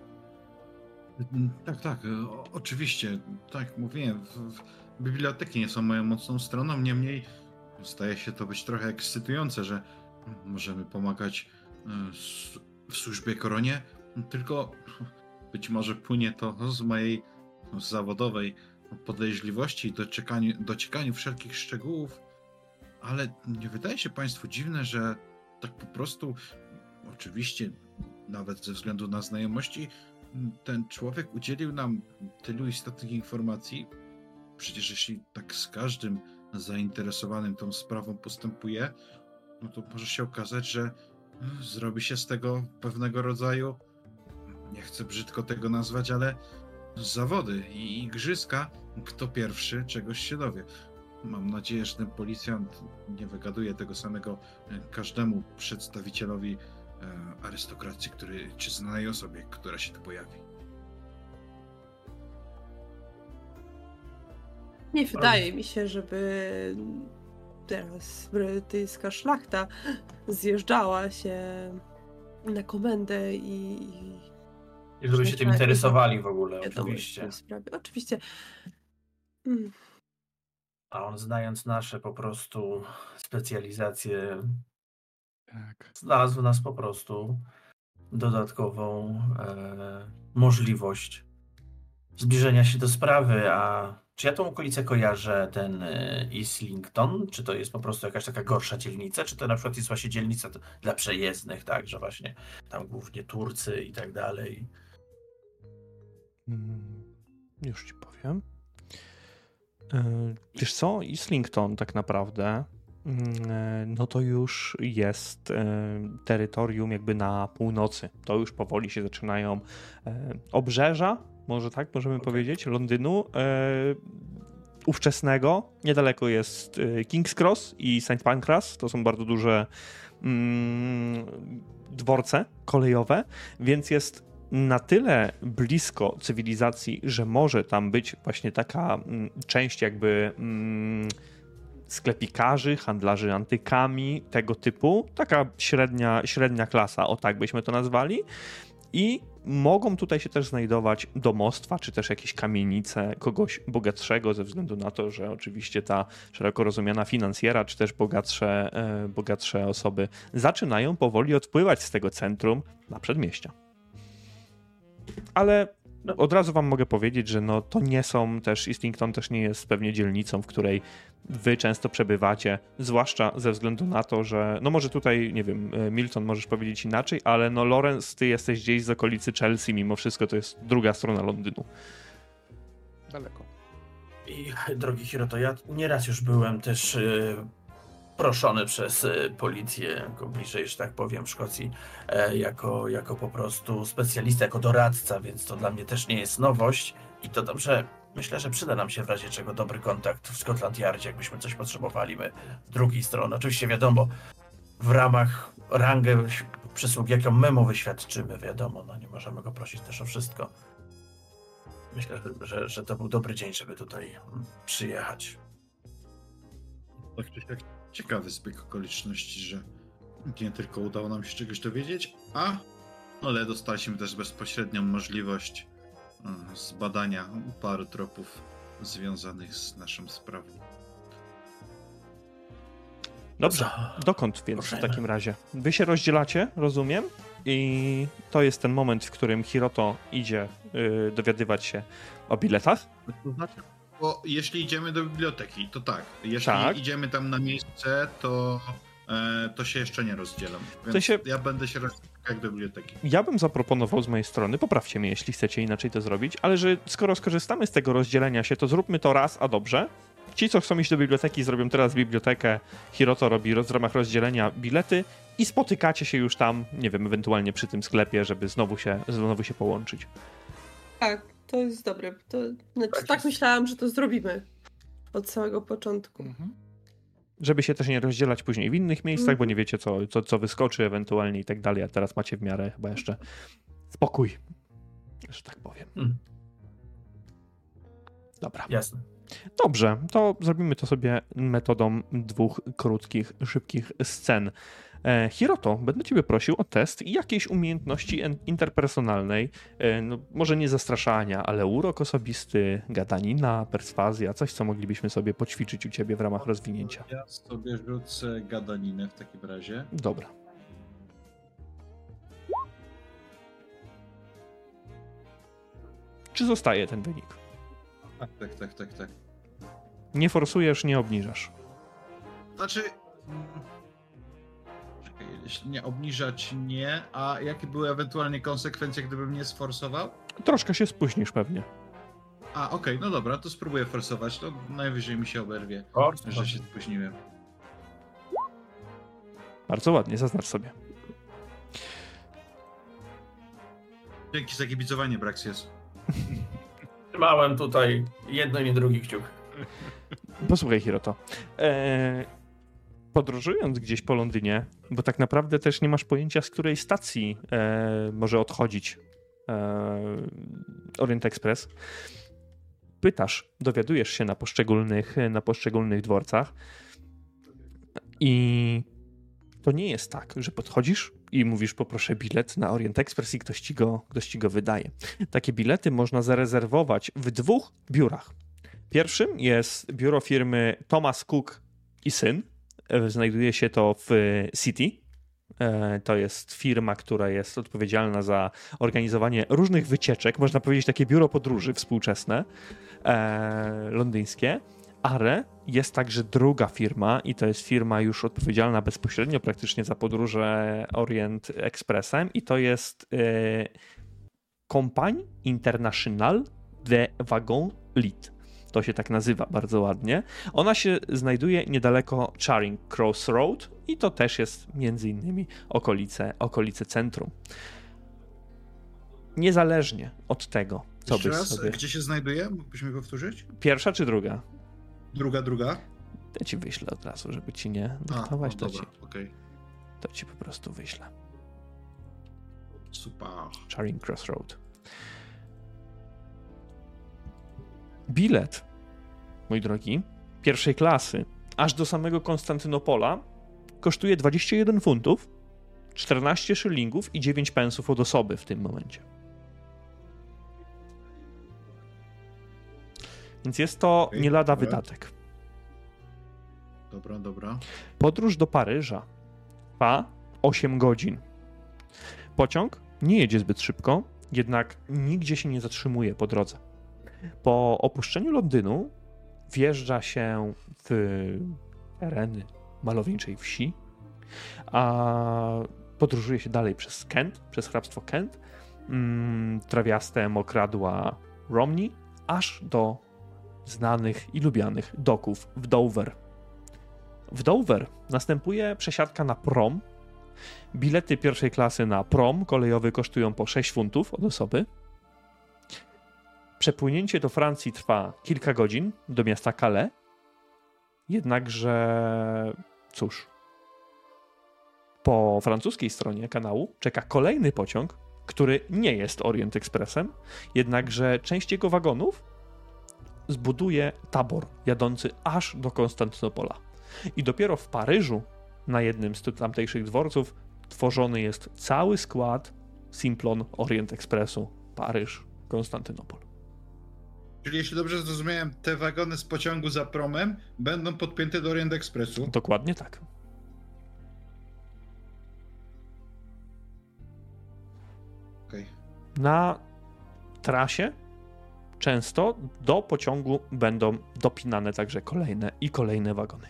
Tak, tak, o, oczywiście. Tak jak mówiłem, w, w, biblioteki nie są moją mocną stroną, niemniej zdaje się to być trochę ekscytujące, że możemy pomagać e, s- w służbie koronie, tylko być może płynie to z mojej zawodowej podejrzliwości i dociekaniu, dociekaniu wszelkich szczegółów, ale nie wydaje się Państwu dziwne, że tak po prostu, oczywiście nawet ze względu na znajomości, ten człowiek udzielił nam tylu istotnych informacji. Przecież jeśli tak z każdym zainteresowanym tą sprawą postępuje, no to może się okazać, że zrobi się z tego pewnego rodzaju, nie chcę brzydko tego nazwać, ale zawody i igrzyska, kto pierwszy czegoś się dowie. Mam nadzieję, że ten policjant nie wygaduje tego samego każdemu przedstawicielowi e, arystokracji, który, czy znanej osobie, która się tu pojawi. Nie wydaje mi się, żeby teraz brytyjska szlachta zjeżdżała się na komendę i... I żeby się tym Tak, interesowali w ogóle, wiadomo, w oczywiście. tej sprawie. Oczywiście. Mm. A on, znając nasze po prostu specjalizacje, Tak. znalazł w nas po prostu dodatkową e, możliwość zbliżenia się do sprawy. A czy ja tą okolicę kojarzę, ten e, Islington? Czy to jest po prostu jakaś taka gorsza dzielnica? Czy to na przykład jest właśnie dzielnica t- dla przejezdnych, tak, że właśnie tam głównie Turcy i tak dalej? Mm, Już ci powiem. E, Wiesz co, Islington tak naprawdę mm, e, no to już jest e, terytorium jakby na północy. To już powoli się zaczynają e, obrzeża, może tak możemy Okej. powiedzieć, Londynu e, ówczesnego. Niedaleko jest e, King's Cross i Saint Pancras. To są bardzo duże mm, dworce kolejowe, więc jest na tyle blisko cywilizacji, że może tam być właśnie taka mm, część jakby mm, sklepikarzy, handlarzy antykami, tego typu. Taka średnia, średnia klasa, o tak byśmy to nazwali. I mogą tutaj się też znajdować domostwa, czy też jakieś kamienice kogoś bogatszego, ze względu na to, że oczywiście ta szeroko rozumiana finansjera, czy też bogatsze, e, bogatsze osoby zaczynają powoli odpływać z tego centrum na przedmieścia. Ale no, od razu wam mogę powiedzieć, że no, to nie są też, Islington też nie jest pewnie dzielnicą, w której wy często przebywacie, zwłaszcza ze względu na to, że no może tutaj, nie wiem, Milton możesz powiedzieć inaczej, ale no Lawrence, ty jesteś gdzieś z okolicy Chelsea, mimo wszystko to jest druga strona Londynu. Daleko. I drogi Hiroto, ja nieraz już byłem też y, proszony przez y, policję, jako bliżej, że tak powiem, w Szkocji, e, jako, jako po prostu specjalista, jako doradca, więc to dla mnie też nie jest nowość i to dobrze, myślę, że przyda nam się w razie czego dobry kontakt w Scotland Yardzie, jakbyśmy coś potrzebowali, my z drugiej strony. Oczywiście wiadomo, w ramach rangę przysługi, jaką my mu wyświadczymy, wiadomo, no nie możemy go prosić też o wszystko. Myślę, że, że to był dobry dzień, żeby tutaj przyjechać. Tak czy siak ciekawy zbieg okoliczności, że nie tylko udało nam się czegoś dowiedzieć, a ale dostaliśmy też bezpośrednią możliwość e, zbadania paru tropów związanych z naszą sprawą. Dobrze, dokąd więc w takim razie? Wy się rozdzielacie, rozumiem? I to jest ten moment, w którym Hiroto idzie yy, dowiadywać się o biletach. To znaczy, bo jeśli idziemy do biblioteki, to tak. Jeśli Tak. idziemy tam na miejsce, to, e, to się jeszcze nie rozdzielam. Więc To się- ja będę się rozdzielał jak do biblioteki. Ja bym zaproponował z mojej strony, poprawcie mnie, jeśli chcecie inaczej to zrobić, ale że skoro skorzystamy z tego rozdzielenia się, to zróbmy to raz, a dobrze. Ci, co chcą iść do biblioteki, zrobią teraz bibliotekę, Hiroto robi roz, w ramach rozdzielenia bilety i spotykacie się już tam, nie wiem, ewentualnie przy tym sklepie, żeby znowu się, znowu się połączyć. Tak, to jest dobre. To, znaczy, Tak tak jest. myślałam, że to zrobimy od samego początku. Mhm. Żeby się też nie rozdzielać później w innych miejscach, bo nie wiecie, co, co, co wyskoczy ewentualnie i tak dalej, a teraz macie w miarę chyba jeszcze spokój, że tak powiem. Hmm, Dobra. jasne. Dobrze, to zrobimy to sobie metodą dwóch krótkich, szybkich scen. E, Hiroto, będę ciebie prosił o test jakiejś umiejętności en- interpersonalnej, e, no, może nie zastraszania, ale urok osobisty, gadanina, perswazja, coś, co moglibyśmy sobie poćwiczyć u ciebie w ramach rozwinięcia. Ja sobie rzucę gadaninę w takim razie. Dobra. Czy zostaje ten wynik? Tak, tak, tak, tak, tak. Nie forsujesz, nie obniżasz. Znaczy... mm, Czekaj, jeśli nie obniżać nie, a jakie były ewentualnie konsekwencje, gdybym nie sforsował? Troszkę się spóźnisz pewnie. A, okej, no dobra, to spróbuję forsować, to najwyżej mi się oberwie, że się spóźniłem. Bardzo ładnie, zaznacz sobie. Dzięki za kibicowanie, Braxius. Trzymałem tutaj jedno i drugi kciuk. Posłuchaj, Hiroto. Eee, podróżując gdzieś po Londynie, bo tak naprawdę też nie masz pojęcia, z której stacji e, może odchodzić e, Orient Express, pytasz, dowiadujesz się na poszczególnych, na poszczególnych dworcach i to nie jest tak, że podchodzisz i mówisz, poproszę bilet na Orient Express i ktoś ci go, ktoś ci go wydaje. Takie bilety można zarezerwować w dwóch biurach. Pierwszym jest biuro firmy Thomas Cook i Syn. Znajduje się to w City. To jest firma, która jest odpowiedzialna za organizowanie różnych wycieczek, można powiedzieć takie biuro podróży współczesne, e, londyńskie. Ale jest także druga firma i to jest firma już odpowiedzialna bezpośrednio praktycznie za podróże Orient Expressem i to jest e, Compagnie Internationale de Wagon Lit. To się tak nazywa bardzo ładnie. Ona się znajduje niedaleko Charing Cross Road i to też jest między innymi okolice, okolice centrum. Niezależnie od tego, co Jeszcze byś raz, sobie... gdzie się znajduje? Mógłbyś mi powtórzyć? Pierwsza czy druga? Druga, druga. Ja ci wyślę od razu, żeby ci nie A, dyktować, no to, dobra, ci, okej. to ci po prostu wyślę. Super. Charing Cross Road. Bilet, mój drogi, pierwszej klasy, aż do samego Konstantynopola kosztuje dwadzieścia jeden funtów, czternaście szylingów i dziewięć pensów od osoby w tym momencie. Więc jest to Okay, nie lada dobra. wydatek. Dobra, dobra. Podróż do Paryża trwa osiem godzin. Pociąg nie jedzie zbyt szybko, jednak nigdzie się nie zatrzymuje po drodze. Po opuszczeniu Londynu wjeżdża się w tereny malowniczej wsi, a podróżuje się dalej przez Kent, przez hrabstwo Kent, mm, trawiaste mokradła Romney, aż do znanych i lubianych doków w Dover. W Dover następuje przesiadka na prom. Bilety pierwszej klasy na prom kolejowy kosztują po sześć funtów od osoby. Przepłynięcie do Francji trwa kilka godzin do miasta Calais. Jednakże, cóż, po francuskiej stronie kanału czeka kolejny pociąg, który nie jest Orient Expressem, jednakże część jego wagonów zbuduje tabor jadący aż do Konstantynopola. I dopiero w Paryżu, na jednym z tamtejszych dworców, tworzony jest cały skład Simplon Orient Expressu Paryż, Konstantynopol. Czyli jeśli dobrze zrozumiałem, te wagony z pociągu za promem będą podpięte do Orient Expressu. Dokładnie tak. Okej. Na trasie często do pociągu będą dopinane także kolejne i kolejne wagony.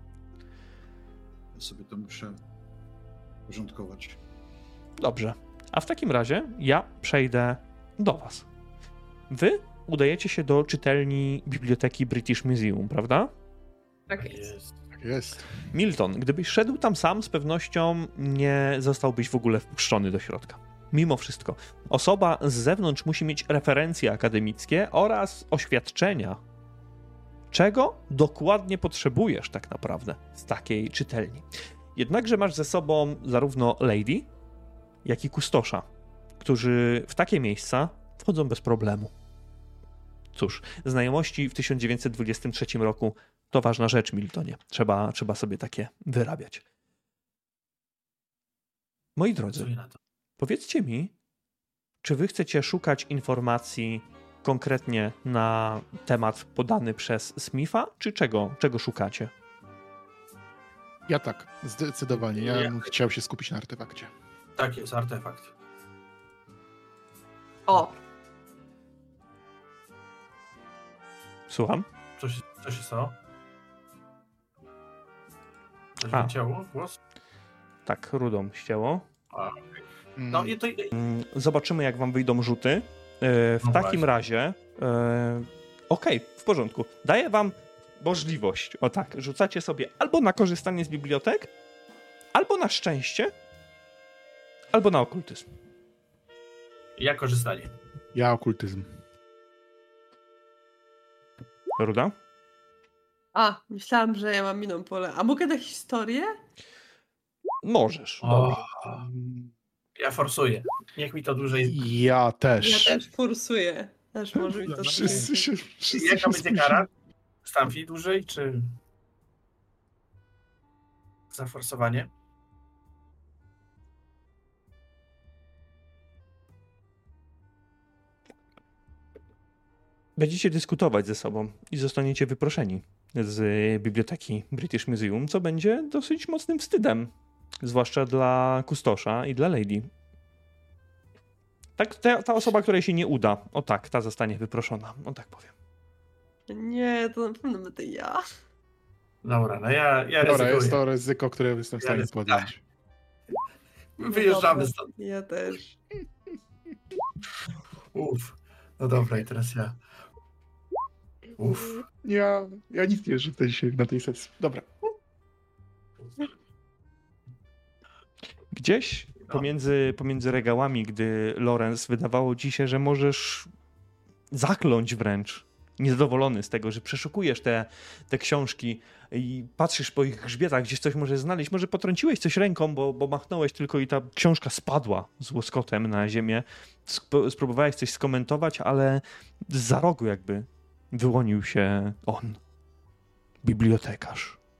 Ja sobie to muszę porządkować. Dobrze. A w takim razie ja przejdę do was. Wy udajecie się do czytelni Biblioteki British Museum, prawda? Tak jest. Jest. Tak jest. Milton, gdybyś szedł tam sam, z pewnością nie zostałbyś w ogóle wpuszczony do środka. Mimo wszystko, osoba z zewnątrz musi mieć referencje akademickie oraz oświadczenia, czego dokładnie potrzebujesz tak naprawdę z takiej czytelni. Jednakże masz ze sobą zarówno lady, jak i kustosza, którzy w takie miejsca wchodzą bez problemu. Cóż, znajomości w tysiąc dziewięćset dwudziestym trzecim roku to ważna rzecz, Miltonie. Trzeba, trzeba sobie takie wyrabiać. Moi drodzy, Pracuję na to. powiedzcie mi, czy wy chcecie szukać informacji konkretnie na temat podany przez Smitha, czy czego, czego szukacie? Ja tak, zdecydowanie. Ja Ja- bym chciał się skupić na artefakcie. Tak jest, artefakt. O, Słucham? Co się, co się stało? Coś A. wycięło głos? Tak, rudą ścięło. A. Mm, No i to... Mm, Zobaczymy, jak wam wyjdą rzuty. E, W No takim właśnie. razie... e, Okej, w porządku. Daję wam możliwość. O tak, rzucacie sobie albo na korzystanie z bibliotek, albo na szczęście, albo na okultyzm. Ja korzystanie. Ja okultyzm. Ruda? a, myślałam, że ja mam inną pole. A mogę na historię? Możesz. O, Mm, ja forsuję. Niech mi to dłużej... Ja też. Ja też forsuję. Też może mi to Wszyscy się, wszyscy Jaka się będzie spóźnili. kara? Stamfi dłużej, czy... Za forsowanie? będziecie dyskutować ze sobą i zostaniecie wyproszeni z biblioteki British Museum, co będzie dosyć mocnym wstydem, zwłaszcza dla kustosza i dla Lady. Tak, ta, ta osoba, której się nie uda, o tak, ta zostanie wyproszona, o tak powiem. Nie, to na pewno będę ja. Dobra, no ja, ja Dobra, ryzykuję. jest to ryzyko, które jestem w stanie Ja ryzy- podjąć. Wyjeżdżamy Dobra, stąd. Ja też. Uff. No dobra, i teraz ja. Uff. Ja, ja nic nie rzucę dzisiaj na tej sesji. Dobra. Gdzieś pomiędzy, pomiędzy regałami, gdy Lorenz, wydawało ci się, że możesz zakląć wręcz, niezadowolony z tego, że przeszukujesz te, te książki i patrzysz po ich grzbietach, gdzieś coś możesz znaleźć, może potrąciłeś coś ręką, bo, bo machnąłeś tylko i ta książka spadła z łoskotem na ziemię. Sp- spróbowałeś coś skomentować, ale zza rogu jakby wyłonił się on, bibliotekarz.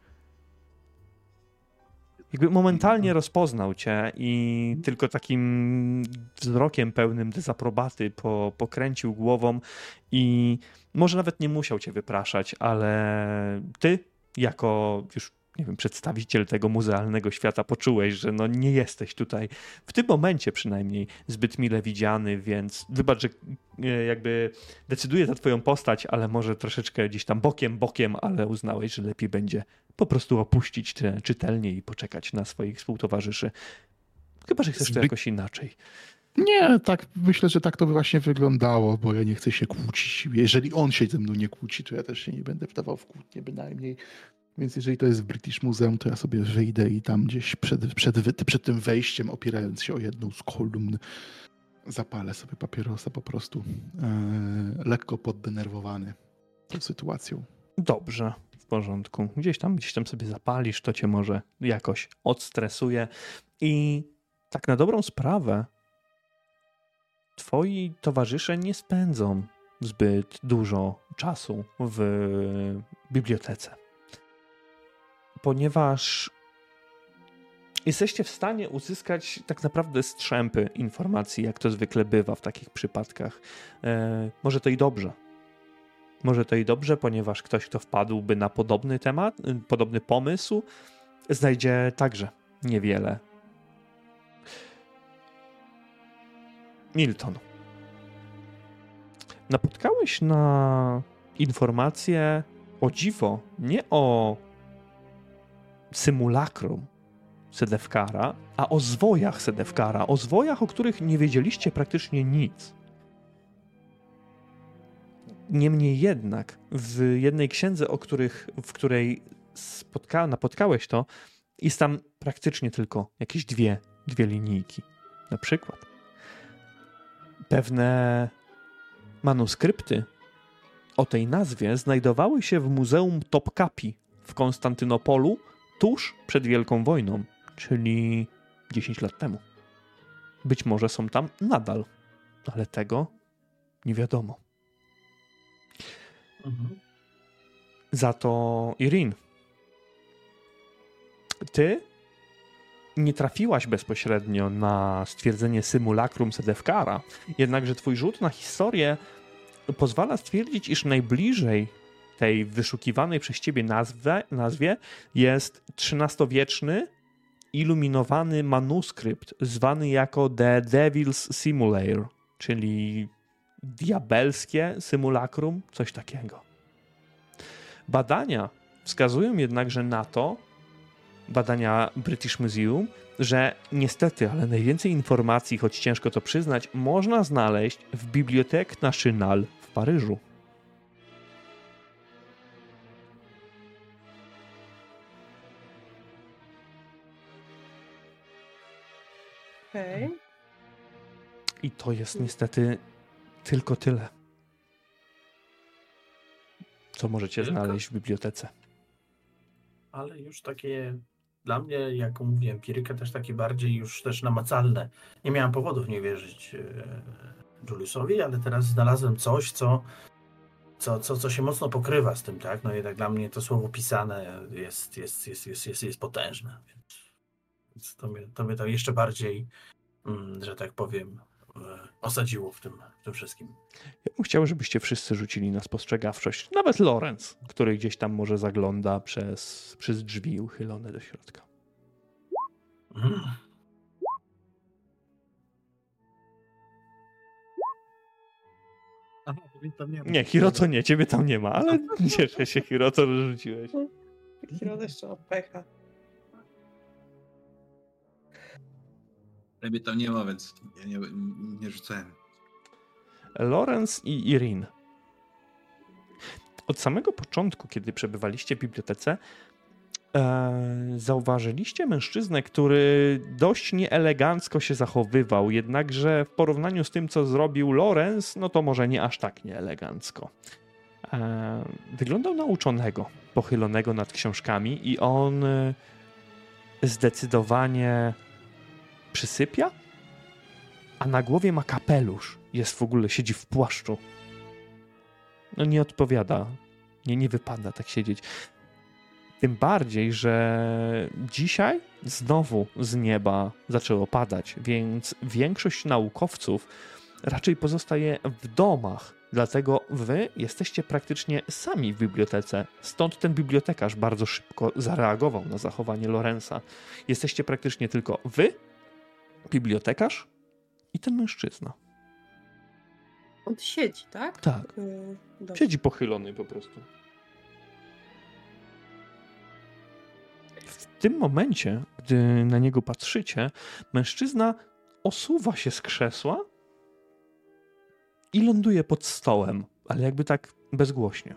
Jakby momentalnie rozpoznał cię i tylko takim wzrokiem pełnym dezaprobaty po, pokręcił głową i może nawet nie musiał cię wypraszać, ale ty jako już, nie wiem, przedstawiciel tego muzealnego świata poczułeś, że no nie jesteś tutaj w tym momencie przynajmniej zbyt mile widziany, więc wybacz, że jakby decyduje za twoją postać, ale może troszeczkę gdzieś tam bokiem, bokiem, ale uznałeś, że lepiej będzie po prostu opuścić tę czytelnię i poczekać na swoich współtowarzyszy. Chyba, że chcesz to Zbyt... jakoś inaczej. Nie, tak myślę, że tak to by właśnie wyglądało, bo ja nie chcę się kłócić. Jeżeli on się ze mną nie kłóci, to ja też się nie będę wdawał w kłótnię bynajmniej. Więc jeżeli to jest w British Museum, to ja sobie wyjdę i tam gdzieś przed, przed, przed tym wejściem, opierając się o jedną z kolumn, zapalę sobie papierosa po prostu, e, lekko poddenerwowany tą sytuacją. Dobrze, w porządku. Gdzieś tam, gdzieś tam sobie zapalisz, to cię może jakoś odstresuje. I tak na dobrą sprawę twoi towarzysze nie spędzą zbyt dużo czasu w bibliotece. Ponieważ jesteście w stanie uzyskać tak naprawdę strzępy informacji, jak to zwykle bywa w takich przypadkach. E, może to i dobrze. Może to i dobrze, ponieważ ktoś, kto wpadłby na podobny temat, podobny pomysł, znajdzie także niewiele. Milton. Napotkałeś na informację, o dziwo, nie o symulakrum Sedefkara, a o zwojach Sedefkara, o zwojach, o których nie wiedzieliście praktycznie nic. Niemniej jednak w jednej księdze, o których, w której spotka, napotkałeś to, jest tam praktycznie tylko jakieś dwie, dwie linijki. Na przykład pewne manuskrypty o tej nazwie znajdowały się w Muzeum Topkapi w Konstantynopolu tuż przed Wielką Wojną, czyli dziesięć lat temu. Być może są tam nadal, ale tego nie wiadomo. Mhm. Za to Irin, ty nie trafiłaś bezpośrednio na stwierdzenie symulakrum Sedefkara, jednakże twój rzut na historię pozwala stwierdzić, iż najbliżej tej wyszukiwanej przez ciebie nazwę, nazwie jest trzynastowieczny, iluminowany manuskrypt zwany jako The Devil's Simulator, czyli diabelskie symulakrum, coś takiego. Badania wskazują jednakże na to, badania British Museum, że niestety, ale najwięcej informacji, choć ciężko to przyznać, można znaleźć w Bibliothèque Nationale w Paryżu. Okej. Okay. I to jest niestety tylko tyle, co możecie Tylko? znaleźć w bibliotece. Ale już takie, dla mnie, jak mówię, empiryka też takie bardziej już też namacalne. Nie miałem powodów nie wierzyć e, Juliusowi, ale teraz znalazłem coś, co, co, co, co się mocno pokrywa z tym, tak? No jednak dla mnie to słowo pisane jest, jest, jest, jest, jest, jest potężne. Więc, więc to, mnie, to mnie to jeszcze bardziej, mm, że tak powiem, osadziło w tym, w tym wszystkim. Ja bym chciał, żebyście wszyscy rzucili na spostrzegawczość. Nawet Lorenz, który gdzieś tam może zagląda przez, przez drzwi uchylone do środka. Mm. Aha, tam nie ma. Nie, Hiroto nie, ciebie tam nie ma, ale cieszę się, Hiroto, że rzuciłeś. Hiroto jeszcze ma pecha. Mnie tam nie ma, więc ja nie, nie rzucałem. Lorenz i Irin. Od samego początku, kiedy przebywaliście w bibliotece, e, zauważyliście mężczyznę, który dość nieelegancko się zachowywał, jednakże w porównaniu z tym, co zrobił Lorenz, no to może nie aż tak nieelegancko. E, wyglądał na uczonego, pochylonego nad książkami i on e, zdecydowanie przysypia, a na głowie ma kapelusz. Jest w ogóle, siedzi w płaszczu. No nie odpowiada. Nie, nie wypada tak siedzieć. Tym bardziej, że dzisiaj znowu z nieba zaczęło padać, więc większość naukowców raczej pozostaje w domach. Dlatego wy jesteście praktycznie sami w bibliotece. Stąd ten bibliotekarz bardzo szybko zareagował na zachowanie Lorenza. Jesteście praktycznie tylko wy, bibliotekarz i ten mężczyzna. On siedzi, tak? Tak. Yy, dobrze. Siedzi pochylony po prostu. W tym momencie, gdy na niego patrzycie, mężczyzna osuwa się z krzesła i ląduje pod stołem, ale jakby tak bezgłośnie.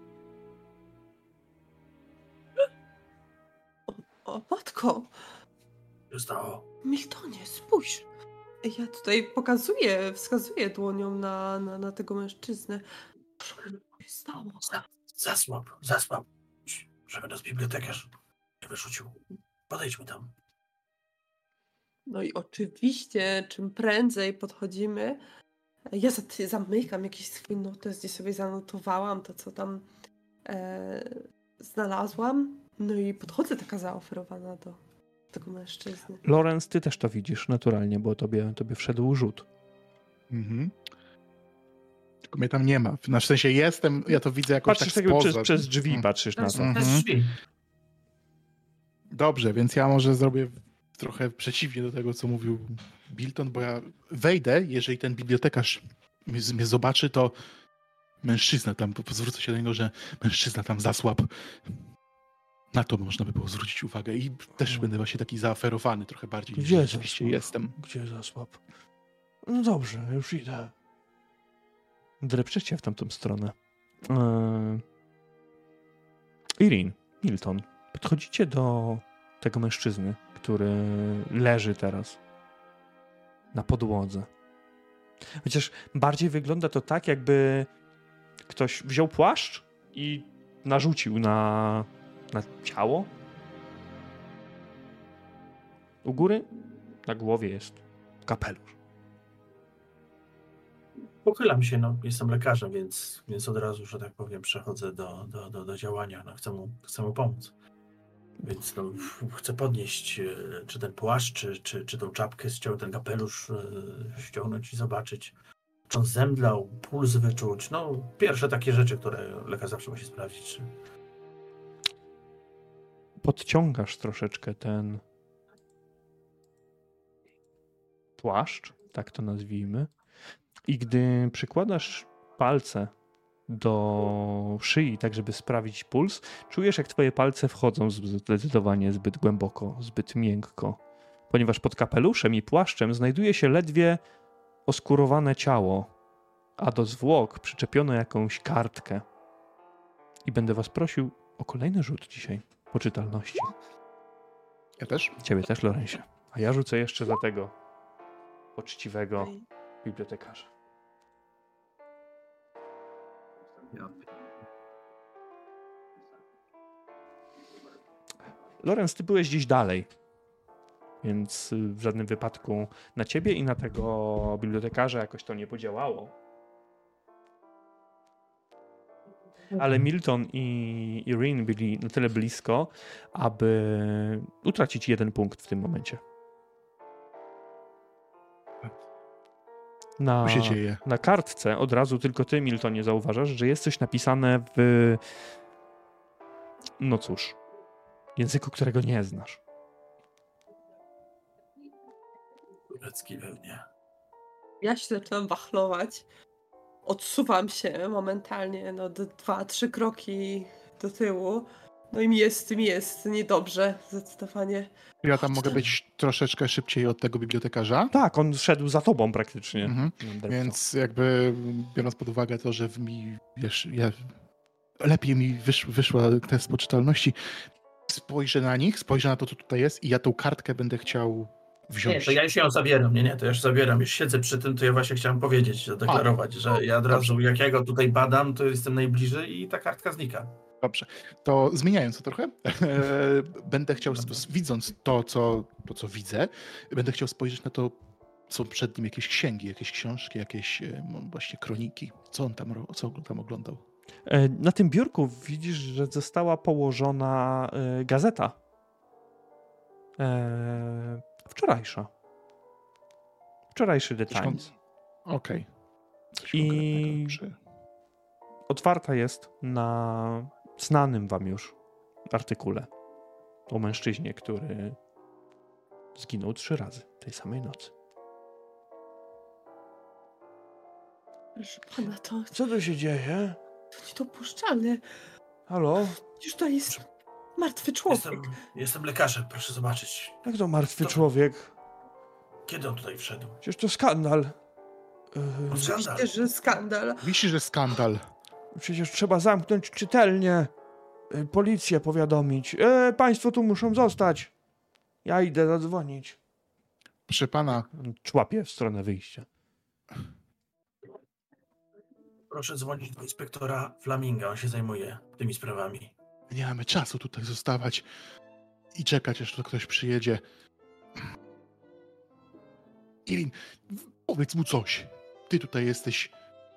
O, matko! Co stało? Miltonie, spójrz! Ja tutaj pokazuję, wskazuję dłonią na, na, na tego mężczyznę. Co się stało? Za, zasłab, zasłab. Żeby nas bibliotekarz nie wyrzucił. Podejdźmy tam. No i oczywiście, czym prędzej podchodzimy, ja zamykam jakiś swój notes, gdzie sobie zanotowałam to, co tam e, znalazłam. No i podchodzę taka zaoferowana do tego mężczyzny. Lorenz, ty też to widzisz naturalnie, bo tobie, tobie wszedł rzut. Mhm. Tylko mnie tam nie ma. Na szczęście jestem, ja to widzę jakoś Patrzysz tak tak spoza. przez, przez drzwi, Mhm. patrzysz na to. Mhm. Bez drzwi. Dobrze, więc ja może zrobię trochę przeciwnie do tego, co mówił Bilton, bo ja wejdę, jeżeli ten bibliotekarz mnie, mnie zobaczy, to mężczyzna tam, zwrócę się do niego, że mężczyzna tam zasłabł. Na to można by było zwrócić uwagę i też będę właśnie taki zaoferowany trochę bardziej, niż Gdzie rzeczywiście zasłab? jestem. Gdzie zasłab? No dobrze, już idę. Drepczecie w tamtą stronę. Eee... Irin, Milton, podchodzicie do tego mężczyzny, który leży teraz na podłodze. Chociaż bardziej wygląda to tak, jakby ktoś wziął płaszcz i narzucił na, na ciało. U góry na głowie jest kapelusz. Pochylam się, no, jestem lekarzem, więc, więc od razu, że tak powiem, przechodzę do, do, do, do działania. No, chcę mu, chcę mu pomóc. Więc no, chcę podnieść e, czy ten płaszcz, czy, czy, czy tą czapkę, ściął ten kapelusz, e, ściągnąć i zobaczyć, czy on zemdlał, puls wyczuć. No, pierwsze takie rzeczy, które lekarz zawsze musi sprawdzić. Czy... Podciągasz troszeczkę ten płaszcz, tak to nazwijmy, i gdy przykładasz palce do szyi, tak żeby sprawdzić puls, czujesz, jak twoje palce wchodzą zdecydowanie zbyt głęboko, zbyt miękko, ponieważ pod kapeluszem i płaszczem znajduje się ledwie oskurowane ciało, a do zwłok przyczepiono jakąś kartkę. I będę was prosił o kolejny rzut dzisiaj poczytalności. Ja też? Ciebie też, Lorenzie. A ja rzucę jeszcze za tego poczciwego bibliotekarza. Ja. Lorenz, ty byłeś gdzieś dalej, więc w żadnym wypadku na ciebie i na tego bibliotekarza jakoś to nie podziałało. Ale Milton i Irin byli na tyle blisko, aby utracić jeden punkt w tym momencie. Na, Co się dzieje? na kartce od razu tylko ty, Miltonie, zauważasz, że jest coś napisane w... No cóż, języku, którego nie znasz. Turecki pewnie. Ja się zaczynam wachlować. Odsuwam się momentalnie, no d- dwa, trzy kroki do tyłu. No i mi jest, mi jest niedobrze, zdecydowanie. Ja tam mogę być troszeczkę szybciej od tego bibliotekarza. Tak, on szedł za tobą praktycznie. Mhm. Więc jakby biorąc pod uwagę to, że w mi, wiesz, ja, lepiej mi wysz, wyszła test poczytalności, spojrzę na nich, spojrzę na to, co tutaj jest i ja tą kartkę będę chciał wziąć. Nie, to ja już ją zabieram, nie, nie, to ja już zabieram, już siedzę przy tym, to ja właśnie chciałem powiedzieć, zadeklarować, że ja od razu, jak ja go tutaj badam, to jestem najbliżej i ta kartka znika. Dobrze, to zmieniając to trochę, będę chciał, Dobra. widząc to co, to, co widzę, będę chciał spojrzeć na to, są przed nim jakieś księgi, jakieś książki, jakieś e, właśnie kroniki. Co on tam, ro- co on tam oglądał? E, Na tym biurku widzisz, że została położona e, gazeta. E, wczorajsza. Wczorajszy The Coś kon- Times. Okej. Coś I- konkretnego. Czy... Otwarta jest na znanym wam już artykule o mężczyźnie, który zginął trzy razy tej samej nocy. Proszę pana, to, Co tu się dzieje? to niedopuszczalne. Halo? Już to jest martwy człowiek. Jestem, jestem lekarzem, proszę zobaczyć. Jak to martwy To- człowiek? Kiedy on tutaj wszedł? Przecież to skandal. Yy, No skandal. Oczywiście, że skandal. Wisi, że skandal. Przecież trzeba zamknąć czytelnię. Yy, Policję powiadomić. E, państwo tu muszą zostać. Ja idę zadzwonić. Proszę pana, Człapie w stronę wyjścia. Proszę dzwonić do inspektora Flaminga, on się zajmuje tymi sprawami. nie mamy czasu tutaj zostawać i czekać, aż to ktoś przyjedzie. Irin, w- powiedz mu coś. Ty tutaj jesteś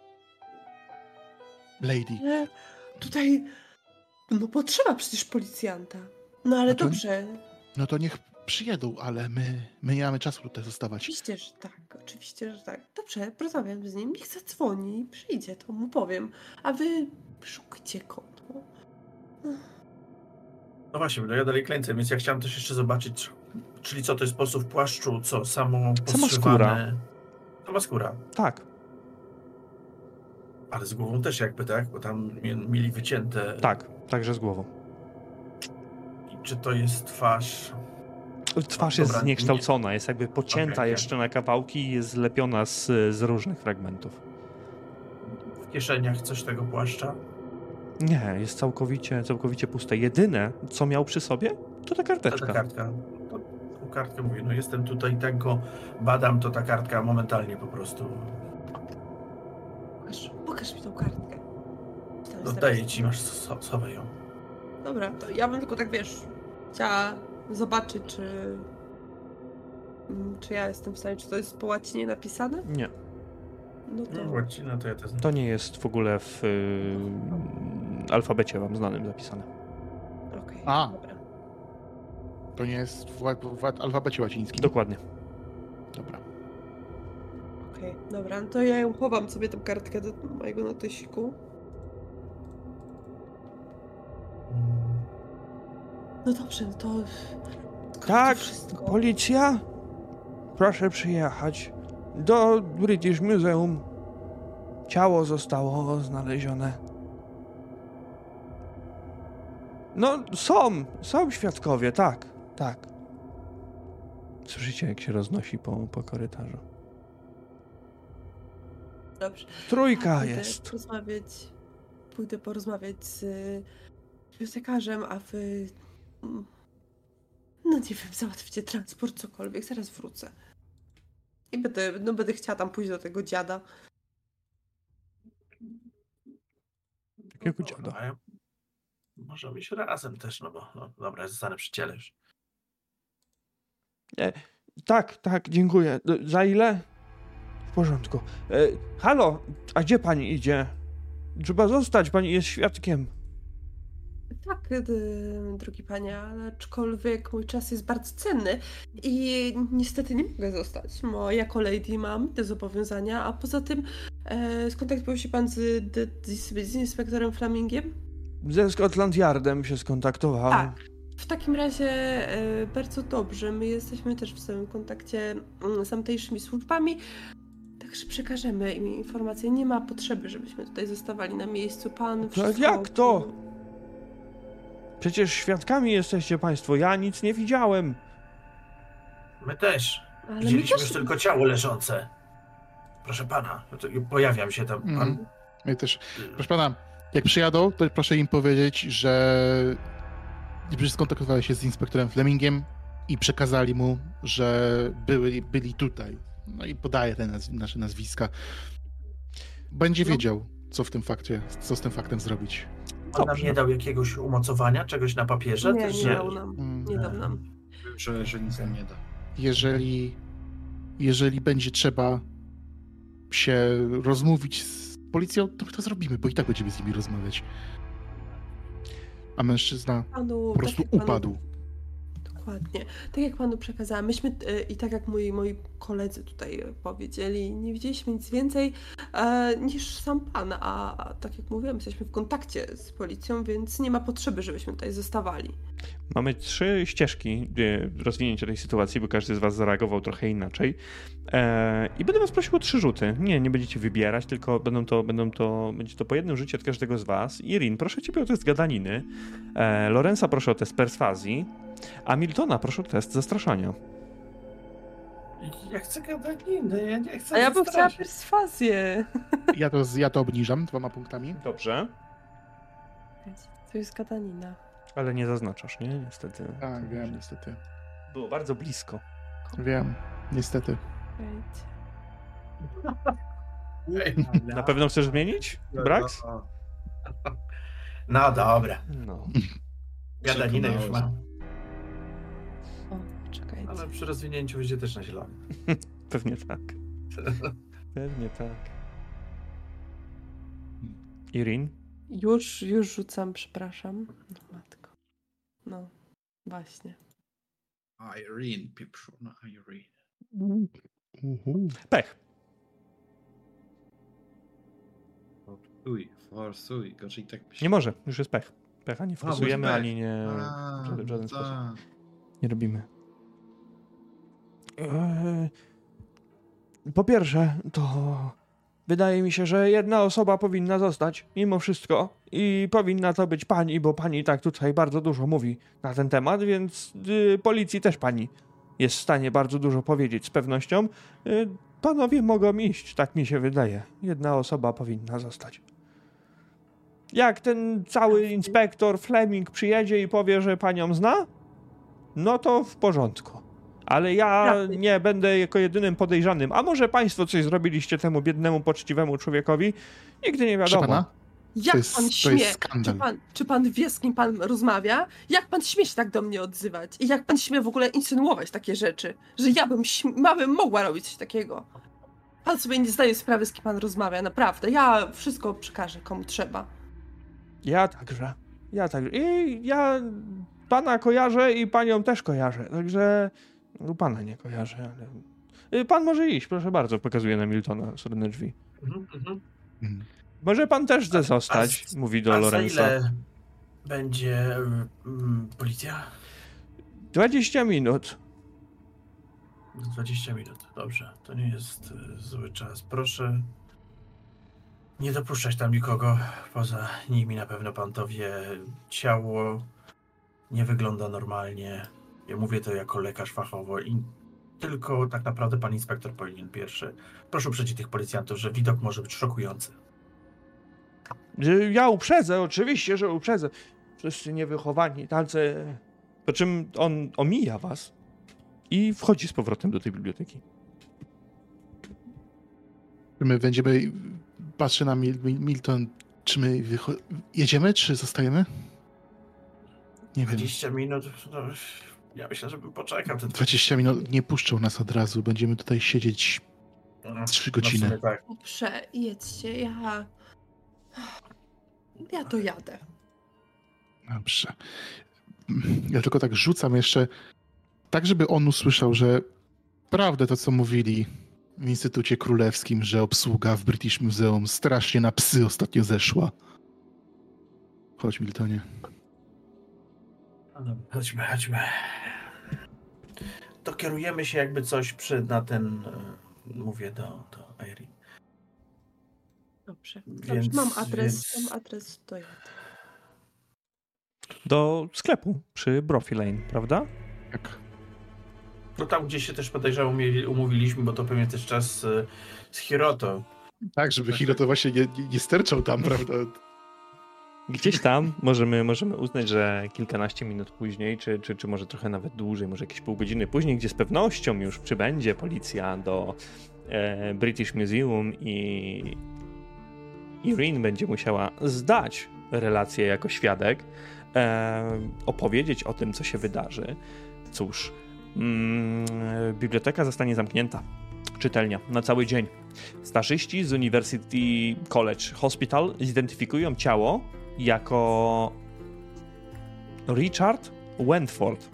lady. Nie, tutaj, no potrzeba przecież policjanta. No ale No to- dobrze, No to niech przyjedą, ale my, my nie mamy czasu tutaj zostawać. oczywiście, że tak, oczywiście, że tak. Dobrze, porozmawiam z nim, niech zadzwoni, przyjdzie, to mu powiem. A wy szukajcie go. No. No właśnie, no ja dalej klęcę, więc ja chciałem też jeszcze zobaczyć, czyli co to jest sposób w płaszczu, co samo Sama podszywane. Sama skóra. Tak, Ale z głową też jakby, tak? Bo tam mie- mieli wycięte. tak, także z głową. I czy to jest twarz? Twarz No, jest dobra, zniekształcona, jest jakby pocięta Okej, okej. jeszcze na kawałki i jest zlepiona z, z różnych fragmentów. W kieszeniach coś tego płaszcza? Nie, jest całkowicie, całkowicie puste. Jedyne, co miał przy sobie, to ta Ta, ta karteczka. kartka. To, tą kartkę mówię, no jestem tutaj, tak go badam, to ta kartka momentalnie po prostu. Pokaż, pokaż mi tą kartkę. Tam No jest daję teraz- ci, masz, so- schowaj ją. Dobra, to ja bym tylko tak, wiesz, chciała zobaczyć, czy... mm, Czy ja jestem w stanie, czy to jest po łacinie napisane? Nie, No to... No łacina to ja też znam. to nie jest w ogóle w y, alfabecie wam znanym zapisane. Okej, A. dobra. To nie jest w, w, w alfabecie łacińskim. Dokładnie. Dobra. Okej, dobra, no to ja ją chowam sobie tę kartkę do mojego notysiku. No dobrze, no to... skoro Tak, to wszystko... policja? Proszę przyjechać do British Museum. Ciało zostało znalezione. No, są, są świadkowie, tak, tak. Słyszycie, jak się roznosi po, po korytarzu. Dobrze. Trójka Pójdę jest. Porozmawiać, pójdę porozmawiać z bibliotekarzem, a wy... mm, No nie wiem, załatwcie transport, cokolwiek, zaraz wrócę. I będę, no będę chciała tam pójść do tego dziada. Jakiego Dobra, dziada? a ja- Możemy iść razem też, no bo no, dobra, zostanę przy ciele już. Tak, tak, dziękuję. Za ile? W porządku. E, halo, a gdzie pani idzie? Trzeba zostać, pani jest świadkiem. Tak, d- drogi panie, ale aczkolwiek mój czas jest bardzo cenny i niestety nie mogę zostać, bo jako lady mam te zobowiązania, a poza tym e, skontaktował się pan z, z, z inspektorem Flamingiem? Ze Scotland Yardem się skontaktowałem. Tak. W takim razie e, bardzo dobrze. My jesteśmy też w stałym kontakcie mm, z tamtejszymi służbami, także przekażemy im informacje. Nie ma potrzeby, żebyśmy tutaj zostawali na miejscu. Pan wszystko... jak to? Przecież świadkami jesteście państwo, ja nic nie widziałem. My też. Ale my Widzieliśmy też... już tylko ciało leżące. Proszę pana, to pojawiam się tam. Pan... Mhm. My też. Proszę pana, jak przyjadą, to proszę im powiedzieć, że że skontaktowali się z inspektorem Flemingiem i przekazali mu, że byli, byli tutaj. No i podaje te naz nasze nazwiska. Będzie No. wiedział, co w tym fakcie, co z tym faktem zrobić. On nam Dobrze. nie dał jakiegoś umocowania, czegoś na papierze? Nie, Też nie dał nam. Mm. Nie dał nam. Że, że nic nam nie da. Jeżeli, jeżeli będzie trzeba się rozmówić z policją, to my to zrobimy, bo i tak będziemy z nimi rozmawiać. A mężczyzna Panu, po prostu tak jak panu- upadł. Dokładnie. Tak jak panu przekazałam, myśmy e, i tak jak moi, moi koledzy tutaj e, powiedzieli, nie widzieliśmy nic więcej e, niż sam pan, a, a tak jak mówiłam, jesteśmy w kontakcie z policją, więc nie ma potrzeby, żebyśmy tutaj zostawali. Mamy trzy ścieżki e, rozwinięcia tej sytuacji, bo każdy z was zareagował trochę inaczej. E, I będę was prosił o trzy rzuty. Nie, nie będziecie wybierać, tylko będą to, będą to, będzie to po jednym rzucie od każdego z was. Irin, proszę ciebie o test gadaniny. E, Lorenza proszę o test perswazji. A Miltona proszę o test zastraszania. Ja chcę gadaniny, ja nie chcę A ja bym chciała zastraszyć. perswazję. Ja to, ja to obniżam dwoma punktami. Dobrze. To jest gadanina. Ale nie zaznaczasz, nie? Niestety. Tak, wiem, niestety. Było bardzo blisko. Wiem, niestety. Wejdź. Ej, Na pewno chcesz zmienić? Brax? No dobra, No. gadaninę już mam. O, czekajcie. Ale przy rozwinięciu będzie też na zielono. Pewnie tak. Pewnie tak. Irin? Już, już rzucam, przepraszam. No, matko. No, właśnie. Irene, pieprzona Irene. Uhu. Pech. Forsuj, forsuj, gorzej tak byś... Nie może, już jest pech. Pecha nie bo forsujemy, jest pech. ani nie... A, w żaden, w żaden tak. sposób. Nie robimy. Eee, po pierwsze, to wydaje mi się, że jedna osoba powinna zostać mimo wszystko i powinna to być pani, bo pani tak tutaj bardzo dużo mówi na ten temat, więc y, policji też pani jest w stanie bardzo dużo powiedzieć z pewnością. Y, panowie mogą iść, tak mi się wydaje. Jedna osoba powinna zostać. Jak ten cały inspektor Fleming przyjedzie i powie, że panią zna, no to w porządku. Ale ja Prawdy. nie będę jako jedynym podejrzanym. A może państwo coś zrobiliście temu biednemu, poczciwemu człowiekowi? Nigdy nie Proszę wiadomo. pana, Jak to jest, pan to śmie? jest Czy skandal. pan, czy pan wie, z kim pan rozmawia? Jak pan śmie się tak do mnie odzywać? I jak pan śmie w ogóle insynuować takie rzeczy? Że ja bym, śm- bym mogła robić coś takiego? Pan sobie nie zdaje sprawy, z kim pan rozmawia, naprawdę. Ja wszystko przekażę, komu trzeba. Ja także. Ja także. I ja pana kojarzę i panią też kojarzę. Także. No pana nie kojarzę, ale. Y, Pan może iść, proszę bardzo, pokazuje na Miltona w stronę drzwi. Mhm, mhm. Mm. Może pan też chce zostać, a z- mówi do A za Lorenza. ile będzie mm, policja? dwadzieścia minut. dwadzieścia minut, dobrze. To nie jest y, zły czas. Proszę nie dopuszczać tam nikogo poza nimi. Na pewno pan to wie. Ciało nie wygląda normalnie. Ja mówię to jako lekarz fachowo i tylko tak naprawdę pan inspektor powinien pierwszy. Proszę uprzedzić tych policjantów, że widok może być szokujący. Y, Ja uprzedzę, oczywiście, że uprzedzę. Wszyscy niewychowani, tacy. Po czym on omija was i wchodzi z powrotem do tej biblioteki. My będziemy, patrzę na Mil Mil Milton, czy my wycho- jedziemy, czy zostajemy? Nie wiem. dwadzieścia minut, no, ja myślę, żebym poczekał. Ten dwadzieścia minut nie puszczą nas od razu. Będziemy tutaj siedzieć No, trzy no w godziny. sumie tak. Dobrze, jedźcie, ja... Ja to jadę. Dobrze. Ja tylko tak rzucam jeszcze, tak żeby on usłyszał, że prawdę to, co mówili w Instytucie Królewskim, że obsługa w British Museum strasznie na psy ostatnio zeszła. Chodź, Miltonie. No dobra, chodźmy, chodźmy. To kierujemy się jakby coś przy, na ten, mówię do, do Irene. Dobrze. Więc, Dobrze. Mam adres, więc... mam adres do jadę. Do sklepu przy Brophy Lane, prawda? Tak. No tam gdzieś się też podejrzewam umówiliśmy, bo to pewnie też czas z, z Hiroto. Tak, żeby Hiroto właśnie nie, nie, nie sterczał tam, prawda? Gdzieś tam możemy, możemy uznać, że kilkanaście minut później, czy, czy, czy może trochę nawet dłużej, może jakieś pół godziny później, gdzie z pewnością już przybędzie policja do e, British Museum i Irene będzie musiała zdać relację jako świadek, e, opowiedzieć o tym, co się wydarzy. Cóż, mm, biblioteka zostanie zamknięta. Czytelnia na cały dzień. Stażyści z University College Hospital zidentyfikują ciało jako Richard Wentford.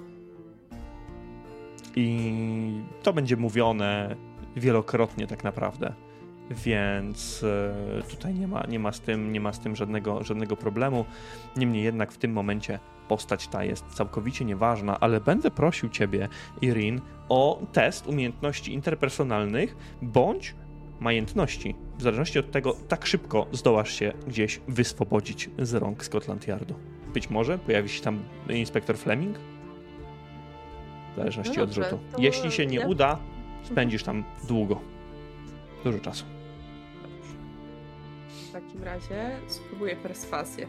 I to będzie mówione wielokrotnie tak naprawdę. Więc tutaj nie ma, nie ma z tym, nie ma z tym żadnego, żadnego problemu. Niemniej jednak w tym momencie postać ta jest całkowicie nieważna, ale będę prosił ciebie, Irene, o test umiejętności interpersonalnych bądź majętności. W zależności od tego, tak szybko zdołasz się gdzieś wyswobodzić z rąk Scotland Yardu. Być może pojawi się tam inspektor Fleming? W zależności No od dobrze, rzutu. to Jeśli się nie ja- uda, spędzisz tam długo. Dużo czasu. W takim razie spróbuję perswazję.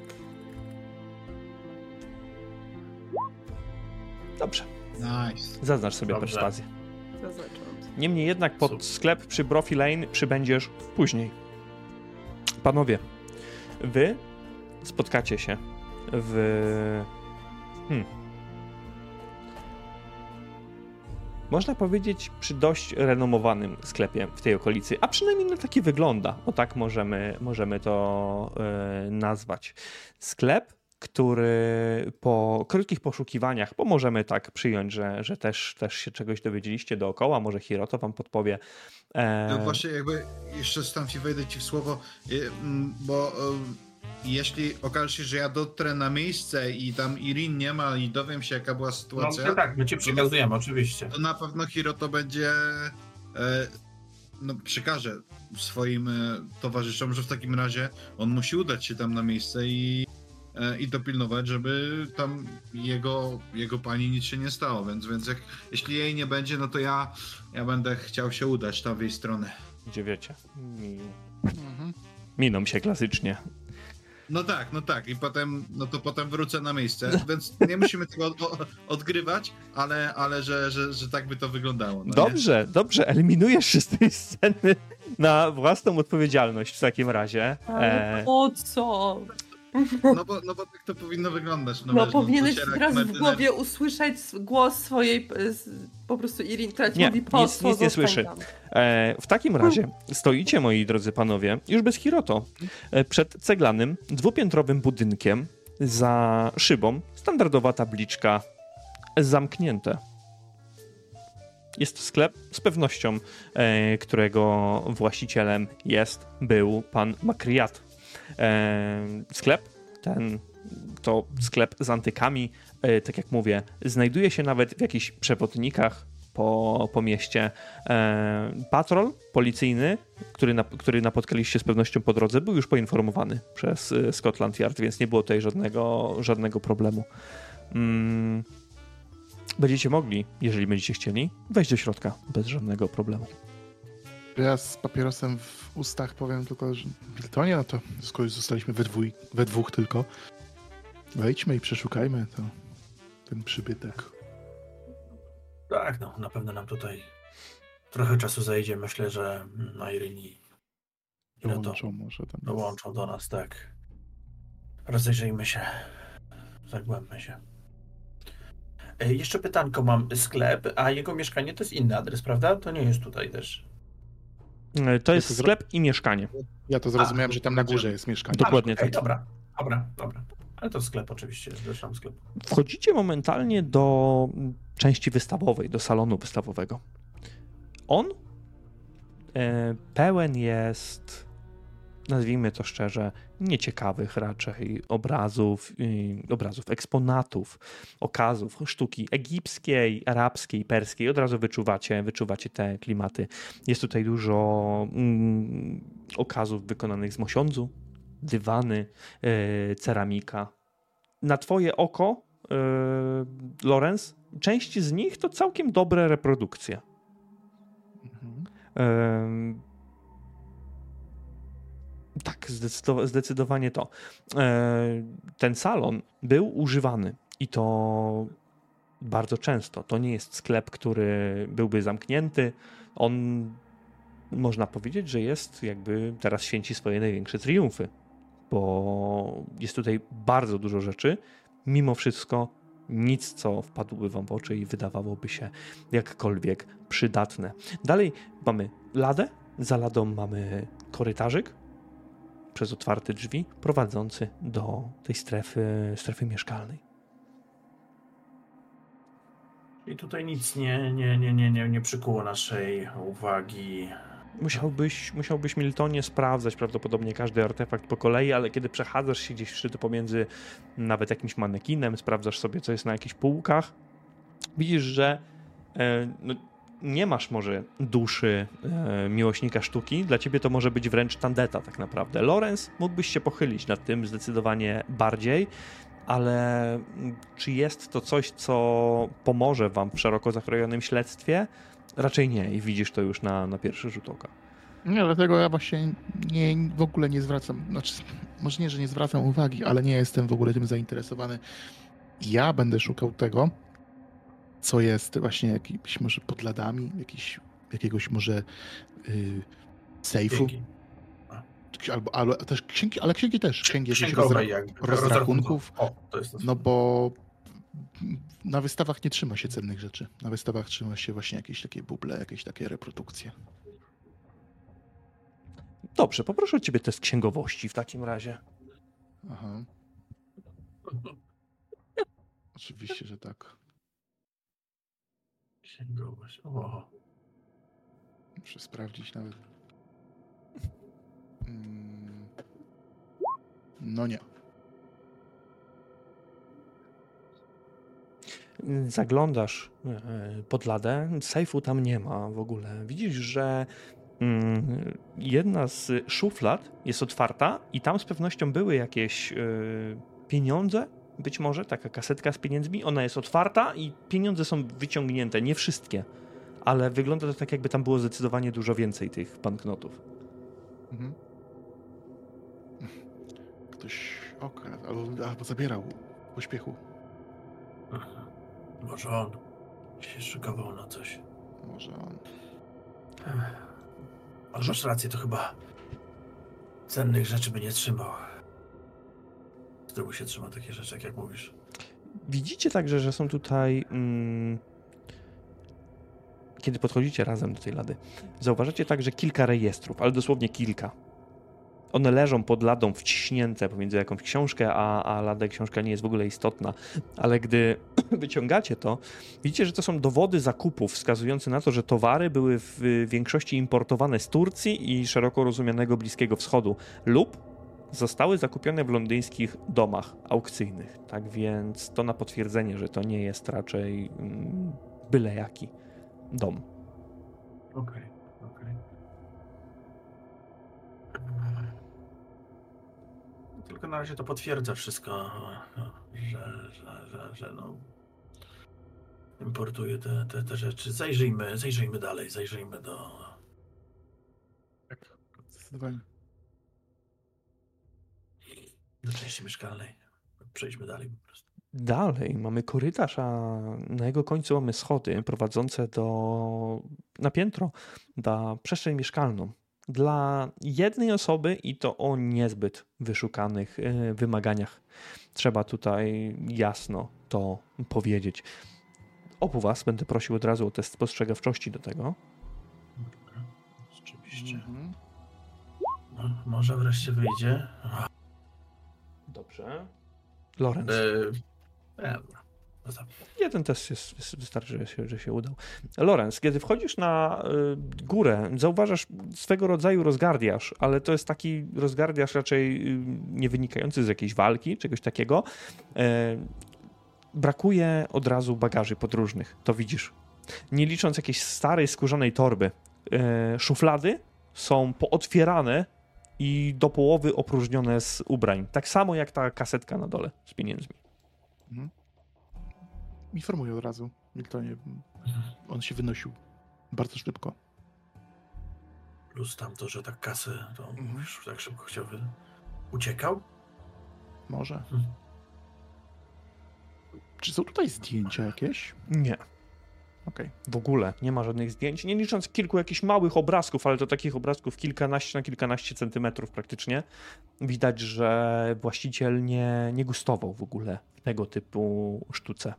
Dobrze. Nice. Zaznacz sobie Dobrze. perswazję. Zaznaczam. Niemniej jednak pod Super. sklep przy Brophy Lane przybędziesz później. Panowie, wy spotkacie się w... Hmm. Można powiedzieć przy dość renomowanym sklepie w tej okolicy, a przynajmniej na taki wygląda. O tak możemy, możemy to e, nazwać. Sklep, który po krótkich poszukiwaniach, bo możemy tak przyjąć, że, że też, też się czegoś dowiedzieliście dookoła, może Hiroto wam podpowie. E... No właśnie jakby jeszcze Stanfi wejdę ci w słowo, y, mm, bo y, jeśli okaże się, że ja dotrę na miejsce i tam Irene nie ma i dowiem się, jaka była No sytuacja, to tak, my ci przekazujemy, oczywiście. to na pewno Hiroto będzie e, no przekaże swoim e, towarzyszom, że w takim razie on musi udać się tam na miejsce i i dopilnować, żeby tam jego, jego pani nic się nie stało, więc, więc jak, jeśli jej nie będzie, no to ja, ja będę chciał się udać tam w jej stronę. Gdzie wiecie? Mi... Mhm. Miną się klasycznie. No tak, no tak i potem, no to potem wrócę na miejsce, więc nie musimy tego od, od, odgrywać, ale, ale że, że, że tak by to wyglądało. No Dobrze, nie? dobrze, eliminujesz się z tej sceny na własną odpowiedzialność w takim razie. Ale E... po co? No bo, no bo tak to powinno wyglądać. No, No wiesz, powinieneś docierak, teraz w medyner- głowie usłyszeć głos swojej y, s- po prostu Irene, która ci Nie, mówi po nic- co nic nie zostań słyszy. tam. E, w takim razie stoicie, moi drodzy panowie, już bez Hiroto, e, przed ceglanym, dwupiętrowym budynkiem za szybą, standardowa tabliczka zamknięte. Jest to sklep z pewnością, e, którego właścicielem jest, był pan Makriat. E, sklep ten to sklep z antykami, e, tak jak mówię, znajduje się nawet w jakichś przewodnikach po, po mieście. E, patrol policyjny, który, na, który napotkaliście z pewnością po drodze, był już poinformowany przez e, Scotland Yard, więc nie było tutaj żadnego, żadnego problemu. Mm, będziecie mogli, jeżeli będziecie chcieli, wejść do środka bez żadnego problemu. Ja z papierosem w ustach powiem tylko, że Miltonie, no to skoro już zostaliśmy we, dwój, we dwóch tylko, wejdźmy i przeszukajmy to, ten przybytek. Tak, no na pewno nam tutaj trochę czasu zajdzie. Myślę, że na Irene i Hiroto Dołączą może tam. dołączą do nas, tak. Rozejrzyjmy się. Zagłębmy się. E, Jeszcze pytanko mam. Sklep, a jego mieszkanie to jest inny adres, prawda? To nie jest tutaj też. E, to jest to zro- sklep i mieszkanie. Ja to zrozumiałem, że tam na górze jest mieszkanie. Dokładnie A, okej, tak. Dobra, dobra, dobra. Ale to sklep oczywiście, zresztą sklep. Wchodzicie momentalnie do części wystawowej, do salonu wystawowego. On e, pełen jest, nazwijmy to szczerze, nieciekawych raczej obrazów, y, obrazów, eksponatów, okazów, sztuki egipskiej, arabskiej, perskiej. Od razu wyczuwacie, wyczuwacie te klimaty. Jest tutaj dużo mm, okazów wykonanych z mosiądzu, dywany, y, ceramika. Na twoje oko, y, Lorenz, część z nich to całkiem dobre reprodukcje. Mhm. Y, Tak, zdecydowa- zdecydowanie to. E, ten salon był używany i to bardzo często. To nie jest sklep, który byłby zamknięty. On, można powiedzieć, że jest jakby teraz święci swoje największe triumfy, bo jest tutaj bardzo dużo rzeczy. Mimo wszystko nic, co wpadłoby wam w oczy i wydawałoby się jakkolwiek przydatne. Dalej mamy ladę. Za ladą mamy korytarzyk przez otwarte drzwi prowadzący do tej strefy, strefy mieszkalnej. I tutaj nic nie, nie, nie, nie, nie, nie przykuło naszej uwagi. Musiałbyś, musiałbyś Miltonie sprawdzać prawdopodobnie każdy artefakt po kolei, ale kiedy przechadzasz się gdzieś wszyty pomiędzy nawet jakimś manekinem, sprawdzasz sobie, co jest na jakichś półkach, widzisz, że e, no, nie masz może duszy e, miłośnika sztuki, dla ciebie to może być wręcz tandeta tak naprawdę. Lorenz, mógłbyś się pochylić nad tym zdecydowanie bardziej, ale czy jest to coś, co pomoże wam w szeroko zakrojonym śledztwie? Raczej nie i widzisz to już na, na pierwszy rzut oka. Nie, dlatego ja właśnie nie, w ogóle nie zwracam, znaczy może nie, że nie zwracam uwagi, ale nie jestem w ogóle tym zainteresowany. Ja będę szukał tego, co jest właśnie jakimś może pod ladami, jakiś, jakiegoś może yy, sejfu. Dzięki. Albo, albo też księgi, ale księgi też. Księgi jakichś Księgowej rozra- jakby, rozrachunków. O, to jest to. No bo na wystawach nie trzyma się cennych rzeczy. Na wystawach trzyma się właśnie jakieś takie buble, jakieś takie reprodukcje. Dobrze, poproszę od ciebie test księgowości w takim razie. Aha. Oczywiście, że tak. Księgowość. O. Muszę sprawdzić nawet. Mm. No nie. Zaglądasz pod ladę, sejfu tam nie ma w ogóle. Widzisz, że jedna z szuflad jest otwarta i tam z pewnością były jakieś pieniądze, być może taka kasetka z pieniędzmi. Ona jest otwarta i pieniądze są wyciągnięte, nie wszystkie, ale wygląda to tak, jakby tam było zdecydowanie dużo więcej tych banknotów. Mhm. Ktoś okradł albo, albo zabierał w pośpiechu. Może on się szykował na coś. Może on. Ale masz rację, to chyba cennych rzeczy by nie trzymał. Z tyłu się trzyma takie rzeczy, jak mówisz. Widzicie także, że są tutaj... Mm, kiedy podchodzicie razem do tej lady, zauważacie także kilka rejestrów, ale dosłownie kilka. One leżą pod ladą wciśnięte pomiędzy jakąś książkę, a, a lada książka nie jest w ogóle istotna. Ale gdy wyciągacie to, widzicie, że to są dowody zakupów wskazujące na to, że towary były w większości importowane z Turcji i szeroko rozumianego Bliskiego Wschodu lub zostały zakupione w londyńskich domach aukcyjnych. Tak więc to na potwierdzenie, że to nie jest raczej mm, byle jaki dom. Okej, okay, okej. Okay. Tylko na razie to potwierdza wszystko, że, że, że, że no importuje te, te, te rzeczy. Zajrzyjmy, zajrzyjmy dalej, zajrzyjmy do... Tak, zdecydowanie. Do części mieszkalnej. Przejdźmy dalej po prostu. Dalej mamy korytarz, a na jego końcu mamy schody prowadzące do, na piętro, na przestrzeń mieszkalną. Dla jednej osoby i to o niezbyt wyszukanych wymaganiach. Trzeba tutaj jasno to powiedzieć. Obu was będę prosił od razu o test spostrzegawczości do tego. Oczywiście. Mhm. No, może wreszcie wyjdzie. Dobrze. Lorenz. Yy, nie, no to- Jeden test jest, wys- wystarczy, że się, że się udał. Lorenz, kiedy wchodzisz na y, górę, zauważasz swego rodzaju rozgardiaż, ale to jest taki rozgardiaż raczej y, nie wynikający z jakiejś walki, czegoś takiego. E, brakuje od razu bagaży podróżnych, to widzisz. Nie licząc jakiejś starej, skórzanej torby. E, szuflady są pootwierane i do połowy opróżnione z ubrań. Tak samo jak ta kasetka na dole z pieniędzmi. Mhm. Informuję od razu, Miltonie. On się wynosił bardzo szybko. Plus tam to, że tak kasy, to Mhm. mówisz, tak szybko chciał wy... Uciekał? Może. Mhm. Czy są tutaj zdjęcia jakieś? Nie. Okej. W ogóle nie ma żadnych zdjęć, nie licząc kilku jakichś małych obrazków, ale to takich obrazków kilkanaście na kilkanaście centymetrów praktycznie. Widać, że właściciel nie, nie gustował w ogóle tego typu sztuce.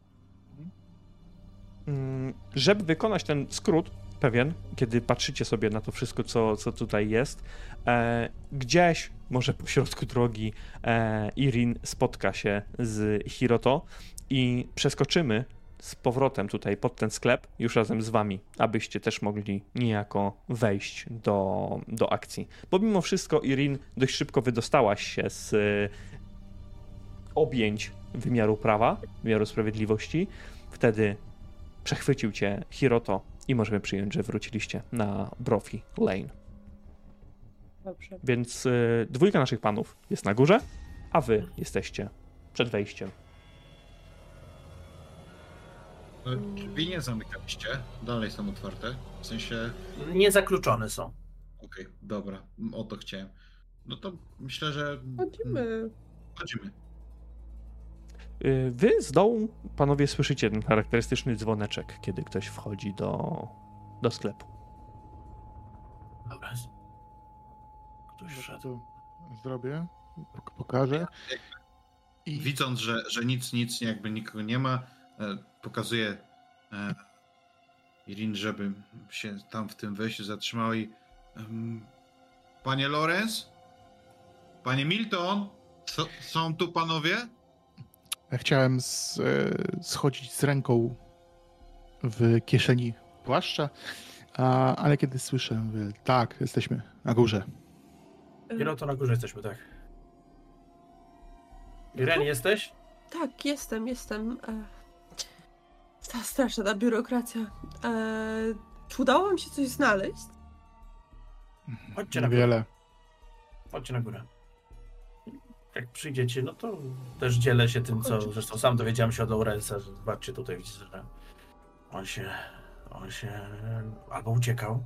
Mm, Żeby wykonać ten skrót pewien, kiedy patrzycie sobie na to wszystko, co, co tutaj jest, e, gdzieś, może po środku drogi, e, Irin spotka się z Hiroto i przeskoczymy z powrotem tutaj pod ten sklep, już razem z wami, abyście też mogli niejako wejść do, do akcji. Bo mimo wszystko, Irin, dość szybko wydostałaś się z y, objęć wymiaru prawa, wymiaru sprawiedliwości. Wtedy przechwycił cię Hiroto i możemy przyjąć, że wróciliście na Brophy Lane. Dobrze. Więc y, dwójka naszych panów jest na górze, a wy jesteście przed wejściem. No, drzwi nie zamykaliście, dalej są otwarte. W sensie, Niezakluczone są. okej, dobra, o to chciałem. No to myślę, że Chodzimy. chodzimy. Y, Wy z dołu, panowie, słyszycie ten charakterystyczny dzwoneczek, kiedy ktoś wchodzi do, do sklepu. Dobra. Ktoś Dobrze, szedł. to zrobię. Pok- pokażę. I Widząc, że, że nic, nic jakby nikogo nie ma, e, pokazuję e, Irin, żeby się tam w tym wejściu zatrzymał i em, Panie Lorenz? Panie Milton? So, są tu panowie? ja chciałem z, e, schodzić z ręką w kieszeni płaszcza, a, ale kiedy słyszę, mówię, tak, jesteśmy na górze. Iron, to na górze jesteśmy, tak. Iren, jesteś? Tak, jestem, jestem. E... Ta straszna ta biurokracja. E... Czy udało wam się coś znaleźć? Chodźcie na górę. Niewiele. Chodźcie na górę. Jak przyjdziecie, no to też dzielę się tym, co zresztą sam dowiedziałem się od Laurensa, że zobaczcie, tutaj widzicie, że on się, on się albo uciekał,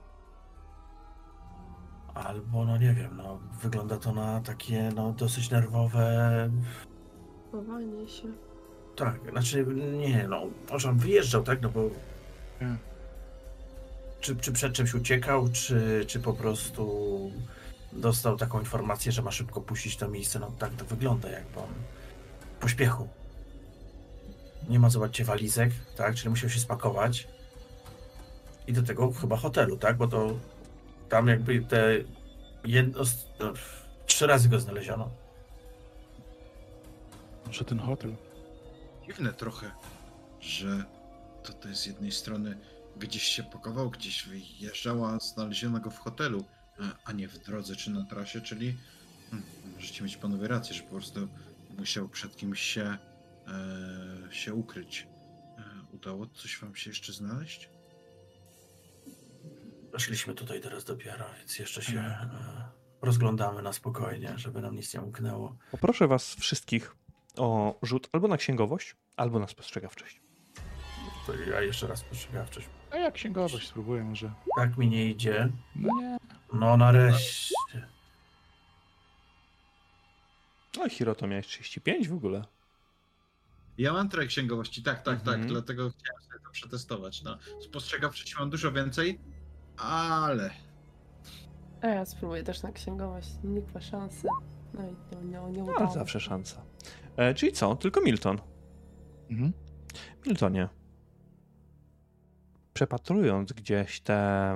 albo no nie wiem, no wygląda to na takie no dosyć nerwowe. Chowanie się. Tak, znaczy nie, no może on wyjeżdżał, tak, no bo Nie. czy, czy przed czymś uciekał, czy, czy po prostu dostał taką informację, że ma szybko puścić to miejsce. No tak to wygląda, jakby on w pośpiechu. Nie ma, zobaczcie, walizek, tak? Czyli musiał się spakować. I do tego chyba hotelu, tak? Bo to tam jakby te jedno, no, trzy razy go znaleziono. Może ten hotel. Dziwne trochę, że to, to z jednej strony gdzieś się pakował, gdzieś wyjeżdżał, a znaleziono go w hotelu, a nie w drodze czy na trasie, czyli hmm, możecie mieć panowie rację, że po prostu musiał przed kimś się, e, się ukryć. E, udało coś wam się jeszcze znaleźć? Weszliśmy tutaj teraz dopiero, więc jeszcze się e, rozglądamy na spokojnie, żeby nam nic nie umknęło. Poproszę was wszystkich o rzut albo na księgowość, albo na spostrzegawczość. To ja jeszcze raz postrzegawczość. A jak księgowość spróbuję może. Tak mi nie idzie. No nie. No nareszcie. No i Hiroto miałeś trzydzieści pięć w ogóle. Ja mam trochę księgowości, tak, tak, Mhm. tak, dlatego chciałem sobie to przetestować. No, spostrzegawczości mam dużo więcej, ale A ja spróbuję też na księgowość. Nikła szansy. No i no, nie, nie No, udało. ale zawsze szansa. E, czyli co? Tylko Milton. Mhm. Miltonie. Przepatrując gdzieś te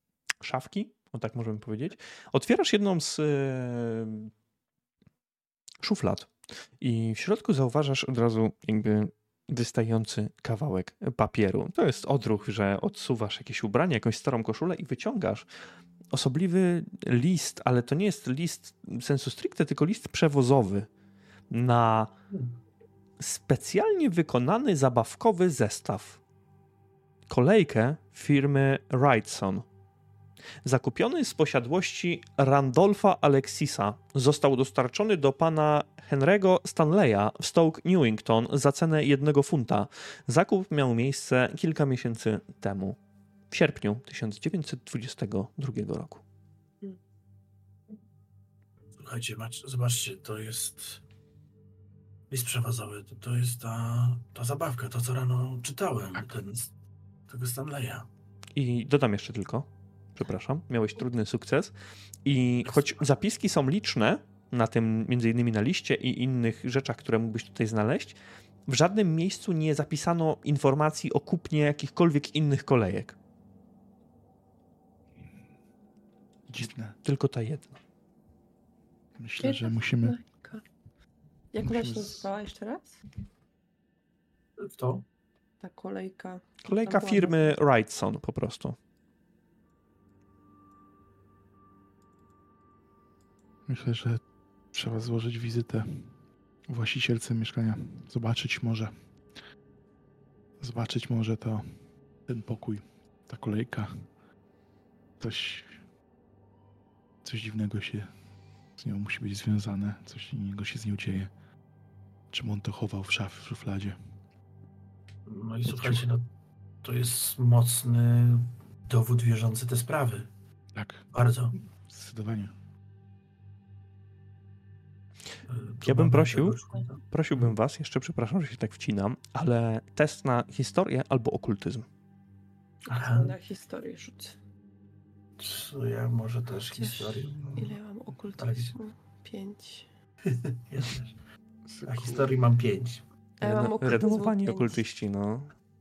szafki, o tak możemy powiedzieć, otwierasz jedną z, szuflad. I w środku zauważasz od razu jakby wystający kawałek papieru. To jest odruch, że odsuwasz jakieś ubranie, jakąś starą koszulę i wyciągasz osobliwy list, ale to nie jest list sensu stricte, tylko list przewozowy na specjalnie wykonany zabawkowy zestaw. Kolejkę firmy Wrightson. Zakupiony z posiadłości Randolpha Alexisa, został dostarczony do pana Henry'ego Stanleya w Stoke Newington za cenę jednego funta. Zakup miał miejsce kilka miesięcy temu, w sierpniu tysiąc dziewięćset dwudziestego drugiego roku. Słuchajcie, zobaczcie, to jest list przewozowy, to, to jest ta, ta zabawka, to co rano czytałem, ten, tego Stanleya. I dodam jeszcze tylko, przepraszam, miałeś trudny sukces i choć zapiski są liczne na tym, między innymi na liście i innych rzeczach, które mógłbyś tutaj znaleźć, w żadnym miejscu nie zapisano informacji o kupnie jakichkolwiek innych kolejek. Dziwne. Tylko ta jedna. Myślę, że musimy... Jak ona się musimy... nazywała jeszcze raz? Kto? Ta kolejka. Kolejka firmy Wrightson po prostu. Myślę, że trzeba złożyć wizytę właścicielce mieszkania. Zobaczyć może. Zobaczyć może to ten pokój, ta kolejka. Coś, coś dziwnego się z nią musi być związane. Coś innego się z nią dzieje. Czym on to chował w szaf, w szufladzie. No i słuchajcie, no, to jest mocny dowód wierzący te sprawy. Tak. Bardzo. Zdecydowanie. Ja bym prosił, prosiłbym was, jeszcze przepraszam, że się tak wcinam, ale test na historię albo okultyzm. Aha. Na historię rzucę. Co ja może też Chociaż historię. ile ja mam okultyzmu? Pięć. Ja też. Na historii mam pięć. A ja mam okultyzmu Renomowani pięć. okultyści, no.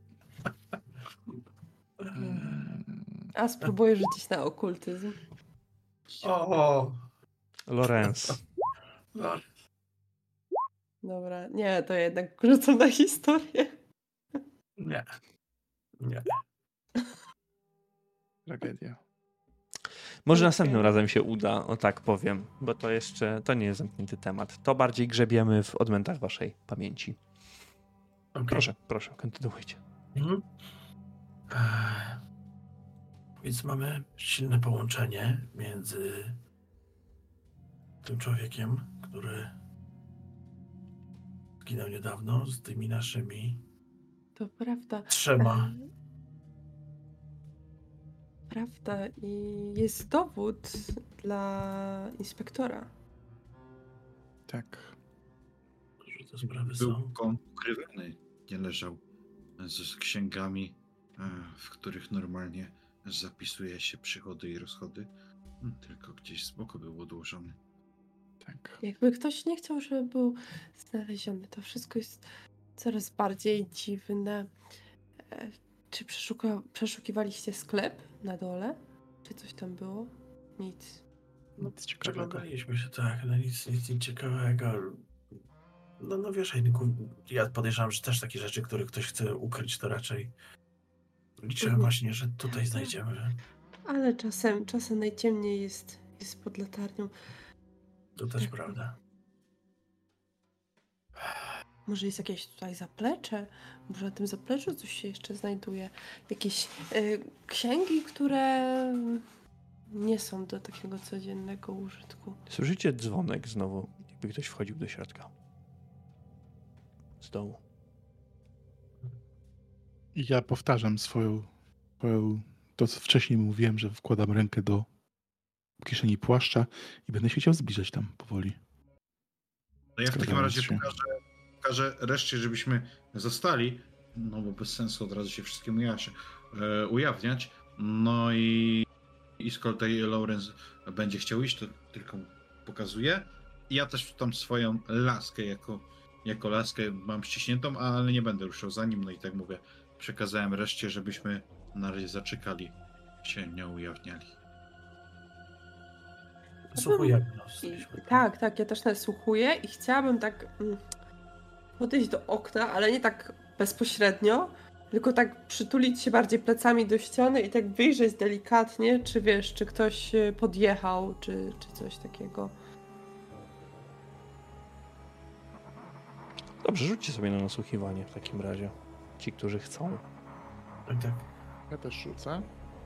A spróbuję rzucić na okultyzm. O! Lorenz. No. Dobra, nie, to jednak rzucam na historię. Nie. Nie. Tragedia. Może Okay. następnym razem się uda, o tak powiem, bo to jeszcze, to nie jest zamknięty temat. To bardziej grzebiemy w odmętach waszej pamięci. Okay. Proszę, proszę, kontynuujcie. Mhm. Ech. Więc mamy silne połączenie między tym człowiekiem, który zginął niedawno, z tymi naszymi To prawda. trzema. E, Prawda i jest dowód dla inspektora. Tak. Że te sprawy Był są. kąt ukrywany, nie leżał z księgami, w których normalnie zapisuje się przychody i rozchody, tylko gdzieś z boku był odłożony. Tak. Jakby ktoś nie chciał, żeby był znaleziony, to wszystko jest coraz bardziej dziwne. E, Czy przeszuka- przeszukiwaliście sklep na dole? Czy coś tam było? Nic. No, Nic ciekawego. przeglądaliśmy się, tak, no nic, nic, nic ciekawego. No, no wiesz, ja podejrzewam, że też takie rzeczy, które ktoś chce ukryć, to raczej liczyłem właśnie, że tutaj znajdziemy. Ale czasem, czasem najciemniej jest, jest pod latarnią. To też prawda. Może jest jakieś tutaj zaplecze? Może na tym zapleczu coś się jeszcze znajduje? Jakieś y, księgi, które nie są do takiego codziennego użytku. Słyszycie dzwonek znowu, jakby ktoś wchodził do środka. Z dołu. I ja powtarzam swoją, swoją, to co wcześniej mówiłem, że wkładam rękę do kieszeni płaszcza i będę się chciał zbliżać tam powoli. No ja w takim Zgadzając razie się. pokażę, pokażę reszcie, żebyśmy zostali, no bo bez sensu od razu się wszystkim ujaś, e, ujawniać. No i, i z kolei Lawrence będzie chciał iść, to tylko mu pokazuję. I ja też tam swoją laskę jako, jako laskę mam ściśniętą, ale nie będę ruszał za nim. No i tak mówię, przekazałem reszcie, żebyśmy na razie zaczekali, się nie ujawniali. Słuchujemy. No, I, tak, tak, ja też nasłuchuję i chciałabym tak mm, podejść do okna, ale nie tak bezpośrednio, tylko tak przytulić się bardziej plecami do ściany i tak wyjrzeć delikatnie, czy wiesz, czy ktoś podjechał, czy, czy coś takiego. Dobrze, rzućcie sobie na nasłuchiwanie w takim razie. Ci, którzy chcą. Tak, tak. Ja też rzucę.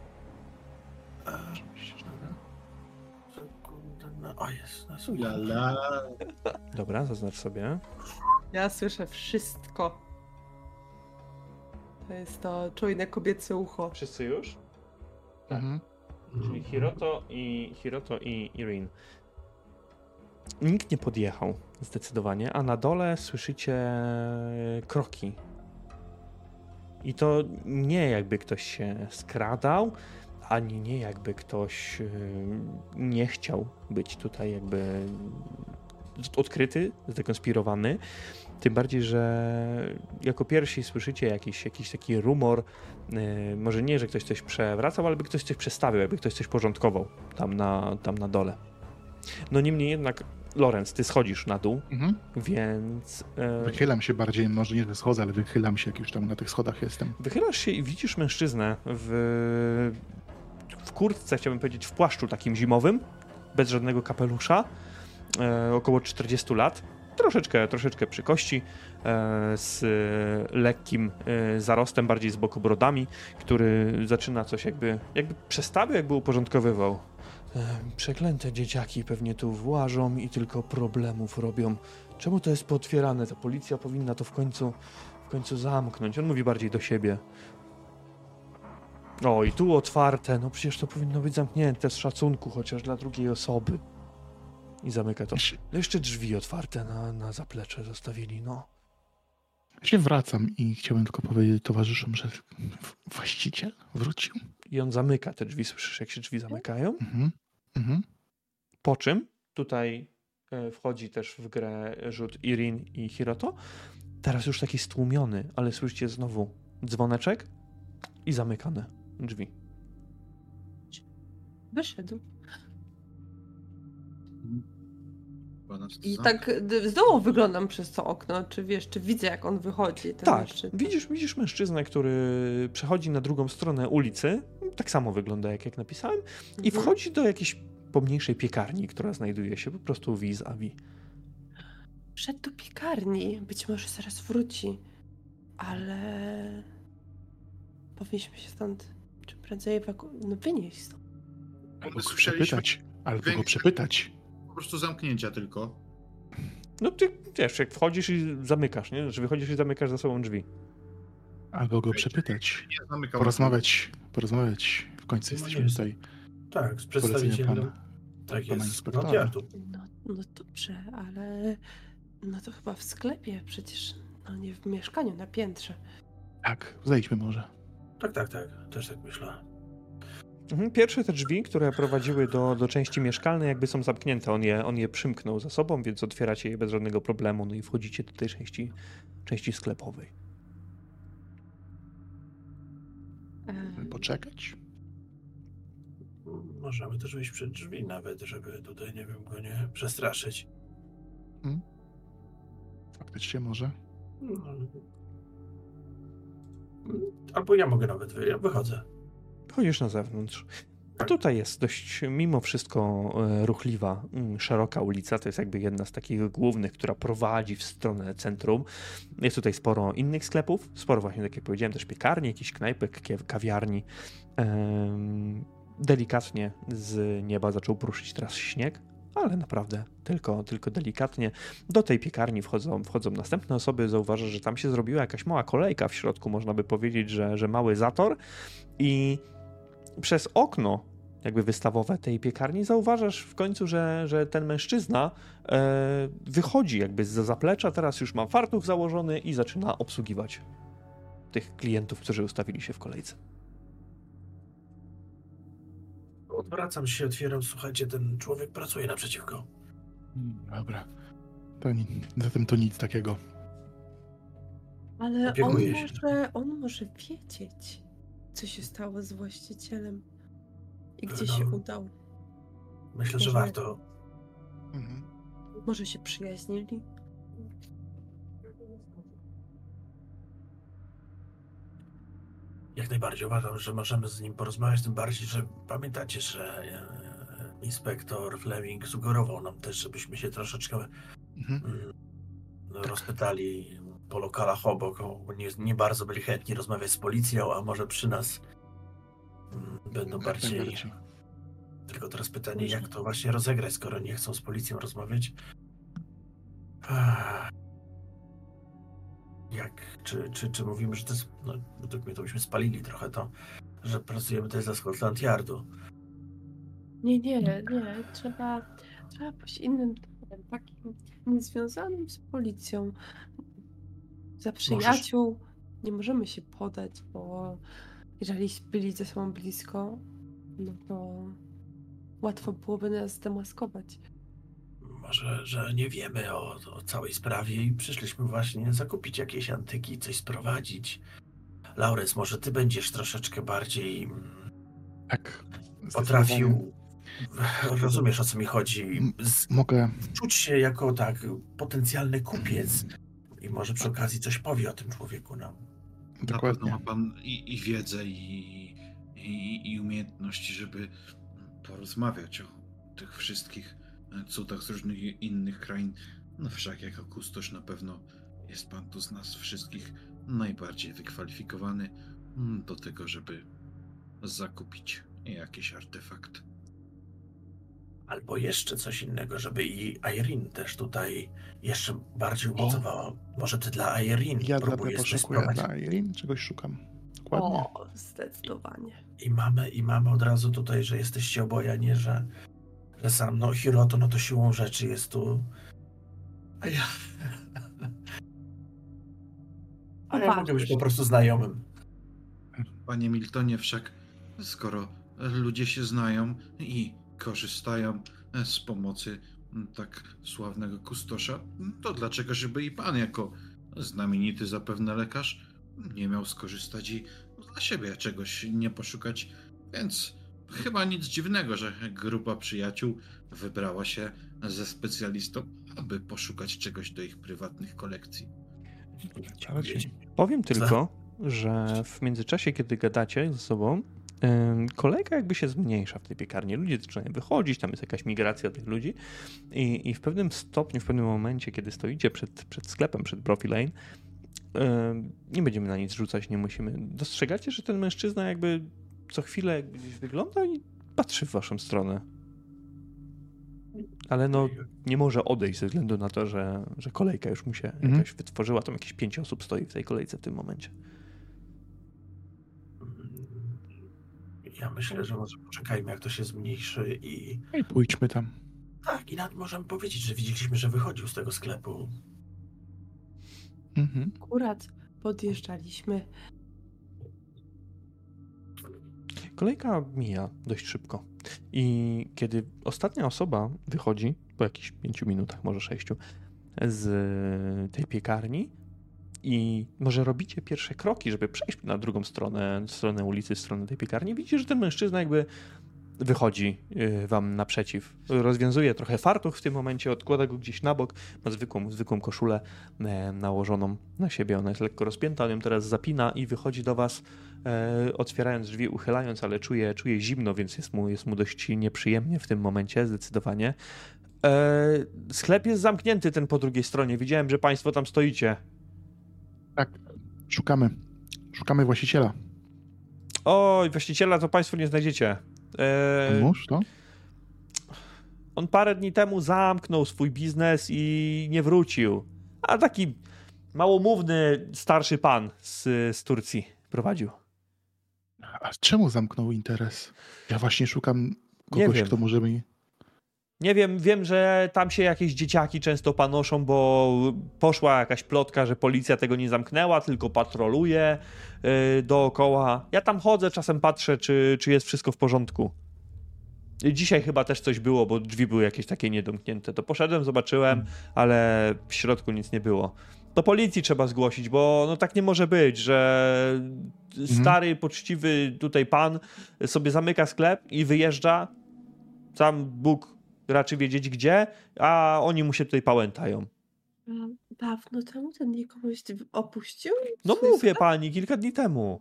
No, o jest, no, Lala. Dobra, zaznacz sobie. Ja słyszę wszystko. To jest to czujne kobiece ucho. Wszyscy już? Mhm. Czyli Hiroto i Hiroto i Irin. Nikt nie podjechał zdecydowanie, a na dole słyszycie kroki. I to nie jakby ktoś się skradał, ani nie jakby ktoś nie chciał być tutaj jakby odkryty, zdekonspirowany. Tym bardziej, że jako pierwsi słyszycie jakiś, jakiś taki rumor, yy, może nie, że ktoś coś przewracał, ale by ktoś coś przestawił, jakby ktoś coś porządkował tam na, tam na dole. No niemniej jednak, Lorenz, ty schodzisz na dół, Mhm. więc... Yy, Wychylam się bardziej, może nie, że schodzę, ale wychylam się, jak już tam na tych schodach jestem. wychylasz się i widzisz mężczyznę w, w kurtce, chciałbym powiedzieć, w płaszczu takim zimowym, bez żadnego kapelusza, yy, około czterdziestu lat. Troszeczkę, troszeczkę przy kości, e, z lekkim e, zarostem, bardziej z boku brodami, który zaczyna coś jakby, jakby przestawiał, jakby uporządkowywał. E, przeklęte dzieciaki pewnie tu włażą i tylko problemów robią. Czemu to jest pootwierane? Ta policja powinna to w końcu, w końcu zamknąć. On mówi bardziej do siebie. O, i tu otwarte, no przecież to powinno być zamknięte z szacunku, chociaż dla drugiej osoby. I zamyka to. No jeszcze drzwi otwarte na, na zaplecze zostawili, no. Ja się wracam i chciałem tylko powiedzieć towarzyszom, że właściciel wrócił. I on zamyka te drzwi, słyszysz jak się drzwi zamykają? Mhm. Mhm. Po czym tutaj e, wchodzi też w grę rzut Irin i Hiroto. Teraz już taki stłumiony, ale słyszycie znowu dzwoneczek i zamykane drzwi. Wyszedł. I Za- tak d- z dołu wyglądam przez to okno, czy wiesz, czy widzę jak on wychodzi. Ten Tak, mężczyzna. widzisz, widzisz mężczyznę, który przechodzi na drugą stronę ulicy, tak samo wygląda jak, jak napisałem, i Mhm. wchodzi do jakiejś pomniejszej piekarni, która znajduje się po prostu vis-a-vis. Wszedł do piekarni, być może zaraz wróci, ale powinniśmy się stąd czym prędzej ewaku- no, wynieść stąd. Albo go Słyszeliśmy przepytać. Albo go większe- przepytać. po prostu zamknięcia tylko. No ty wiesz, jak wchodzisz i zamykasz, nie? Że wychodzisz i zamykasz za sobą drzwi. Albo go przepytać. Nie zamykam. Porozmawiać. Porozmawiać. W końcu No jesteśmy jest. tutaj. Tak, z Polecenia przedstawicielem. pana. Tak pana jest. inspektora. No, Diartu. No, no dobrze, ale no to chyba w sklepie przecież, no nie w mieszkaniu na piętrze. Tak, zejdźmy może. Tak, tak, tak. Też tak myślę. Mhm. Pierwsze te drzwi, które prowadziły do, do części mieszkalnej, jakby są zamknięte. On je, on je przymknął za sobą, więc otwieracie je bez żadnego problemu, no i wchodzicie do tej części, części sklepowej. Em, Poczekać. Możemy też wyjść przed drzwi nawet, żeby tutaj, nie wiem, go nie przestraszyć. Faktycznie może. No. Albo ja mogę nawet wyjść. Ja wychodzę. Chodzisz na zewnątrz. A tutaj jest dość mimo wszystko e, ruchliwa, mm, szeroka ulica. To jest jakby jedna z takich głównych, która prowadzi w stronę centrum. Jest tutaj sporo innych sklepów, sporo właśnie, tak jak powiedziałem, też piekarni, jakichś knajpek, kie- kawiarni. Em, delikatnie z nieba zaczął pruszyć teraz śnieg, ale naprawdę tylko, tylko delikatnie. Do tej piekarni wchodzą, wchodzą następne osoby. Zauważasz, że tam się zrobiła jakaś mała kolejka w środku, można by powiedzieć, że, że mały zator i przez okno jakby wystawowe tej piekarni zauważasz w końcu, że, że ten mężczyzna e, wychodzi jakby zza zaplecza, teraz już ma fartuch założony i zaczyna obsługiwać tych klientów, którzy ustawili się w kolejce. Odwracam się, otwieram. Słuchajcie, ten człowiek pracuje naprzeciwko. Mm, Dobra. To ni- zatem to nic takiego. Ale on Opiekuję się. może, on może wiedzieć, co się stało z właścicielem i gdzie No. się udał. Myślę, że Może- warto. Mhm. Może się przyjaźnili? Jak najbardziej uważam, że możemy z nim porozmawiać, tym bardziej, że pamiętacie, że e, inspektor Fleming sugerował nam też, żebyśmy się troszeczkę Mhm. mm, no, rozpytali po lokalach obok. O, nie, nie bardzo byli chętni rozmawiać z policją, a może przy nas mm, będą Jak bardziej... najbardziej. Tylko teraz pytanie, jak to właśnie rozegrać, skoro nie chcą z policją rozmawiać? Ach. Jak, czy, czy, czy mówimy, że to jest, no według mnie to byśmy spalili trochę to, że pracujemy tutaj za Scotland Yardu. Nie, nie, nie. Trzeba, trzeba pójść innym torem, takim niezwiązanym z policją. Za przyjaciół nie możemy się podać, bo jeżeli byli ze sobą blisko, no to łatwo byłoby nas zdemaskować. Może, że nie wiemy o, o całej sprawie i przyszliśmy właśnie zakupić jakieś antyki, coś sprowadzić. Laurens, może ty będziesz troszeczkę bardziej mm, Tak. potrafił, rozumiesz o co mi chodzi, z, Mogę. czuć się jako tak potencjalny kupiec i może przy okazji coś powie o tym człowieku nam. Na pewno Dokładnie. ma pan i, i wiedzę, i, i, i umiejętności, żeby porozmawiać o tych wszystkich cudach z różnych innych krain. No wszak jako kustosz na pewno jest pan tu z nas wszystkich najbardziej wykwalifikowany do tego, żeby zakupić jakiś artefakt. Albo jeszcze coś innego, żeby i Irene też tutaj jeszcze bardziej umocowała. Może ty dla Irene Ja dla próbujesz coś poszukuję sprowadzić. dla Irene, czegoś szukam. Dokładnie. O, zdecydowanie. I mamy, I mamy od razu tutaj, że jesteście oboje, nie, że, że sam, no Hiroto, no to siłą rzeczy jest tu. A ja... A ja mogę być po prostu znajomym. Panie Miltonie, wszak skoro ludzie się znają i korzystają z pomocy tak sławnego kustosza, to dlaczego, żeby i pan jako znamienity zapewne lekarz nie miał skorzystać i dla siebie czegoś nie poszukać? Więc chyba nic dziwnego, że grupa przyjaciół wybrała się ze specjalistą, aby poszukać czegoś do ich prywatnych kolekcji. Powiem tylko, że w międzyczasie, kiedy gadacie ze sobą, kolejka jakby się zmniejsza w tej piekarni. Ludzie zaczynają wychodzić, tam jest jakaś migracja tych ludzi i, i w pewnym stopniu, w pewnym momencie, kiedy stoicie przed, przed sklepem, przed Brophy Lane, nie będziemy na nic rzucać, nie musimy. Dostrzegacie, że ten mężczyzna jakby co chwilę gdzieś wygląda i patrzy w waszą stronę. Ale no nie może odejść ze względu na to, że, że kolejka już mu się Mhm. jakaś wytworzyła. Tam jakieś pięć osób stoi w tej kolejce w tym momencie. Ja myślę, że może poczekajmy, jak to się zmniejszy i... I pójdźmy tam. Tak, i nawet możemy powiedzieć, że widzieliśmy, że wychodził z tego sklepu. Mhm. Akurat podjeżdżaliśmy. Kolejka mija dość szybko. I kiedy ostatnia osoba wychodzi, po jakichś pięciu minutach, może sześciu, z tej piekarni i może robicie pierwsze kroki, żeby przejść na drugą stronę, stronę ulicy, stronę tej piekarni, widzicie, że ten mężczyzna jakby wychodzi wam naprzeciw. Rozwiązuje trochę fartuch w tym momencie, odkłada go gdzieś na bok, ma zwykłą, zwykłą koszulę nałożoną na siebie, ona jest lekko rozpięta, on ją teraz zapina i wychodzi do was, e, otwierając drzwi, uchylając, ale czuje, czuje zimno, więc jest mu, jest mu dość nieprzyjemnie w tym momencie, zdecydowanie. E, sklep jest zamknięty, ten po drugiej stronie. Widziałem, że państwo tam stoicie. Tak, szukamy. Szukamy właściciela. Oj, właściciela to państwo nie znajdziecie. E, Mąż, to? On parę dni temu zamknął swój biznes i nie wrócił. A taki małomówny, starszy pan z, z Turcji prowadził. A czemu zamknął interes? Ja właśnie szukam kogoś, wiem. kto może mi... Nie wiem, wiem, że tam się jakieś dzieciaki często panoszą, bo poszła jakaś plotka, że policja tego nie zamknęła, tylko patroluje yy, dookoła. Ja tam chodzę, czasem patrzę, czy, czy jest wszystko w porządku. Dzisiaj chyba też coś było, bo drzwi były jakieś takie niedomknięte. To poszedłem, zobaczyłem, ale w środku nic nie było. Do policji trzeba zgłosić, bo no tak nie może być, że stary, poczciwy tutaj pan sobie zamyka sklep i wyjeżdża. Sam Bóg raczy wiedzieć gdzie, a oni mu się tutaj pałętają. A dawno temu ten Nikomość opuścił? No swój mówię sklep? pani, kilka dni temu.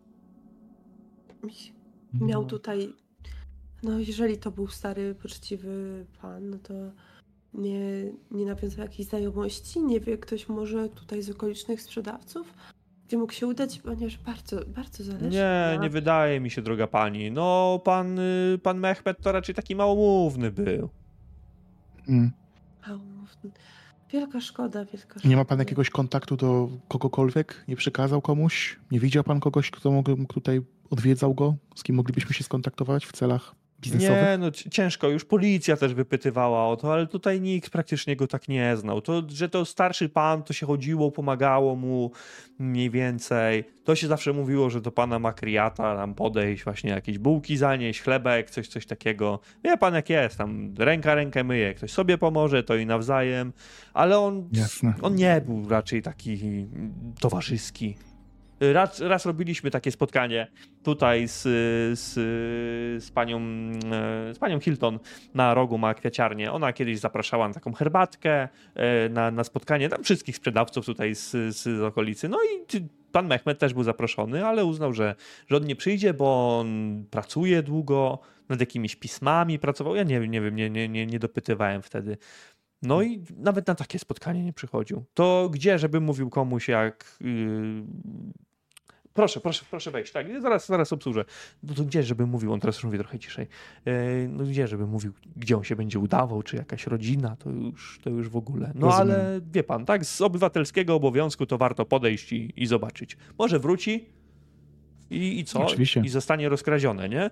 Miał No. tutaj... No jeżeli to był stary, poczciwy pan, no to nie, nie nawiązał jakiejś znajomości? Nie wie ktoś może tutaj z okolicznych sprzedawców? Gdzie mógł się udać? Ponieważ bardzo, bardzo zależy. Nie, na- nie wydaje mi się, droga pani. No, pan, y, pan Mehmet to raczej taki małomówny był. Mm. Au, wielka szkoda, wielka szkoda. Nie ma pan jakiegoś kontaktu do kogokolwiek? Nie przekazał komuś? Nie widział pan kogoś, kto mógł, mógł tutaj odwiedzał go? Z kim moglibyśmy się skontaktować w celach biznesowych? Nie, no c- ciężko. Już policja też wypytywała o to, ale tutaj nikt praktycznie go tak nie znał. To, że to starszy pan, to się chodziło, pomagało mu mniej więcej. To się zawsze mówiło, że do pana Makriata nam podejść, właśnie jakieś bułki zanieść, chlebek, coś, coś takiego. Wie pan jak jest, tam ręka rękę myje. Ktoś sobie pomoże, to i nawzajem. Ale on, Jasne. on nie był raczej taki towarzyski. Raz, raz robiliśmy takie spotkanie tutaj z, z, z, panią, e, z panią Hilton na rogu, ma kwiaciarnię. Ona kiedyś zapraszała na taką herbatkę, e, na, na spotkanie tam wszystkich sprzedawców tutaj z, z okolicy. No i ty- pan Mehmet też był zaproszony, ale uznał, że, że on nie przyjdzie, bo on pracuje długo, nad jakimiś pismami pracował. Ja nie, nie wiem, nie, nie, nie, nie dopytywałem wtedy. No i nawet na takie spotkanie nie przychodził. To gdzie, żeby mówił komuś jak... Yy... Proszę, proszę, proszę wejść, tak, zaraz, zaraz obsłużę. No to gdzie, żeby mówił, on teraz już mówi trochę ciszej, yy, no gdzie, żeby mówił, gdzie on się będzie udawał, czy jakaś rodzina, to już, to już w ogóle. No Rozumiem. ale wie pan, tak, z obywatelskiego obowiązku to warto podejść i, i zobaczyć. Może wróci i, i co? Oczywiście. I zostanie rozkradzione, nie?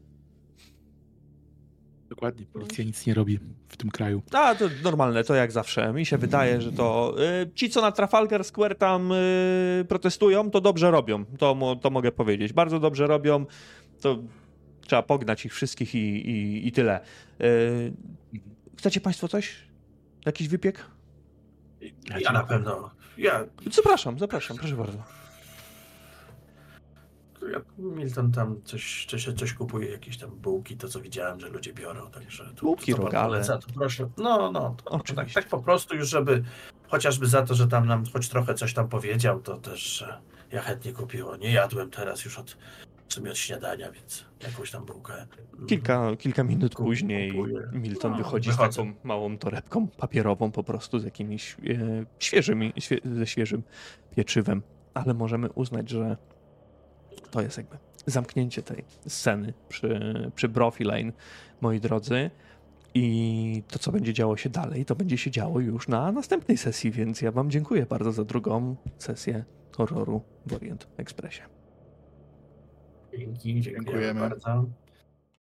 Dokładnie. Policja nic nie robi w tym kraju. A, to normalne, to jak zawsze. Mi się wydaje, że to y, ci, co na Trafalgar Square tam y, protestują, to dobrze robią. To, mo- to mogę powiedzieć. Bardzo dobrze robią. To trzeba pognać ich wszystkich i, i, i tyle. Y, chcecie państwo coś? Jakiś wypiek? Ja na pewno. Ja, Zapraszam, zapraszam, proszę bardzo. ja Milton tam coś, coś, coś kupuje, jakieś tam bułki, to co widziałem, że ludzie biorą, także tu, Bułki, to pan rogale. poleca, to proszę. No, no, to, to tak, Oczywiście. tak po prostu już, żeby chociażby za to, że tam nam choć trochę coś tam powiedział, to też e, ja chętnie kupiło. Nie jadłem teraz już od, w sumie od śniadania, więc jakąś tam bułkę. mm, Kilka, kilka minut Kup- później kupuję. Milton No, wychodzi wychodzę. z taką małą torebką papierową po prostu z jakimiś e, świeżymi, świe, ze świeżym pieczywem. Ale możemy uznać, że to jest jakby zamknięcie tej sceny przy, przy Brophy Lane, moi drodzy. I to, co będzie działo się dalej, to będzie się działo już na następnej sesji, więc ja wam dziękuję bardzo za drugą sesję horroru w Orient Expressie. Dzięki, dziękujemy Dziękujemy. bardzo.